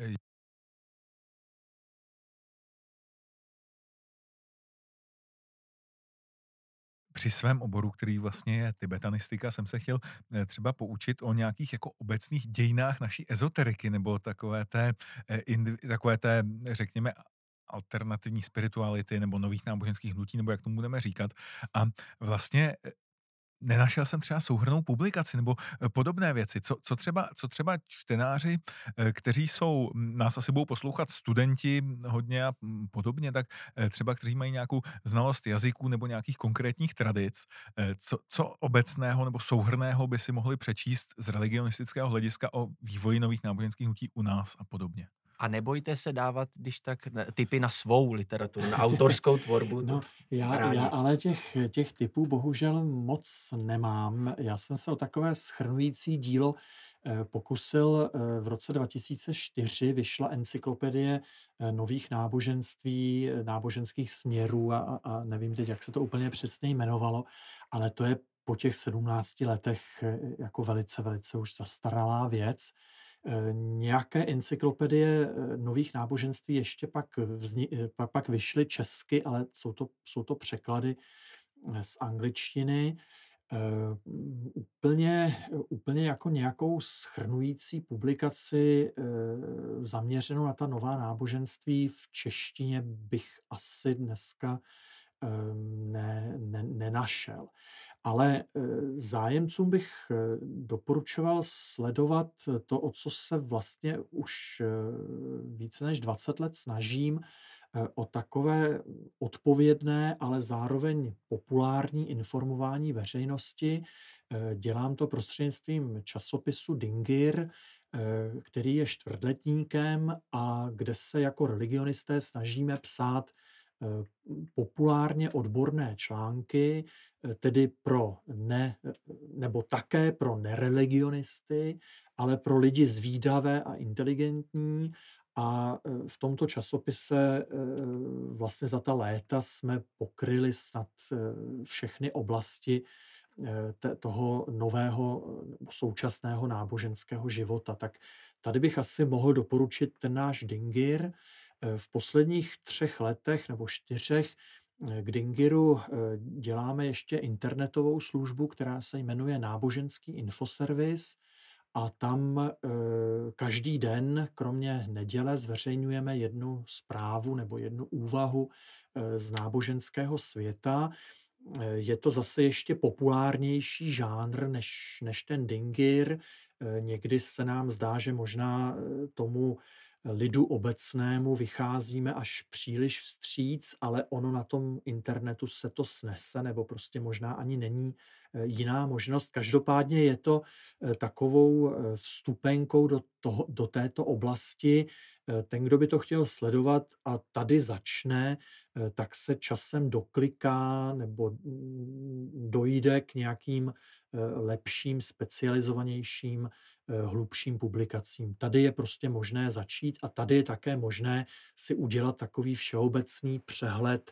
Při svém oboru, který vlastně je tibetanistika, jsem se chtěl třeba poučit o nějakých jako obecných dějinách naší ezoteriky nebo takové té, řekněme, alternativní spirituality nebo nových náboženských hnutí, nebo jak tomu budeme říkat. A vlastně Nenašel jsem třeba souhrnnou publikaci nebo podobné věci. Co třeba čtenáři, kteří jsou, nás asi budou poslouchat studenti hodně a podobně, tak třeba kteří mají nějakou znalost jazyků nebo nějakých konkrétních tradic, co obecného nebo souhrnného by si mohli přečíst z religionistického hlediska o vývoji nových náboženských hnutí u nás a podobně? A nebojte se dávat, když tak, tipy na svou literaturu, na autorskou tvorbu. No, já rádi. ale těch typů bohužel moc nemám. Já jsem se o takové shrnující dílo pokusil v roce 2004. Vyšla encyklopedie nových náboženství, náboženských směrů a nevím teď, jak se to úplně přesně jmenovalo, ale to je po těch 17 letech jako velice, velice už zastaralá věc. Nějaké encyklopedie nových náboženství ještě pak vyšly česky, ale jsou to překlady z angličtiny. Úplně jako nějakou shrnující publikaci zaměřenou na ta nová náboženství v češtině bych asi dneska nenašel. Ale zájemcům bych doporučoval sledovat to, o co se vlastně už více než 20 let snažím, o takové odpovědné, ale zároveň populární informování veřejnosti. Dělám to prostřednictvím časopisu Dingir, který je čtvrtletníkem a kde se jako religionisté snažíme psát populárně odborné články, tedy nebo také pro nereligionisty, ale pro lidi zvídavé a inteligentní. A v tomto časopise vlastně za ta léta jsme pokryli snad všechny oblasti toho nového současného náboženského života. Tak tady bych asi mohl doporučit ten náš Dingir. V posledních 3 letech nebo 4 k Dingiru děláme ještě internetovou službu, která se jmenuje Náboženský infoservis a tam každý den, kromě neděle, zveřejňujeme jednu zprávu nebo jednu úvahu z náboženského světa. Je to zase ještě populárnější žánr než ten Dingir. Někdy se nám zdá, že možná tomu lidu obecnému vycházíme až příliš vstříc, ale ono na tom internetu se to snese, nebo prostě možná ani není jiná možnost. Každopádně je to takovou vstupenkou do této oblasti. Ten, kdo by to chtěl sledovat a tady začne, tak se časem dokliká nebo dojde k nějakým lepším, specializovanějším, hlubším publikacím. Tady je prostě možné začít a tady je také možné si udělat takový všeobecný přehled,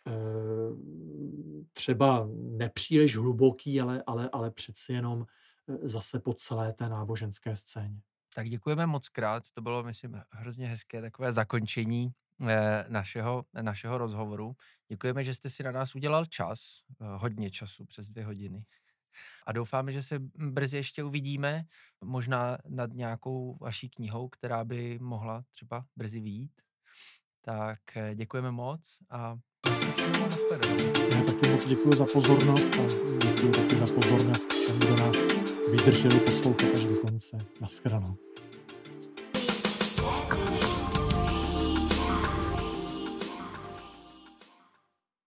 třeba nepříliš hluboký, ale přeci jenom zase po celé té náboženské scéně. Tak děkujeme moc krát, to bylo, myslím, hrozně hezké takové zakončení našeho rozhovoru. Děkujeme, že jste si na nás udělal čas, hodně času, přes 2 hodiny. A doufáme, že se brzy ještě uvidíme, možná nad nějakou vaší knihou, která by mohla třeba brzy vyjít. Tak děkujeme moc a nashledanou. Já taky moc děkuji za pozornost a děkuji taky za pozornost všem, kdo nás vydrželi poslouchat až do konce. Naschledanou.